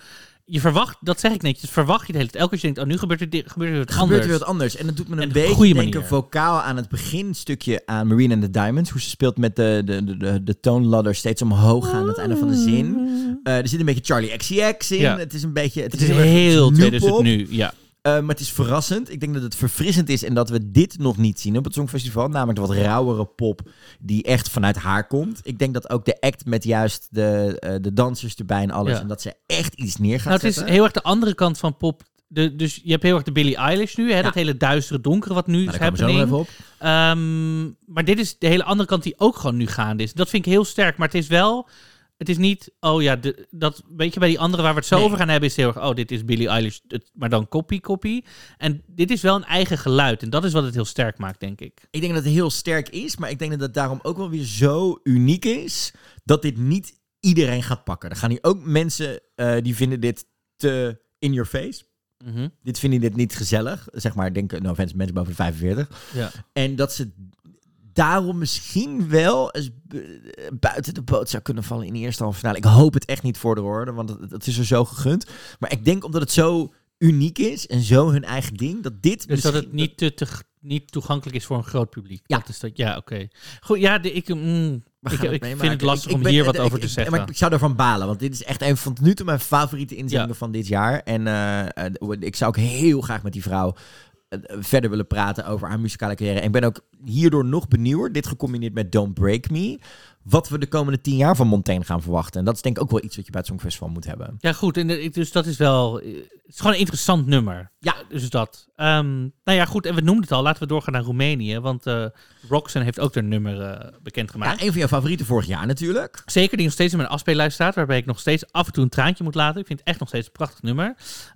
je verwacht, dat zeg ik netjes, verwacht je het hele tijd. Elke keer je denkt, oh, nu gebeurt er, dit, gebeurt er wat anders. Gebeurt er wat anders. En dat doet me een En op beetje een goede denken manier. vocaal aan het beginstukje aan Marina and the Diamonds. Hoe ze speelt met de, de, de, de, de toonladder steeds omhoog gaan aan het einde van de zin. Uh, er zit een beetje Charlie X C X in. Ja. Het is een beetje... Het, Het is heel erg heel tweeduizend nu-pop. nu, ja. Uh, maar het is verrassend. Ik denk dat het verfrissend is en dat we dit nog niet zien op het Songfestival. Namelijk de wat rauwere pop die echt vanuit haar komt. Ik denk dat ook de act met juist de, uh, de dansers erbij en alles. Ja. En dat ze echt iets neer gaat Nou, het is zetten. heel erg de andere kant van pop. De, dus je hebt heel erg de Billie Eilish nu. Hè, Ja. Dat hele duistere, donkere wat nu Nou, is daar komen we zo nog happening. even op. Um, maar dit is de hele andere kant die ook gewoon nu gaande is. Dat vind ik heel sterk. Maar het is wel... Het is niet... Oh ja, de, dat, weet je, bij die andere waar we het zo Nee. over gaan hebben... is heel erg... Oh, dit is Billie Eilish. Het, maar dan copy, copy. En dit is wel een eigen geluid. En dat is wat het heel sterk maakt, denk ik. Ik denk dat het heel sterk is, maar ik denk dat het daarom ook wel weer zo uniek is dat dit niet iedereen gaat pakken. Er gaan hier ook mensen uh, die vinden dit te in your face. Mm-hmm. Dit vinden dit niet gezellig. Zeg maar, denk no offense, mensen boven de vijfenveertig. Ja. En dat ze daarom misschien wel eens bu- buiten de boot zou kunnen vallen in de eerste halve finale. Ik hoop het echt niet voor de orde, want het, het is er zo gegund. Maar ik denk omdat het zo uniek is en zo hun eigen ding, dat dit Dus misschien... dat het niet, te, te, niet toegankelijk is voor een groot publiek. Ja. Dat is dat, ja, oké. Goed, ja, de, ik, mm, We ik, gaan het ik meemaken. vind het lastig Ik- ik om ben- hier wat ik- over ik- te ik- zeggen. Maar ik zou ervan balen, want dit is echt een van tot nu toe mijn favoriete inzendingen Ja. van dit jaar. En uh, uh, ik zou ook heel graag met die vrouw uh, verder willen praten over haar muzikale carrière. En ik ben ook hierdoor nog benieuwd, dit gecombineerd met Don't Break Me, wat we de komende tien jaar van Montaigne gaan verwachten. En dat is denk ik ook wel iets wat je bij het Songfestival moet hebben. Ja, goed. En de- dus dat is wel... Het is gewoon een interessant nummer. Ja. Dus dat. Um, nou ja, goed. En we noemden het al. Laten we doorgaan naar Roemenië. Want uh, Roxanne heeft ook haar nummer uh, bekendgemaakt. Ja, een van jouw favorieten vorig jaar natuurlijk. Zeker, die nog steeds in mijn afspeellijst staat. Waarbij ik nog steeds af en toe een traantje moet laten. Ik vind het echt nog steeds een prachtig nummer.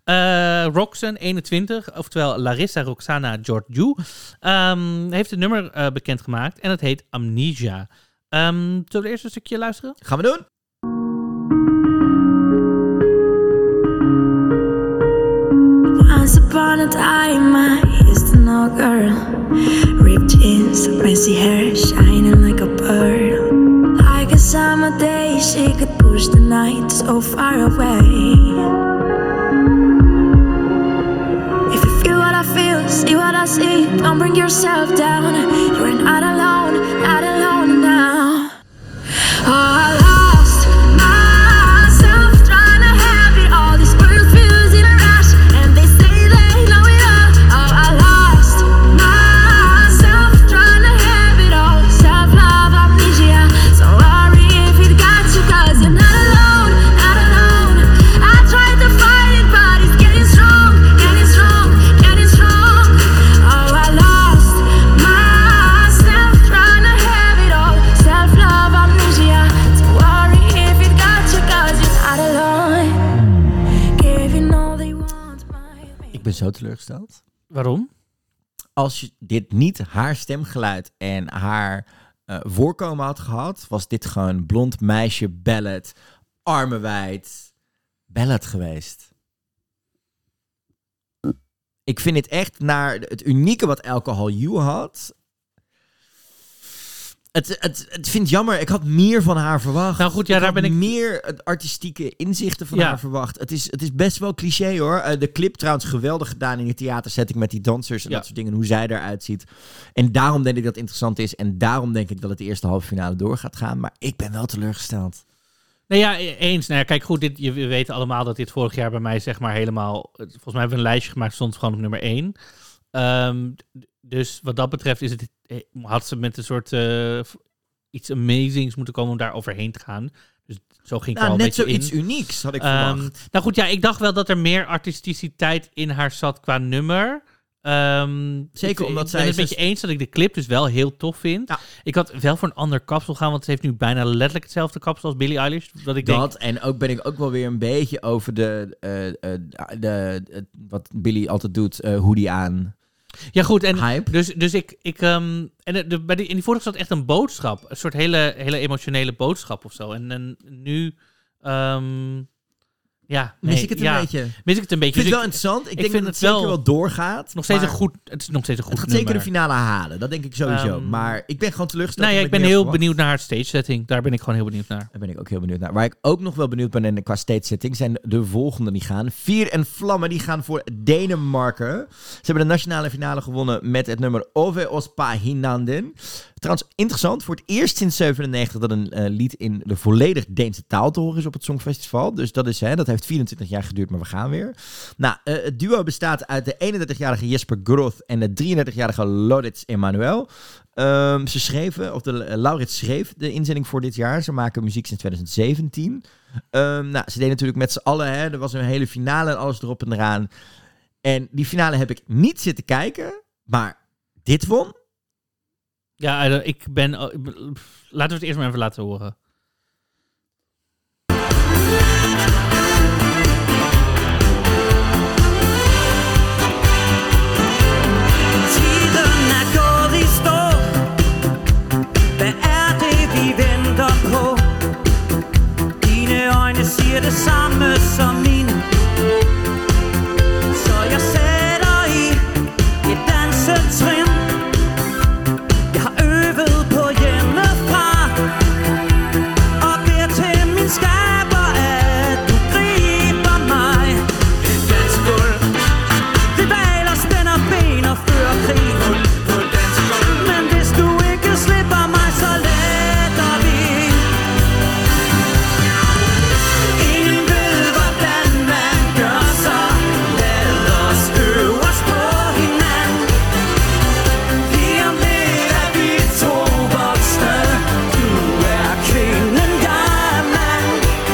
Uh, Roxanne, eenentwintig. Oftewel Larissa Roxana Georgiou. Um, heeft het nummer uh, bekendgemaakt. En het heet Amnesia. Um, zullen we eerst een stukje luisteren? Gaan we doen. Once upon a time, I used to know a girl. Ripped jeans, messy hair, shining like a pearl. Like a summer day, she could push the night so far away. If you feel what I feel, see what I see, don't bring yourself down. You're not alone, not alone now. Oh, I lost myself trying to have it all. These words fuse in a rush, and they say they know it all. Oh, I lost myself trying to have it all. Self-love, amnesia. So worry if it got you, 'cause you're not alone, not alone. I tried to fight it, but it's getting strong, getting strong, getting strong. Oh, I lost myself trying to have it all. Self-love, amnesia. So worry if it got you, 'cause you're not alone. Giving all they want. Ik ben zo teleurgesteld. Waarom? Als je dit niet haar stemgeluid en haar uh, voorkomen had gehad, was dit gewoon blond meisje ballad, armen wijd ballad geweest. Ik vind het echt naar het unieke wat Alcohol You had. Het, het, het vind ik jammer. Ik had meer van haar verwacht. Nou goed, ja, ik daar had ben ik- meer het artistieke inzichten van Ja. haar verwacht. Het is, het is best wel cliché hoor. Uh, de clip trouwens geweldig gedaan in de theatersetting met die dansers en Ja. dat soort dingen. Hoe zij eruit ziet. En daarom denk ik dat het interessant is. En daarom denk ik dat het de eerste halve finale door gaat gaan. Maar ik ben wel teleurgesteld. Nou ja, eens. Nou ja, kijk goed, dit, je, we weten allemaal dat dit vorig jaar bij mij zeg maar helemaal... Volgens mij hebben we een lijstje gemaakt, stond gewoon op nummer één. Um, d- dus wat dat betreft is het, eh, had ze met een soort uh, iets amazings moeten komen om daar overheen te gaan. Dus zo ging ik Nou, er al een net beetje zoiets in. unieks had ik Um, verwacht. nou goed, ja, ik dacht wel dat er meer artisticiteit in haar zat qua nummer. Um, Zeker ik, omdat ik zij ben het is met je eens dat ik de clip dus wel heel tof vind. Ja. Ik had wel voor een ander kapsel gaan, want ze heeft nu bijna letterlijk hetzelfde kapsel als Billie Eilish. Dat ik denk, Dat, en ook ben ik ook wel weer een beetje over de, uh, uh, de, uh, wat Billy altijd doet, uh, hoodie aan. Ja, goed. En Hype. dus, dus ik. ik um, en de, de, bij die, in die vorige zat echt een boodschap. Een soort hele, hele emotionele boodschap of zo. En, en nu. Um, Ja, nee, mis ik het een ja, beetje. Mis ik het een beetje. Ik vind het Dus wel interessant. Ik, ik denk vind dat het het zeker wel wel doorgaat. Nog steeds maar een goed, het is nog steeds een goed het gaat nummer. zeker de finale halen. Dat denk ik sowieso. Um, maar ik ben gewoon teleurgesteld. Nou ja, ik omdat ben meer heel verwacht. benieuwd naar haar stage setting. Daar ben ik gewoon heel benieuwd naar. Daar ben ik ook heel benieuwd naar. Waar ik ook nog wel benieuwd ben en qua stage setting zijn de volgende die gaan. Vier en Vlammen die gaan voor Denemarken. Ze hebben de nationale finale gewonnen met het nummer Ove Ospa Hinanden. Trouwens, interessant. Voor het eerst sinds zevenennegentig dat een uh, lied in de volledig Deense taal te horen is op het Songfestival. Dus dat, is, hè, dat heeft vierentwintig jaar geduurd, maar we gaan weer. Nou, uh, het duo bestaat uit de eenendertigjarige Jesper Groth en de drieëndertigjarige Laurits Emmanuel. Um, ze schreven, of de uh, Laurits schreef de inzending voor dit jaar. Ze maken muziek sinds twintig zeventien. Um, nou, ze deden natuurlijk met z'n allen. Hè, er was een hele finale en alles erop en eraan. En die finale heb ik niet zitten kijken, maar dit won. Ja, uh, ik ben... Uh, laten we het eerst maar even laten horen. Tiden er gået i stå. Hvad er det, vi venter på? Dine øjne siger det samme som mine. Så jeg sætter i et dansetrin. Jeg har øvet på hjemmefra og beder til min skaber, at du griber mig. Et dansegulv. Rivaler spænder ben og fører krig. Men hvis du ikke slipper mig, så letter vi. Ingen ved, hvordan man gør, så lad os øve os på hinanden. Lige om lidt er vi to voksne. Du er kvinden, jeg er mand.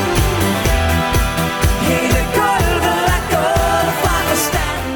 Hele gulvet er gået fra forstanden.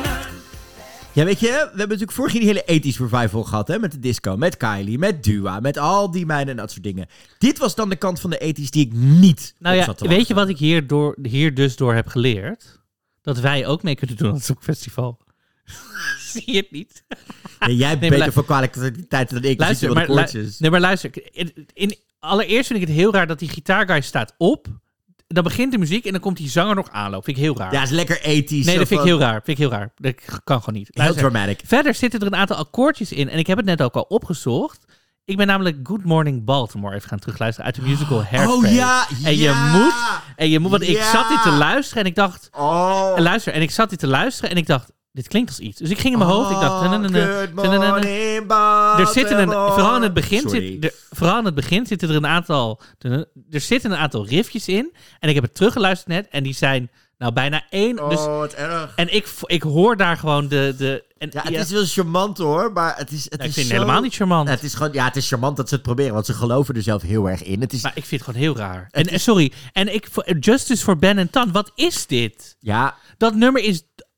Ja, weet je, we hebben natuurlijk vorig jaar die hele eighties revival gehad, hè, met de disco, met Kylie, met Dua, met al die meiden en dat soort dingen. Dit was dan de kant van de eighties die ik niet Nou op ja, zat te weet wachten. je wat ik hier, door, hier dus door heb geleerd? Dat wij ook mee kunnen doen aan het Songfestival. Zie je het niet? Nee, jij hebt Nee, maar beter lu- voor kwaliteiten dan ik. Luister, dus ik zie maar, wel de lu- koortjes. nee, maar luister. In, in, allereerst vind ik het heel raar dat die gitaarguy staat op. Dan begint de muziek en dan komt die zanger nog aanlopen. Vind ik heel raar. Ja, is lekker eighties. Nee, zo dat vind ik van- heel raar. Vind ik heel raar. Dat kan gewoon niet. Heel Luister, dramatic. Verder zitten er een aantal akkoordjes in. En ik heb het net ook al opgezocht. Ik ben namelijk Good Morning Baltimore even gaan terugluisteren uit de musical Hairspray. Oh ja, En je ja. moet, en je moet, want ik Ja. zat dit te luisteren en ik dacht, Oh. en luister, en ik zat dit te luisteren en ik dacht, dit klinkt als iets. Dus ik ging in mijn hoofd, ik dacht, Oh, nananana, good nananana. morning, er zitten een, Baltimore. vooral in het begin Sorry. zit, er, vooral in het begin zitten er een aantal, er zitten een aantal riffjes in en ik heb het teruggeluisterd net en die zijn nou bijna één. Oh, dus, wat erg. en ik, ik hoor daar gewoon de, de en, Ja, het is wel charmant hoor, maar het is, het Ja, ik is vind zo... het helemaal niet charmant. Ja, het is gewoon, ja, het is charmant dat ze het proberen, want ze geloven er zelf heel erg in. Het is, Maar ik vind het gewoon heel raar. En, en sorry, en ik, Justice for Ben en Tan, wat is dit? ja, Dat nummer is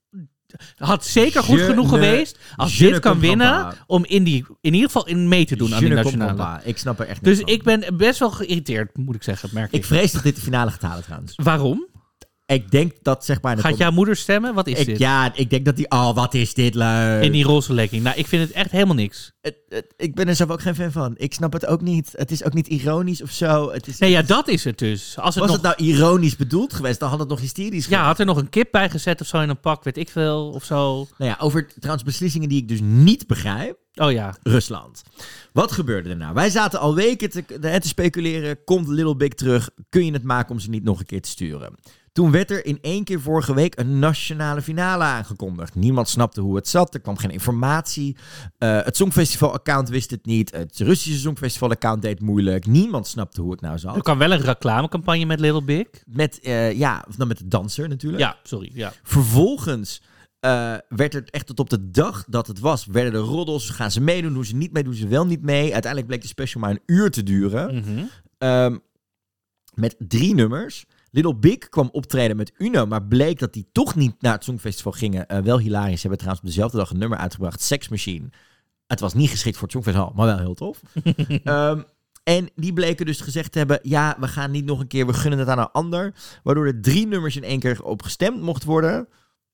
had zeker goed Je genoeg ne- geweest als je dit ne kan comprends winnen pas. om in, die, in ieder geval in mee te doen aan je die ne nationale. comprends pas. Ik snap er echt Dus niks van. ik ben best wel geïrriteerd, moet ik zeggen, merk ik. Ik vrees dat dit de finale gaat halen trouwens. Waarom? Ik denk dat zeg maar... Gaat jouw moeder stemmen? Wat is ik, dit? Ja, ik denk dat die... Oh, wat is dit leuk. In die roze legging. Nou, ik vind het echt helemaal niks. Het- het- ik ben er zelf ook geen fan van. Ik snap het ook niet. Het is ook niet ironisch of zo. Het is, Nee, ja, dat is het dus. Als het was nog, het nou ironisch bedoeld geweest, dan had het nog hysterisch ja, had er nog een kip bij gezet of zo in een pak, weet ik veel, of zo. Nou ja, over trouwens beslissingen die ik dus niet begrijp. Oh ja. Rusland. Wat gebeurde er nou? Wij zaten al weken te, te speculeren. Komt Little Big terug? Kun je het maken om ze niet nog een keer te sturen? Toen werd er in één keer vorige week een nationale finale aangekondigd. Niemand snapte hoe het zat. Er kwam geen informatie. Uh, het Songfestival-account wist het niet. Het Russische Songfestival-account deed moeilijk. Niemand snapte hoe het nou zat. Er kwam wel een reclamecampagne met Little Big. Met, uh, ja, of dan met de danser natuurlijk. Ja, sorry. Ja. Vervolgens uh, werd er echt tot op de dag dat het was, werden er roddels. Gaan ze meedoen? Doen ze niet mee? Doen ze wel niet mee? Uiteindelijk bleek de special maar een uur te duren. Mm-hmm. Um, met drie nummers. Little Big kwam optreden met Uno, maar bleek dat die toch niet naar het Songfestival gingen. Uh, wel hilarisch. Ze hebben trouwens op dezelfde dag een nummer uitgebracht, Sex Machine. Het was niet geschikt voor het Songfestival, maar wel heel tof. um, en die bleken dus gezegd te hebben, ja, we gaan niet nog een keer, we gunnen het aan een ander. Waardoor er drie nummers in één keer op gestemd mocht worden.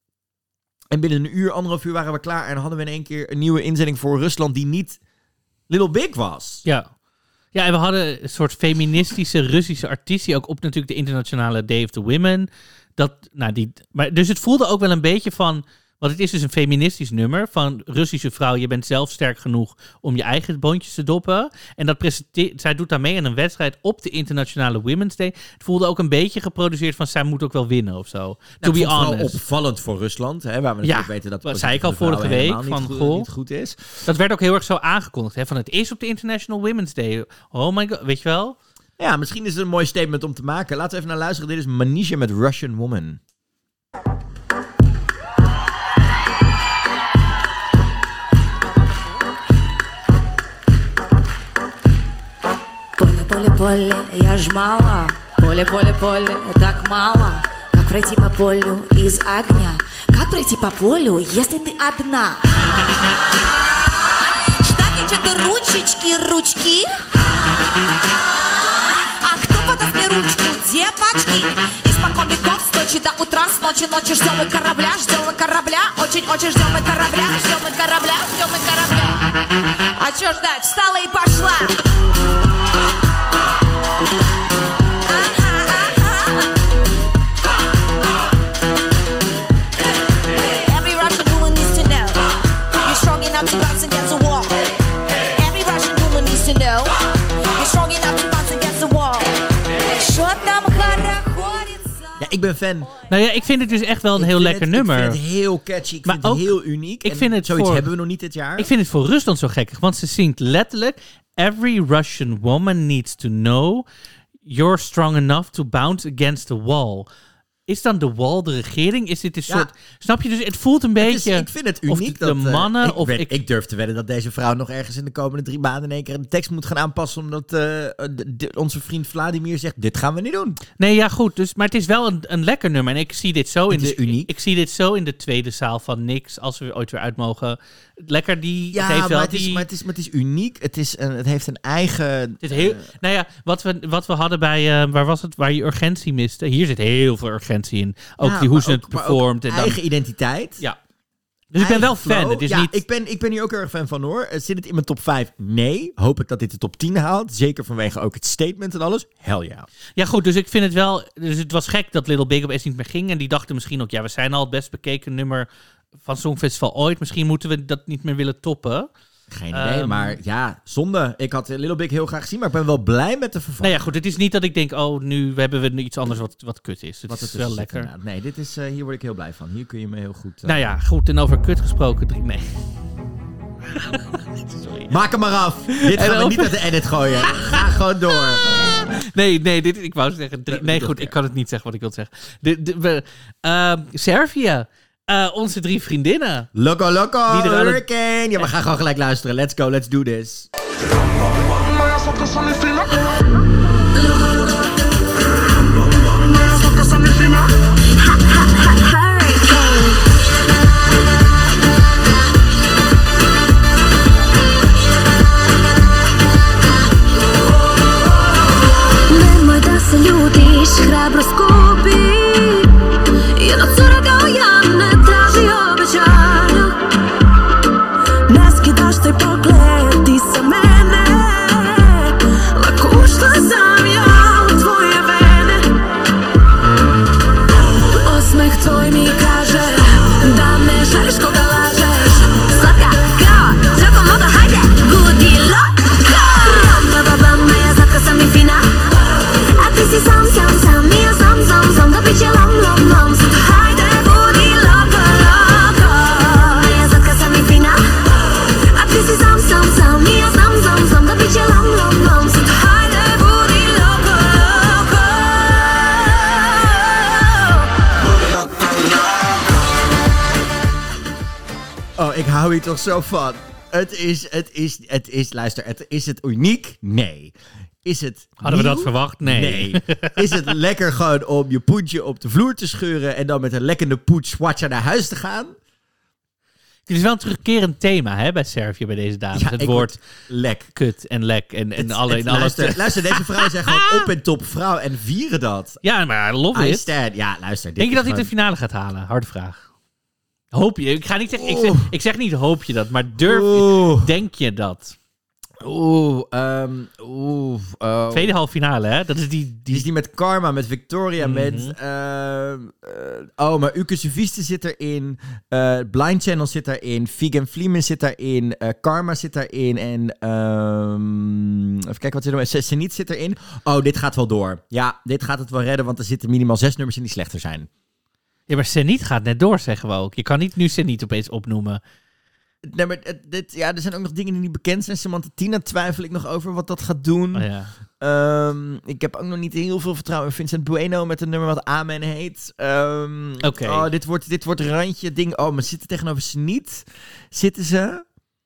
En binnen een uur, anderhalf uur waren we klaar en hadden we in één keer een nieuwe inzending voor Rusland die niet Little Big was. Ja. Ja, en we hadden een soort feministische Russische artiest die ook op natuurlijk de internationale Day of the Women Dat, nou, die, maar, dus het voelde ook wel een beetje van... Want het is dus een feministisch nummer van Russische vrouw. Je bent zelf sterk genoeg om je eigen boontjes te doppen. En dat presenteert, zij doet daarmee aan een wedstrijd op de Internationale Women's Day. Het voelde ook een beetje geproduceerd van zij moet ook wel winnen of zo. Nou, to be ik vond het honest. wel opvallend voor Rusland. Hè, waar we Ja, natuurlijk weten dat dat de zei ik al positie van vorige de week. vrouwen Van, helemaal goh, niet goed, niet goed is. Dat werd ook heel erg zo aangekondigd. Hè, van het is op de International Women's Day. Oh my god, weet je wel? Ja, misschien is het een mooi statement om te maken. Laten we even naar luisteren. Dit is Manisha met Russian Woman. Поле, поле, поле, я ж мало. Поле, поле, поле, так мало. Как пройти по полю из огня? Как пройти по полю, если ты одна? Штаны, что-то ручечки, ручки. А кто подаст мне ручку, девочки? Испокон веков, с ночи до утра, с ночи ночи ждем мы корабля, ждем мы корабля. Очень-очень ждем мы корабля, ждем мы корабля, ждем мы корабля. А чё ждать? Встала и пошла. Every Russian woman needs to know you're strong enough to bounce against the wall. Every Russian woman needs to know you're strong enough to bounce against the wall. Что там хорохорится? Ja, ik ben fan. Nou ja, ik vind het dus echt wel een Ik heel vind lekker het, nummer. Ik vind het heel catchy. Ik Maar vind het ook- heel uniek. ik En vind het zoiets voor- hebben we nog niet dit jaar. Ik vind het voor Rusland zo gekkig, want ze zingt letterlijk... Every Russian woman needs to know you're strong enough to bounce against the wall. Is dan de wall de regering? Is dit een Ja. soort... Snap je? Dus het voelt een Het is- beetje... ik vind het of uniek de, dat de eh, mannen... ik, of weet- ik, ik durf te wedden dat deze vrouw nog ergens in de komende drie maanden in één keer een tekst moet gaan aanpassen, omdat eh, de- de- onze vriend Vladimir zegt: dit gaan we niet doen. Nee, ja, goed. Dus, maar het is wel een, een lekker nummer. En ik zie dit zo in Het is de... uniek. Ik zie dit zo in de tweede zaal van Niks, als we ooit weer uit mogen. Lekker die... Ja, het heeft wel maar, het is, die... maar, het is, maar het is uniek. Het, is een, het heeft een eigen. Het is heel, eh, nou ja, wat we, wat we hadden bij, uh, waar was het, waar je urgentie miste. Hier zit heel veel urgentie in. Ook ja, die hoe maar ze het ook- maar ook performt. En dan, eigen identiteit. ja. Dus ik ben wel Eigen fan. flow. Het is ja, niet... ik, ben, ik ben hier ook heel erg fan van hoor. Eh, Zit het in mijn top vijf? Nee. Hoop ik dat dit de top tien haalt. Zeker vanwege ook het statement en alles. Hell ja. Ja goed, dus ik vind het wel... Dus het was gek dat Little Big op S niet meer ging. En die dachten misschien ook, ja, we zijn al het best bekeken nummer van Songfestival ooit. Misschien moeten we dat niet meer willen toppen. Geen idee, Um, maar ja, zonde. Ik had Little Big heel graag gezien, maar ik ben wel blij met de vervanging. Nou ja, goed, het is niet dat ik denk, oh, nu hebben we iets anders wat, wat kut is. Het Wat is het wel zit, lekker. inderdaad. Nee, dit is, eh, hier word ik heel blij van. Hier kun je me heel goed... eh, Nou ja, goed, en over kut gesproken. drie- Nee. Maak hem maar af. Dit En gaan we over- niet uit de edit gooien. Ga gewoon door. Nee, nee, dit, ik wou zeggen... Drie, Dat nee, bedoel goed, ik, ik kan het niet zeggen wat ik wil zeggen. De, de, we, ehm, Servië. Eh, onze drie vriendinnen. Loco, loco, Die er aan het- hurricane. Ja, we gaan gewoon gelijk luisteren. Let's go, let's do this. Nemoj da se ljutiš, hrabrost kupi. Jedno cura kao ja ne traži obećanja. Ne skidaš taj pogled ti sa mene. Lako ušla sam ja u tvoje vene. Osmeh tvoj mi kaže da ne želiš koga lažeš. Slatka kao žakom voda, hajde, gudi loko. Bam, bam, bam, ja slatka sam i fina. A ti si sam, sam, sam, i ja sam, sam, sam. Da bit će lam, lam, lam. Sad hajde, budi loko, loko. Ja slatka sam i fina. A ti si sam, sam, sam, i ja sam, sam, sam. Da bit će lam, lam, lam. Sad hajde, budi loko, loko. Oh, ik hou hier toch zo van. Het is, het is, het is, luister, het, is het uniek? Nee. Is het Hadden we nieuw? dat verwacht? Nee. Nee. Is het lekker gewoon om je poetje op de vloer te scheuren en dan met een lekkende poets swatcha naar huis te gaan? Het is wel een terugkerend thema hè, bij Servië, bij deze dames. Ja, het ik woord lek. kut en lek en, en Het- alle, het- in alles. luister, luister, deze vrouwen zijn gewoon op en top vrouw en vieren dat. Ja, maar I love I it. stand. Ja, luister. dit Denk je is dat hij de gewoon- finale gaat halen? Harde vraag. Hoop je? Ik ga niet zeggen, ik zeg, Oeh. ik zeg niet hoop je dat, maar durf Oeh. denk je dat? Oeh, um, oeh. Uh, Tweede halve finale, hè? Dat is die... Die die... is die met Karma, met Victoria, Mhm. met... Uh, uh, oh, maar Uke Suviste zit erin. Uh, Blind Channel zit daarin. Vegan Fleeman zit daarin. Uh, Karma zit daarin. En... Um, even kijken, wat zit er nog? Zenith zit erin. Oh, dit gaat wel door. Ja, dit gaat het wel redden, want er zitten minimaal zes nummers in die slechter zijn. Ja, maar Zenith gaat net door, zeggen we ook. Je kan niet nu Zenith opeens opnoemen. Nee, maar het- dit, ja, er zijn ook nog dingen die niet bekend zijn. Samantha Tina twijfel ik nog over wat dat gaat doen. Oh, ja. Um, ik heb ook nog niet heel veel vertrouwen in Vincent Bueno met een nummer wat Amen heet. Um, Oké. Oh, dit wordt, dit wordt een randje ding. Oh, maar zitten tegenover ze niet? Zitten ze?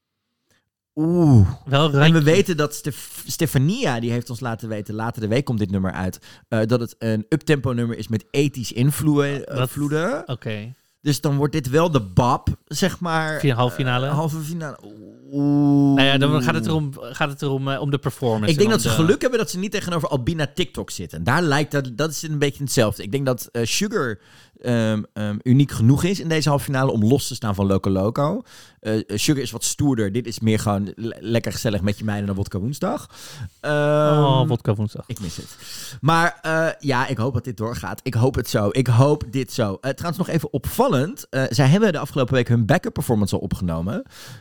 Oeh. Wel En we randje. weten dat Stef- Stefania, die heeft ons laten weten, later de week komt dit nummer uit, uh, dat het een uptempo nummer is met ethisch invloeden. Uh, Dat- vloeden. Oké. Dus dan wordt dit wel de bab, zeg maar. Via halve finale? Uh, halve finale. Oeh. Nou ja, dan gaat het erom, gaat het erom uh, om de performance. Ik denk en dat ze om de- geluk hebben dat ze niet tegenover Albina TikTok zitten. Daar lijkt dat, dat is een beetje hetzelfde. Ik denk dat uh, Sugar um, um, uniek genoeg is in deze halve finale om los te staan van Loco Loco. Uh, Sugar is wat stoerder. Dit is meer gewoon le- lekker gezellig met je meiden naar Wodka Woensdag. Um, Oh, Wodka Woensdag. Ik mis het. Maar uh, ja, ik hoop dat dit doorgaat. Ik hoop het zo. Ik hoop dit zo. Uh, trouwens, nog even opvallend. Uh, zij hebben de afgelopen week hun backup performance al opgenomen.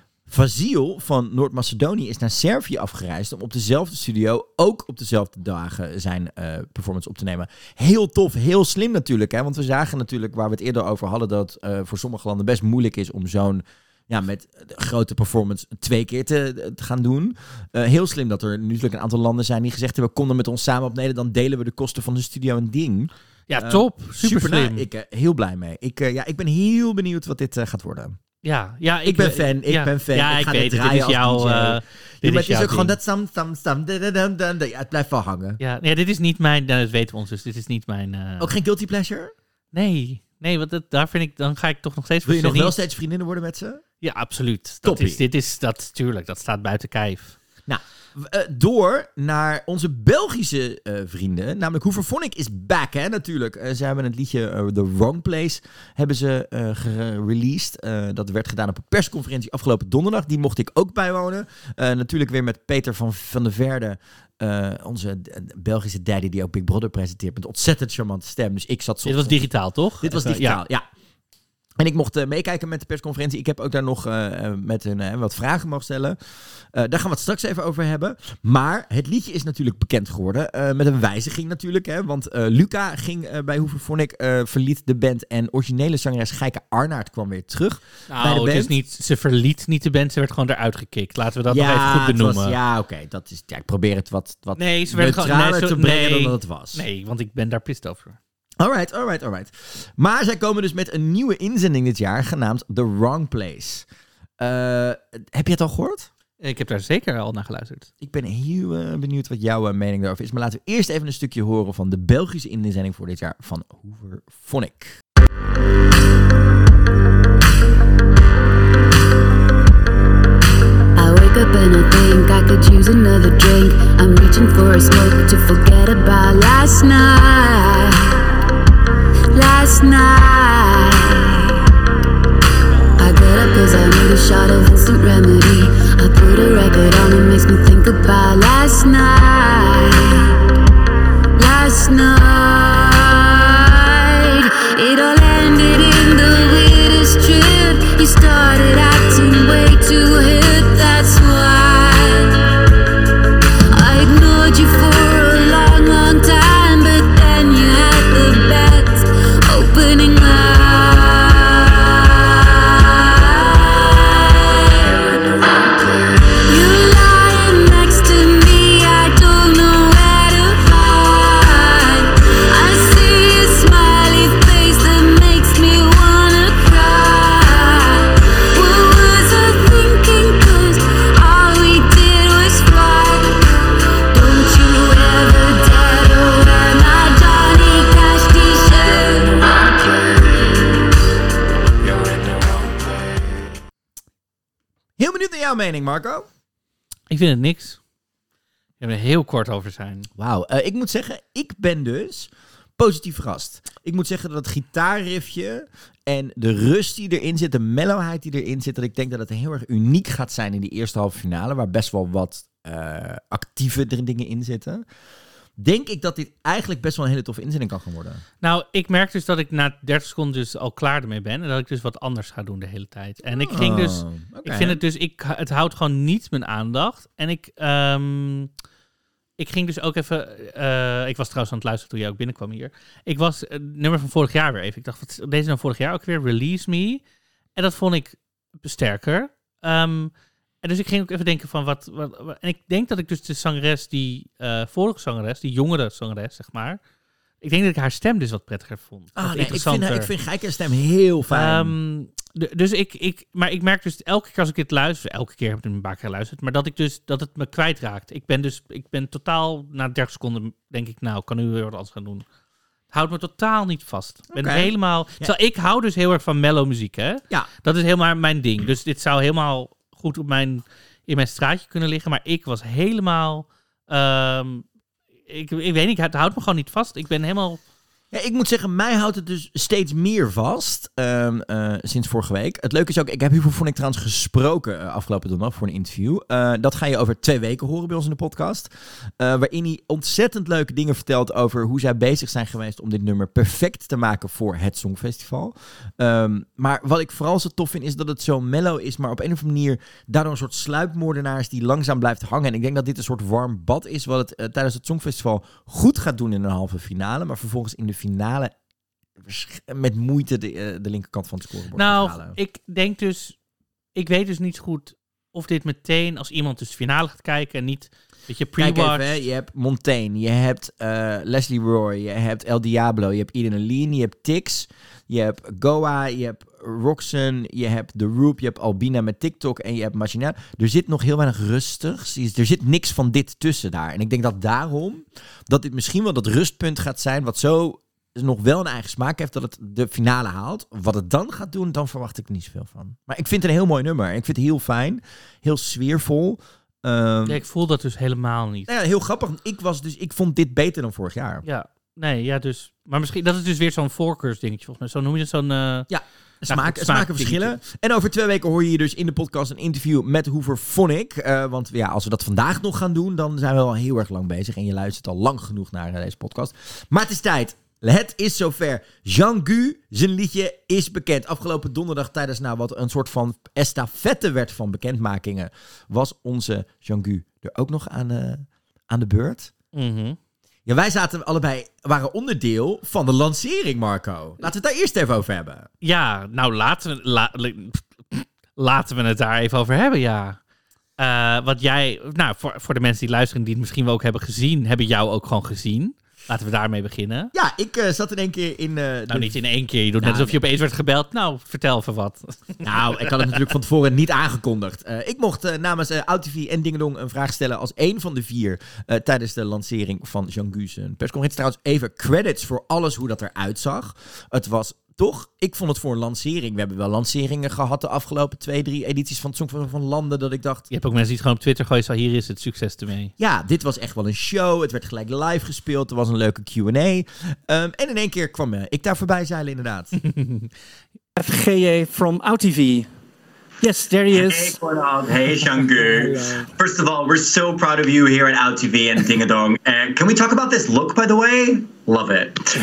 Vasil van Noord-Macedonië is naar Servië afgereisd om op dezelfde studio ook op dezelfde dagen zijn uh, performance op te nemen. Heel tof, heel slim natuurlijk. Hè? Want we zagen natuurlijk, waar we het eerder over hadden, dat uh, voor sommige landen best moeilijk is om zo'n ja, met grote performance twee keer te, te gaan doen. Uh, heel slim dat er nu natuurlijk een aantal landen zijn die gezegd hebben, kom dan met ons samen opnemen, dan delen we de kosten van de studio en ding. Ja, top. Uh, Super slim. na- Ik uh, heel blij mee. Ik, uh, ja, ik ben heel benieuwd wat dit uh, gaat worden. Ja, ja, Ik ben fan, ik ja. ben fan. Ja, ik ik ga weet dit het. draaien Dit is als jouw... D J. uh, Ja, dit maar is het is jouw ook gewoon ding. dat sam, sam, sam, da, da, da, da, da. Ja, het blijft wel hangen. Ja, nee, dit is niet mijn... nou, dat weten we ons, dus dit is niet mijn... uh, Ook geen guilty pleasure? Nee, nee, want dat, daar vind ik... Dan ga ik toch nog steeds... Wil je voor nog wel Zenith. steeds vriendinnen worden met ze? Ja, absoluut. Dat Toppie. is, dit is... Dat, tuurlijk, dat staat buiten kijf. Nou, uh, door naar onze Belgische uh, vrienden. Namelijk Hooverphonic is back, hè, natuurlijk. Uh, ze hebben het liedje uh, The Wrong Place hebben ze uh, gereleased. Uh, dat werd gedaan op een persconferentie afgelopen donderdag. Die mocht ik ook bijwonen. Uh, natuurlijk weer met Peter van, van der Verde. Uh, onze d- Belgische daddy die ook Big Brother presenteert. Met een ontzettend charmante stem. Dus ik zat Dit was digitaal, toch? Dit was Even- digitaal, ja. ja. En ik mocht uh, meekijken met de persconferentie. Ik heb ook daar nog uh, uh, met hun uh, wat vragen mogen stellen. Uh, daar gaan we het straks even over hebben. Maar het liedje is natuurlijk bekend geworden. Uh, met een wijziging natuurlijk. Hè, want uh, Luca ging uh, bij Hooverphonic, uh, verliet de band. En originele zangeres Gijke Arnaert kwam weer terug bij de Nou, band. het is niet... Ze verliet niet de band, ze werd gewoon eruit gekikt. Laten we dat nog even goed het benoemen. was- ja, oké. dat is. Ja, ik probeer het wat, wat Nee, ze werd gewoon... neutraler nee, zo- te brengen nee, dan dat het was. Nee, want ik ben daar pissed over. Alright, alright, alright. Maar zij komen dus met een nieuwe inzending dit jaar, genaamd The Wrong Place. Uh, heb je het al gehoord? Ik heb daar zeker al naar geluisterd. Ik ben heel uh, benieuwd wat jouw uh, mening daarover is. Maar laten we eerst even een stukje horen van de Belgische inzending voor dit jaar van Hooverphonic. I wake up and I think I could use another drink. I'm reaching for a smoke to forget about last night. Last night. I get up cause I need a shot of instant remedy. I put a record on, it makes me think about last night. Last night. It all ended in the weirdest trip. You started acting way too hip, that's why I ignored you for a long, long time. But then you had the best opening line. You lying next to me, I don't know where to hide. I see a smiley face that makes me wanna cry. What was I thinking? 'Cause all we did was fight. Don't you ever dare to wear my Johnny Cash t-shirt. Heel benieuwd naar jouw mening, Marco. Ik vind het niks. Ik wil er heel kort over zijn. Wauw, uh, ik moet zeggen, ik ben dus positief verrast. Ik moet zeggen dat het gitaarriffje en de rust die erin zit, de mellowheid die erin zit, dat ik denk dat het heel erg uniek gaat zijn in die eerste halve finale, waar best wel wat uh, actieve dingen in zitten. Denk ik dat dit eigenlijk best wel een hele toffe inzending kan gaan worden. Nou, ik merk dus dat ik na dertig seconden dus al klaar ermee ben. En dat ik dus wat anders ga doen de hele tijd. En ik ging dus... Oh, okay. Ik vind het dus... Ik, het houdt gewoon niet mijn aandacht. En ik... Um, ik ging dus ook even... Uh, ik was trouwens aan het luisteren toen jij ook binnenkwam hier. Ik was het uh, nummer van vorig jaar weer even. Ik dacht, wat is deze nou vorig jaar ook weer? Release Me. En dat vond ik sterker. Um, en dus ik ging ook even denken van wat, wat, wat... En ik denk dat ik dus de zangeres, die uh, vorige zangeres, die jongere zangeres, zeg maar... Ik denk dat ik haar stem dus wat prettiger vond. Ah, nee, ik vind, ik vind Gijker's stem heel fijn. Um, de, dus ik, ik... Maar ik merk dus elke keer als ik dit luister... Elke keer heb ik het een paar keer geluisterd. Maar dat ik dus... Dat het me kwijtraakt. Ik ben dus... Ik ben totaal... Na dertig seconden denk ik... Nou, kan nu weer wat anders gaan doen. Het houdt me totaal niet vast. Ik ben okay. helemaal... Ja. Terwijl ik hou dus heel erg van mellow muziek, hè? Ja. Dat is helemaal mijn ding. Dus dit zou helemaal goed op mijn, in mijn straatje kunnen liggen. Maar ik was helemaal... Um, ik, ik weet niet, het houdt me gewoon niet vast. Ik ben helemaal... Ja, ik moet zeggen, mij houdt het dus steeds meer vast um, uh, sinds vorige week. Het leuke is ook, ik heb hiervoor vond ik trouwens gesproken uh, afgelopen donderdag voor een interview. Uh, dat ga je over twee weken horen bij ons in de podcast. Uh, waarin hij ontzettend leuke dingen vertelt over hoe zij bezig zijn geweest om dit nummer perfect te maken voor het Songfestival. Um, maar wat ik vooral zo tof vind is dat het zo mellow is, maar op een of andere manier daardoor een soort sluipmoordenaar is die langzaam blijft hangen. En ik denk dat dit een soort warm bad is wat het uh, tijdens het Songfestival goed gaat doen in een halve finale, maar vervolgens in de finale met moeite de, de linkerkant van het scorebord nou, halen. Ik denk dus... Ik weet dus niet goed of dit meteen als iemand dus de finale gaat kijken en niet... Weet je, pre-watch... Kijk even, hè, je hebt Montaigne, je hebt uh, Leslie Roy, je hebt El Diablo, je hebt Eden Aline, je hebt Tix, je hebt Goa, je hebt Roxanne, je hebt The Roop, je hebt Albina met TikTok en je hebt Machina. Er zit nog heel weinig rustigs. Er zit niks van dit tussen daar. En ik denk dat daarom, dat dit misschien wel dat rustpunt gaat zijn, wat zo nog wel een eigen smaak heeft, dat het de finale haalt. Wat het dan gaat doen, dan verwacht ik er niet zoveel van. Maar ik vind het een heel mooi nummer. Ik vind het heel fijn, heel sfeervol. Um, ja, ik voel dat dus helemaal niet. Nou ja, heel grappig. Ik, was dus, ik vond dit beter dan vorig jaar. Ja, nee, ja, dus... Maar misschien, dat is dus weer zo'n voorkeursdingetje, volgens mij. Zo noem je het, zo'n... Uh, ja, smaak, smaken verschillen. En over twee weken hoor je hier dus in de podcast een interview met Hoover Phonic. Uh, want ja, als we dat vandaag nog gaan doen, dan zijn we al heel erg lang bezig. En je luistert al lang genoeg naar uh, deze podcast. Maar het is tijd. Het is zover. Jean-Gu, zijn liedje is bekend. Afgelopen donderdag tijdens nou, wat een soort van estafette werd van bekendmakingen, was onze Jean-Gu er ook nog aan, uh, aan de beurt. Mm-hmm. Ja, wij zaten allebei, waren onderdeel van de lancering, Marco. Laten we het daar eerst even over hebben. Ja, nou laten we, la, laten we het daar even over hebben, ja. Uh, wat jij, nou voor, voor de mensen die luisteren, die het misschien wel ook hebben gezien, hebben jou ook gewoon gezien. Laten we daarmee beginnen. Ja, ik uh, zat in één keer in... Uh, nou, de... niet in één keer. Je doet nou, net alsof je opeens werd gebeld. Nou, vertel even wat. Nou, ik had het natuurlijk van tevoren niet aangekondigd. Uh, ik mocht uh, namens uh, OudTV en Dingedong een vraag stellen als één van de vier uh, tijdens de lancering van Jean-Gu's persconferentie. Trouwens, even credits voor alles hoe dat eruit zag. Het was... Toch? Ik vond het voor een lancering. We hebben wel lanceringen gehad de afgelopen twee, drie edities van het Songfestival van landen. Dat ik dacht... Je hebt ook mensen die het gewoon op Twitter gooien. Zo, hier is het, succes ermee. Ja, dit was echt wel een show. Het werd gelijk live gespeeld. Er was een leuke Q en A. Um, en in één keer kwam uh, ik daar voorbij zeilen, inderdaad. F G J from OudTV. Yes, there he is. Hey, Cornald. Hey, Jean-Gu. First of all, we're so proud of you here at OudTV and Dingadong. And can we talk about this look, by the way? Love it.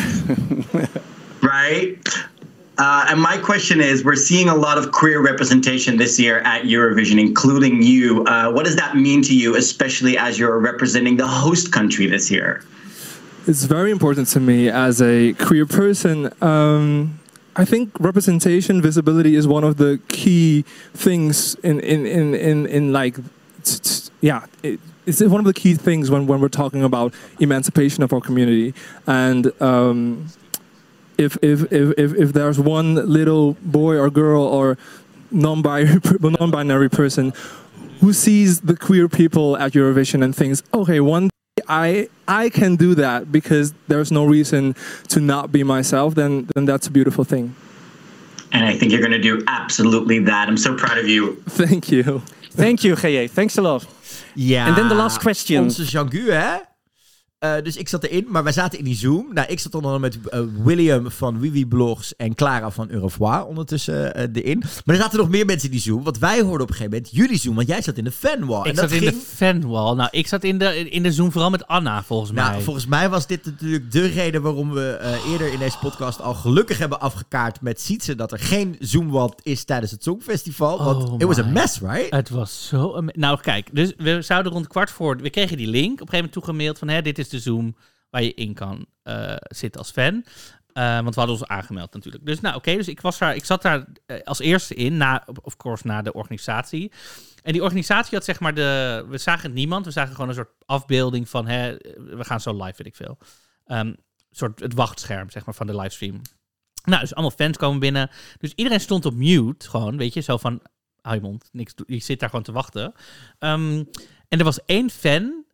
Right? Uh, and my question is, we're seeing a lot of queer representation this year at Eurovision, including you. Uh, what does that mean to you, especially as you're representing the host country this year? It's very important to me as a queer person. Um, I think representation, visibility is one of the key things in, in, in, in, in like, t- t- yeah, it, it's one of the key things when, when we're talking about emancipation of our community. And... Um, If, if if if if there's one little boy or girl or non-binary non-binary person who sees the queer people at Eurovision and thinks, okay, one day I I can do that because there's no reason to not be myself, then then that's a beautiful thing. And I think you're going to do absolutely that. I'm so proud of you. Thank you. Thank you, G J. Thanks a lot. Ja. And then the last question. Onze Jean-Gu, hè? Uh, dus ik zat erin, maar wij zaten in die Zoom. Nou, ik zat dan met uh, William van Wiwi Blogs en Clara van Eurofoir ondertussen uh, erin. Maar er zaten nog meer mensen in die Zoom. Want wij hoorden op een gegeven moment jullie Zoom, want jij zat in de fanwall. Ik en zat dat in ging... de fanwall. Nou, ik zat in de, in de Zoom vooral met Anna, volgens mij. Nou, volgens mij was dit natuurlijk de reden waarom we uh, eerder in deze podcast al gelukkig hebben afgekaart met Sietse dat er geen Zoomwall is tijdens het Songfestival. Want Oh it was a my. mess, right? Het was zo... Am- nou, kijk. Dus we zouden rond kwart voor... We kregen die link op een gegeven moment toegemaild van... Hè, dit is de Zoom waar je in kan uh, zitten als fan. Uh, want we hadden ons aangemeld natuurlijk. Dus nou, oké. Okay, dus ik, was daar, ik zat daar uh, als eerste in. Na, of course, na de organisatie. En die organisatie had zeg maar de... We zagen niemand. We zagen gewoon een soort afbeelding van... Hè, we gaan zo live, weet ik veel. Um, soort het wachtscherm, zeg maar, van de livestream. Nou, dus allemaal fans komen binnen. Dus iedereen stond op mute, gewoon, weet je, zo van, hou je mond, niks, je zit daar gewoon te wachten. Um, en er was één fan,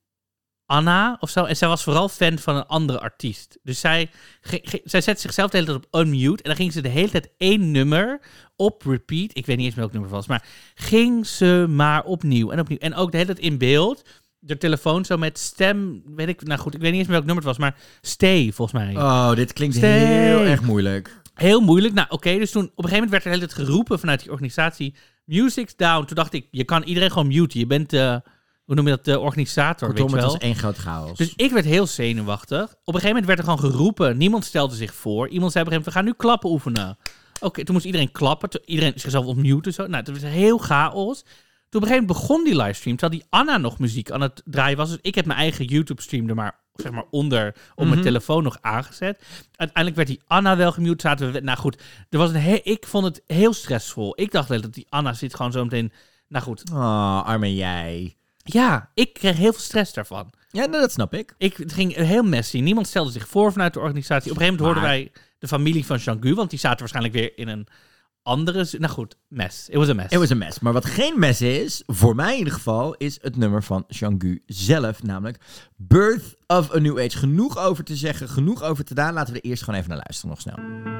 Anna of zo, en zij was vooral fan van een andere artiest. Dus zij, ge, ge, zij zette zichzelf de hele tijd op unmute en dan ging ze de hele tijd één nummer op repeat, ik weet niet eens welk nummer het was, maar ging ze maar opnieuw en opnieuw. En ook de hele tijd in beeld, de telefoon zo met stem, weet ik, nou goed, ik weet niet eens welk nummer het was, maar Stay, volgens mij. Oh, dit klinkt Stay. heel erg moeilijk. Heel moeilijk. Nou, oké, okay, dus toen op een gegeven moment werd er de hele tijd geroepen vanuit die organisatie, music's down. Toen dacht ik, je kan iedereen gewoon muten. Je bent, uh, hoe noem je dat, de organisator, Kortom, weet je wel. het was één groot chaos. Dus ik werd heel zenuwachtig. Op een gegeven moment werd er gewoon geroepen. Niemand stelde zich voor. Iemand zei op een gegeven moment, we gaan nu klappen oefenen. Oké, okay, toen moest iedereen klappen. Toen iedereen zichzelf ontmuten. Zo. Nou, het was heel chaos. Toen op een gegeven moment begon die livestream, terwijl die Anna nog muziek aan het draaien was. Dus ik heb mijn eigen YouTube-stream er maar, zeg maar onder op Mm-hmm. mijn telefoon nog aangezet. Uiteindelijk werd die Anna wel gemute. Zaten we, nou goed, er was een he- ik vond het heel stressvol. Ik dacht wel dat die Anna zit gewoon zo meteen... Nou goed. Oh, arme jij. Ja, ik kreeg heel veel stress daarvan. Ja, nou, dat snap ik. ik. Het ging heel messy. Niemand stelde zich voor vanuit de organisatie. Op een gegeven moment Maar- hoorden wij de familie van Jean-Gu, want die zaten waarschijnlijk weer in een andere... z- Nou goed, mess. It was a mess. It was a mess. Maar wat geen mess is, voor mij in ieder geval, is het nummer van Jean-Gu zelf. Namelijk Birth of a New Age. Genoeg over te zeggen, genoeg over te doen. Laten we er eerst gewoon even naar luisteren, nog snel.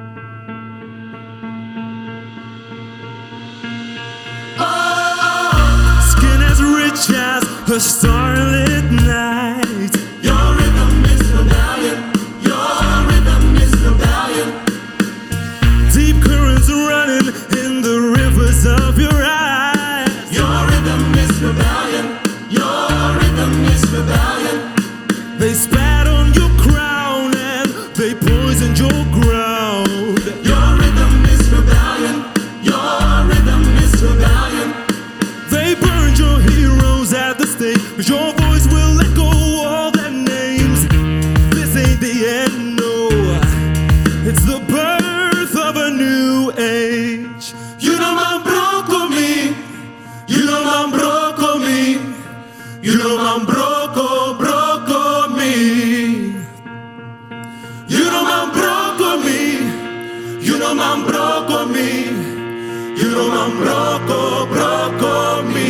Skin as rich as a starlit night. Your rhythm is rebellion. Your rhythm is rebellion. Deep currents running in the rivers of your eyes. Your rhythm is rebellion. Your rhythm is rebellion. They spat on your crown and they poisoned your ground. Your rhythm is rebellion. Your rhythm is rebellion. They burned your heroes at the stake, but your voice will echo all their names. This ain't the end, no. It's the birth of a new age. You know man broke me. You know man broke me. You know man broke, broke me. You know man broke me. You know man broke me. You know man broke, broke me.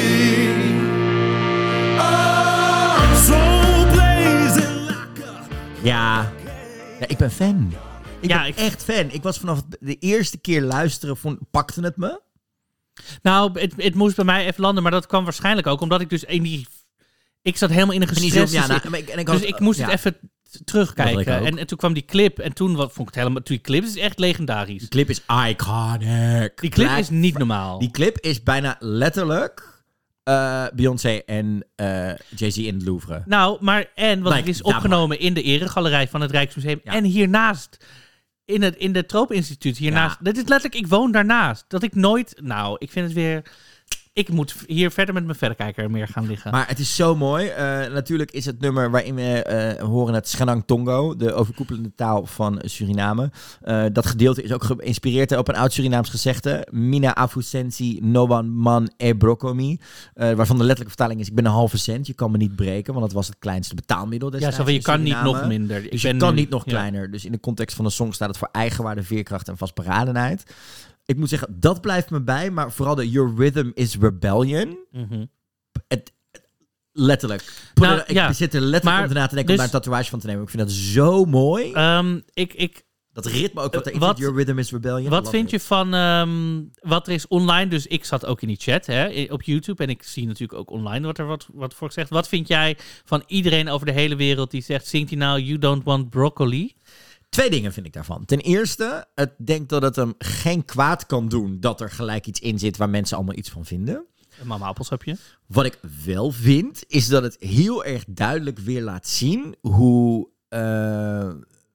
Oh, so blazing like a... Ja, ja ik ben fan. Ik Ja, ben ik- echt fan. Ik was vanaf de eerste keer luisteren, vond, pakte het me. Nou, het, het moest bij mij even landen, maar dat kwam waarschijnlijk ook omdat ik dus in die... Ik zat helemaal in een En die gestrest. zo- ja, dus nou, ik- maar ik- en ik dus had- ik moest ja. het even t- Dat had terugkijken. ik ook. En, en toen kwam die clip en toen wat, vond ik het helemaal... Toen die clip is echt legendarisch. Die clip is iconic. Die clip Black- is niet normaal. Die clip is bijna letterlijk uh, Beyoncé en uh, Jay-Z in het Louvre. Nou, maar en, want Like, het is daar opgenomen in de eregalerij van het Rijksmuseum. En hiernaast, in het, in het Tropeninstituut hiernaast. Ja. Dit is letterlijk, ik woon daarnaast. Dat ik nooit, nou, ik vind het weer... Ik moet hier verder met mijn verrekijker meer gaan liggen. Maar het is zo mooi. Uh, natuurlijk is het nummer waarin we uh, horen het Shanang Tongo, de overkoepelende taal van Suriname. Uh, dat gedeelte is ook geïnspireerd op een oud Surinaams gezegde. Mina afusensi noban man e brokomi. Uh, waarvan de letterlijke vertaling is, ik ben een halve cent. Je kan me niet breken, want dat was het kleinste betaalmiddel Ja, destijds zo van, je in kan niet Suriname. nog minder. Dus Ik je ben kan nu- niet nog ja. kleiner. Dus in de context van de song staat het voor eigenwaarde, veerkracht en vastberadenheid. Ik moet zeggen, dat blijft me bij. Maar vooral de Your Rhythm is Rebellion. Mhm. Het, letterlijk. Put Nou, it- ik ja. zit er letterlijk Maar om te na te denken dus- om daar een tatoeage van te nemen. Ik vind dat zo mooi. Um, ik, ik, Dat ritme ook wat er in Wat- zit, Your Rhythm is Rebellion. Wat Love vind it. je van ehm, wat er is online? Dus ik zat ook in die chat hè, op YouTube. En ik zie natuurlijk ook online wat er wat, wat voor gezegd. Wat vind jij van iedereen over de hele wereld die zegt... zingt hij nou You Don't Want Broccoli? Twee dingen vind ik daarvan. Ten eerste, ik denk dat het hem geen kwaad kan doen... dat er gelijk iets in zit waar mensen allemaal iets van vinden. Een mama appelsapje. Wat ik wel vind, is dat het heel erg duidelijk weer laat zien... hoe uh,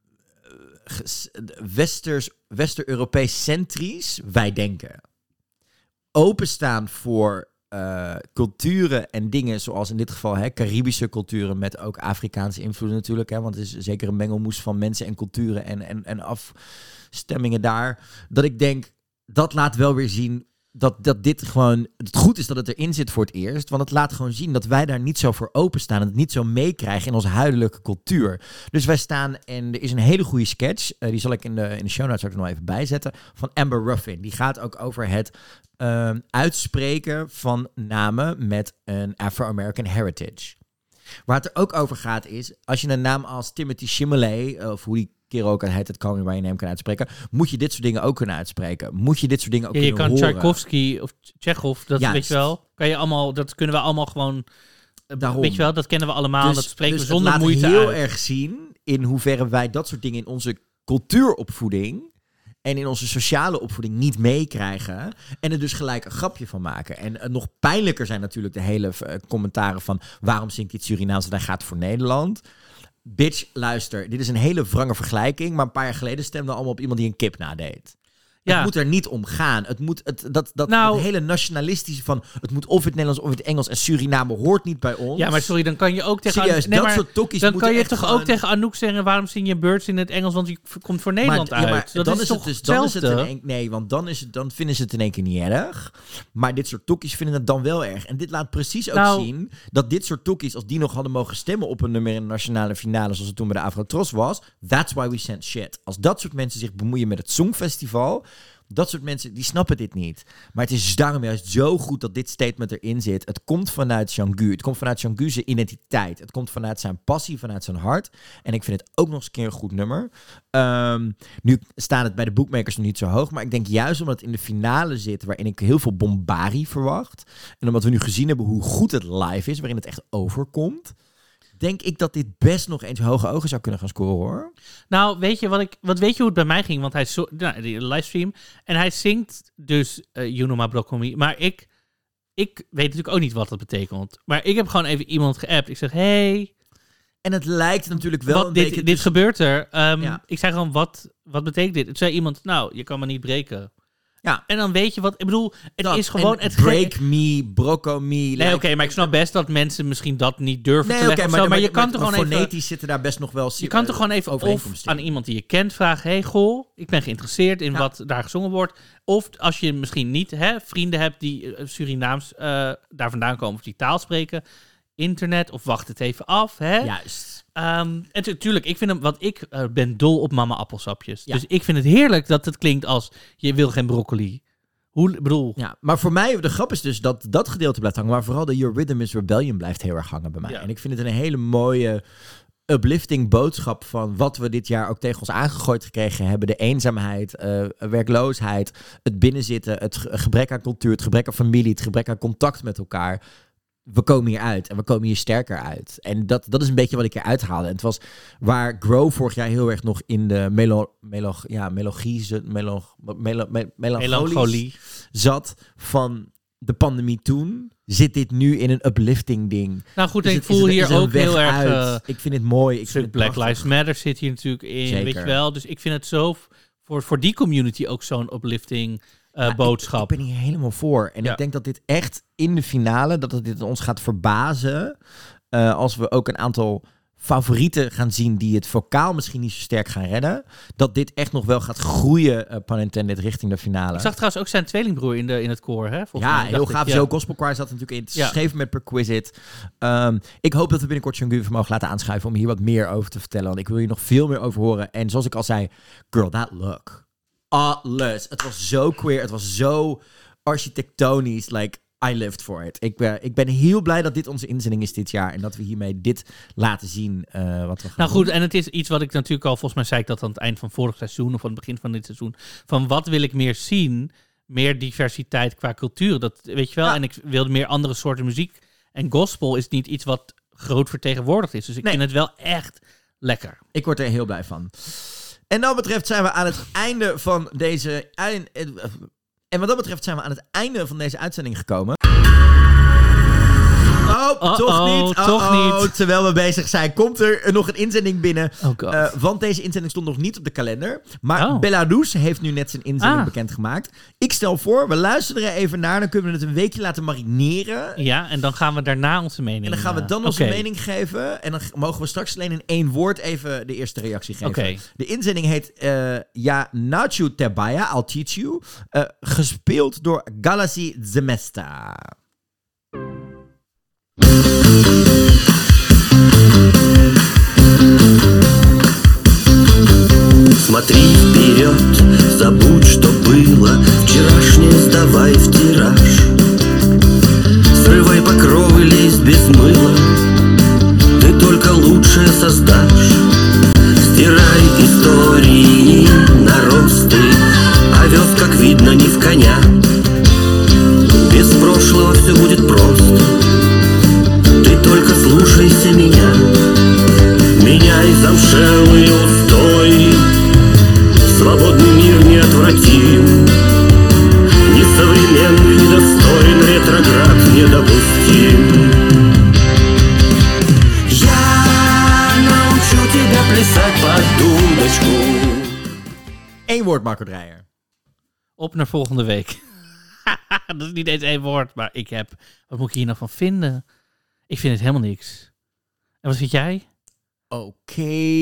ges- Westers, Wester-Europees centrisch wij denken. Openstaan voor uh, culturen en dingen zoals in dit geval hè, Caribische culturen... met ook Afrikaanse invloeden natuurlijk. Hè, want het is zeker een mengelmoes van mensen en culturen en, en, en afstemmingen daar. Dat ik denk, dat laat wel weer zien... Dat, dat dit gewoon, het goed is dat het erin zit voor het eerst. Want het laat gewoon zien dat wij daar niet zo voor openstaan. En het niet zo meekrijgen in onze huidelijke cultuur. Dus wij staan, en er is een hele goede sketch. Uh, die zal ik in de, in de show notes ook nog even bijzetten. Van Amber Ruffin. Die gaat ook over het uh, uitspreken van namen met een Afro-American heritage. Waar het er ook over gaat is, als je een naam als Timothy Chalamet, of hoe die kerel ook heet, het Call Me By Your Name kan uitspreken, moet je dit soort dingen ook kunnen uitspreken. Moet je dit soort dingen ook Ja, je kunnen kan horen. Tchaikovsky of Tsjechov, dat Juist. weet je wel. Kan je allemaal, dat kunnen we allemaal gewoon... eh, Daarom. Weet je wel, dat kennen we allemaal. Dus- dat spreken dus we zonder het laat moeite heel uit. erg zien in hoeverre wij dat soort dingen in onze cultuuropvoeding en in onze sociale opvoeding niet meekrijgen. En er dus gelijk een grapje van maken. En uh, nog pijnlijker zijn natuurlijk de hele uh, commentaren van waarom zingt dit Surinaams en hij gaat voor Nederland. Bitch, luister, dit is een hele wrange vergelijking, maar een paar jaar geleden stemden we allemaal op iemand die een kip nadeed. Ja. Het moet er niet om gaan. Het moet het, dat, dat, Nou- dat hele nationalistische van het moet of het Nederlands of het Engels en Suriname hoort niet bij ons. Ja, maar sorry, dan kan je ook tegen... Serieus, nee, dat maar soort tokkies Dan moeten kan je echt toch gewoon- ook tegen Anouk zeggen... waarom zing je Birds in het Engels, want je v- komt voor Nederland Maar- ja, maar uit. Dat dan is, is toch het dus, dan is het hetzelfde? in één- nee, want dan, is het, dan vinden ze het in één keer niet erg. Maar dit soort tokkies vinden het dan wel erg. En dit laat precies ook Nou- zien dat dit soort tokkies, als die nog hadden mogen stemmen op een nummer in de nationale finale, zoals het toen bij de Afro-Tros was, that's why we sent shit. Als dat soort mensen zich bemoeien met het Songfestival, dat soort mensen, die snappen dit niet. Maar het is daarom juist zo goed dat dit statement erin zit. Het komt vanuit Jean-Gu. Het komt vanuit Jean-Gu's identiteit. Het komt vanuit zijn passie, vanuit zijn hart. En ik vind het ook nog eens een keer een goed nummer. Um, nu staat het bij de bookmakers nog niet zo hoog. Maar ik denk juist omdat het in de finale zit, waarin ik heel veel bombarie verwacht. En omdat we nu gezien hebben hoe goed het live is, waarin het echt overkomt, denk ik dat dit best nog eens hoge ogen zou kunnen gaan scoren, hoor. Nou, weet je, wat ik, wat weet je hoe het bij mij ging? Want hij zo, nou, die livestream. En hij zingt dus uh, You Know My Broccoli. Maar ik, ik weet natuurlijk ook niet wat dat betekent. Maar ik heb gewoon even iemand geappt. Ik zeg, hey. En het lijkt natuurlijk wel wat, een dit, beetje dit tussen- gebeurt er. Um, Ja. Ik zei gewoon, wat, wat betekent dit? Het zei iemand, nou, je kan me niet breken. Ja. En dan weet je wat, ik bedoel, het Dat, is gewoon... en Het break me, brocco me. Nee, oké, maar ik snap best dat mensen misschien dat niet durven Nee, te oké, leggen. of maar, zo, maar, maar, je kan toch gewoon even... fonetisch zitten daar best nog wel Je kan toch gewoon even of overeenkomsten aan iemand die je kent vragen... hey, goh, ik ben geïnteresseerd in Ja. wat daar gezongen wordt. Of als je misschien niet hè, vrienden hebt die uh, Surinaams uh, daar vandaan komen... of die taal spreken, internet of wacht het even af. Hè? Juist. Um, en natuurlijk, ik vind hem, want ik uh, ben dol op mama appelsapjes. Ja. Dus ik vind het heerlijk dat het klinkt als... je wil geen broccoli. Hoe, bedoel... Ja, maar voor mij, de grap is dus dat dat gedeelte blijft hangen, maar vooral de Your Rhythm is Rebellion blijft heel erg hangen bij mij. Ja. En ik vind het een hele mooie uplifting boodschap van wat we dit jaar ook tegen ons aangegooid gekregen hebben. De eenzaamheid, uh, werkloosheid, het binnenzitten, het ge- gebrek aan cultuur, het gebrek aan familie, het gebrek aan contact met elkaar. We komen hier uit en we komen hier sterker uit. En dat, dat is een beetje wat ik eruit haalde. En het was waar Grow vorig jaar heel erg nog in de melo, melo, ja, melogie, melo, melo, me- melancholisch Melancholie. zat van de pandemie toen, zit dit nu in een uplifting ding. Nou goed, Dus en ik het is voel een- hier is een ook weg heel erg... uit. uh, ik vind het mooi. Ik Een vind stuk het Black prachtig. Lives Matter zit hier natuurlijk in, Zeker. weet je wel. Dus ik vind het zo f- voor, voor die community ook zo'n uplifting uh, Ja, boodschap. Ik, ik ben hier helemaal voor. En Ja. ik denk dat dit echt in de finale, dat het dit ons gaat verbazen. Uh, als we ook een aantal favorieten gaan zien die het vocaal misschien niet zo sterk gaan redden. Dat dit echt nog wel gaat groeien, uh, pun intended, richting de finale. Ik zag trouwens ook zijn tweelingbroer in, de, in het koor, hè? Volgens Ja, mij, heel dacht ik, gaaf. ja. Zo, Gospel Choir zat natuurlijk in. Het is Ja. geschreven met Perquisite. Um, ik hoop dat we binnenkort Jean-Gu even mogen laten aanschuiven om hier wat meer over te vertellen. Want ik wil hier nog veel meer over horen. En zoals ik al zei, girl, that look. Alles. Het was zo queer. Het was zo architectonisch. Like, I lived for it. Ik, uh, ik ben heel blij dat dit onze inzending is dit jaar. En dat we hiermee dit laten zien uh, wat we gaan Nou goed, doen. en het is iets wat ik natuurlijk al... Volgens mij zei ik dat aan het eind van vorig seizoen... of aan het begin van dit seizoen. Van wat wil ik meer zien? Meer diversiteit qua cultuur. Dat, weet je wel? Ja. En ik wilde meer andere soorten muziek. En gospel is niet iets wat groot vertegenwoordigd is. Dus ik nee. vind het wel echt lekker. Ik word er heel blij van. En dat betreft zijn we aan het einde van deze... En wat dat betreft zijn we aan het einde van deze uitzending gekomen. Oh, Uh-oh, toch niet. Uh-oh. Toch niet. Terwijl we bezig zijn, komt er nog een inzending binnen. Oh God. Uh, want deze inzending stond nog niet op de kalender. Maar oh. Belarus heeft nu net zijn inzending ah. bekendgemaakt. Ik stel voor, we luisteren er even naar. Dan kunnen we het een weekje laten marineren. Ja, en dan gaan we daarna onze mening... En dan gaan we dan onze okay. mening geven. En dan mogen we straks alleen in één woord even de eerste reactie geven. Okay. De inzending heet uh, Ja Nacho Tebaya, I'll Teach You. Uh, gespeeld door Galassi Zemesta. Смотри вперед, забудь, что было. Вчерашнее сдавай в тираж. Срывай покровы, лезь без мыла. Ты только лучшее создашь. Стирай истории наросты. Овес, как видно, не в коня. Без прошлого все будет просто. Ты только слушайся меня. Меняй замшелые устои. Свободный мир неотвратим. Несовременный, недостоин, ретроград недопустим. Я научу тебя плясать под дудочку. Eén woord, Marco Dreyer. Op naar volgende week. Dat is niet eens één woord, maar ik heb... Wat moet ik hier nou van vinden? Ik vind het helemaal niks. En wat vind jij? Oké. Okay.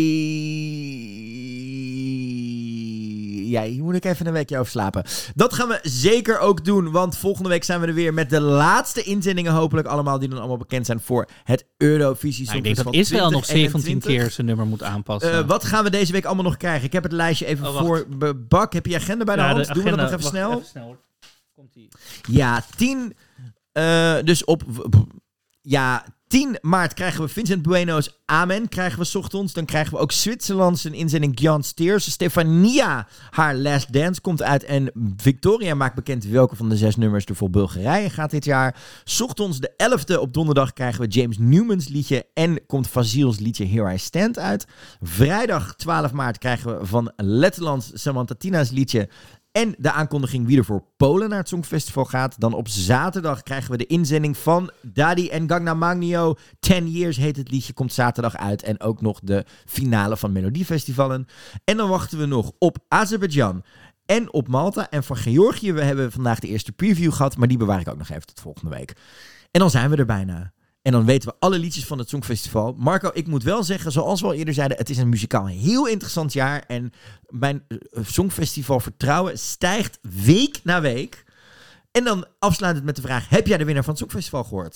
Ja, hier moet ik even een weekje over slapen. Dat gaan we zeker ook doen, want volgende week zijn we er weer met de laatste inzendingen, hopelijk allemaal, die dan allemaal bekend zijn voor het Eurovisie nou, Ik denk dat Israël nog zeventien keer zijn nummer moet aanpassen. Uh, wat gaan we deze week allemaal nog krijgen? Ik heb het lijstje even oh, voor Bak. Heb je je agenda bij de ja, hand? De Doen agenda, we dat nog even wacht, snel? Even snel. Komt-ie. Ja, tien... Uh, dus op... Ja, tien maart krijgen we Vincent Bueno's Amen, krijgen we 's ochtends. Dan krijgen we ook Zwitserlandse inzending Jan Steers. Stefania, haar Last Dance komt uit. En Victoria maakt bekend welke van de zes nummers er voor Bulgarije gaat dit jaar. 's Ochtends de elfde op donderdag krijgen we James Newman's liedje. En komt Vasil's liedje Here I Stand uit. Vrijdag twaalf maart krijgen we van Letland Samantha Tina's liedje. En de aankondiging wie er voor Polen naar het Songfestival gaat. Dan op zaterdag krijgen we de inzending van Daddy en Gangnam Magnio. ten years heet het liedje, komt zaterdag uit. En ook nog de finale van Melodiefestivalen. En dan wachten we nog op Azerbeidzjan en op Malta. En van Georgië, we hebben vandaag de eerste preview gehad. Maar die bewaar ik ook nog even tot volgende week. En dan zijn we er bijna. En dan weten we alle liedjes van het Songfestival. Marco, ik moet wel zeggen, zoals we al eerder zeiden, het is een muzikaal heel interessant jaar. En mijn uh, Songfestival vertrouwen stijgt week na week. En dan afsluitend met de vraag, heb jij de winnaar van het Songfestival gehoord?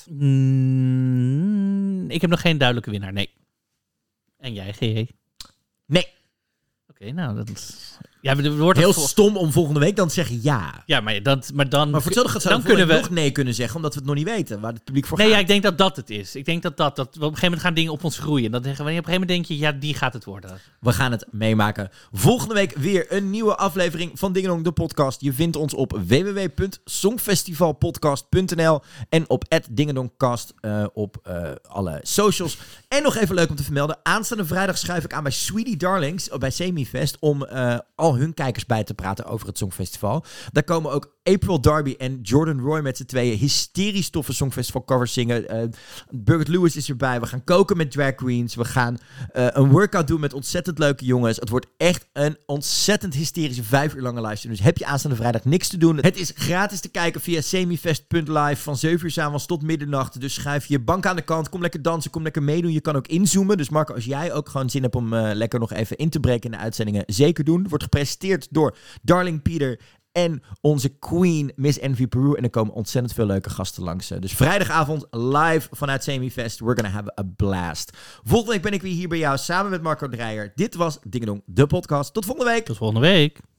Mm, ik heb nog geen duidelijke winnaar, nee. En jij, G J? Nee. Oké, okay, nou, dat is... Ja, er wordt heel vol... stom om volgende week dan te zeggen ja. Ja, maar, dat, maar dan... Maar voor hetzelfde gaat dan kunnen we nog nee kunnen zeggen, omdat we het nog niet weten waar het publiek voor nee, gaat. Nee, ja, ik denk dat dat het is. Ik denk dat dat... dat we op een gegeven moment gaan dingen op ons groeien. Dan zeggen we, op een gegeven moment denk je, ja, die gaat het worden. We gaan het meemaken. Volgende week weer een nieuwe aflevering van Dingadong, de podcast. Je vindt ons op w w w punt songfestivalpodcast punt n l en op at dingadongcast uh, op uh, alle socials. En nog even leuk om te vermelden, aanstaande vrijdag schuif ik aan bij Sweetie Darlings, bij Semifest, om uh, al hun kijkers bij te praten over het Songfestival. Daar komen ook April Darby en Jordan Roy met z'n tweeën hysterisch toffe Songfestival covers zingen. Uh, Birgit Lewis is erbij. We gaan koken met drag queens. We gaan uh, een workout doen met ontzettend leuke jongens. Het wordt echt een ontzettend hysterische vijf uur lange livestream. Dus heb je aanstaande vrijdag niks te doen. Het is gratis te kijken via semifest punt live van zeven uur 's avonds tot middernacht. Dus schuif je bank aan de kant. Kom lekker dansen. Kom lekker meedoen. Je kan ook inzoomen. Dus Marco, als jij ook gewoon zin hebt om uh, lekker nog even in te breken in de uitzendingen, zeker doen. Het wordt gepresenteerd door Darling Peter en onze queen, Miss Envy Peru. En er komen ontzettend veel leuke gasten langs. Dus vrijdagavond live vanuit Semifest. We're gonna have a blast. Volgende week ben ik weer hier bij jou samen met Marco Dreyer. Dit was Dingadong, de podcast. Tot volgende week. Tot volgende week.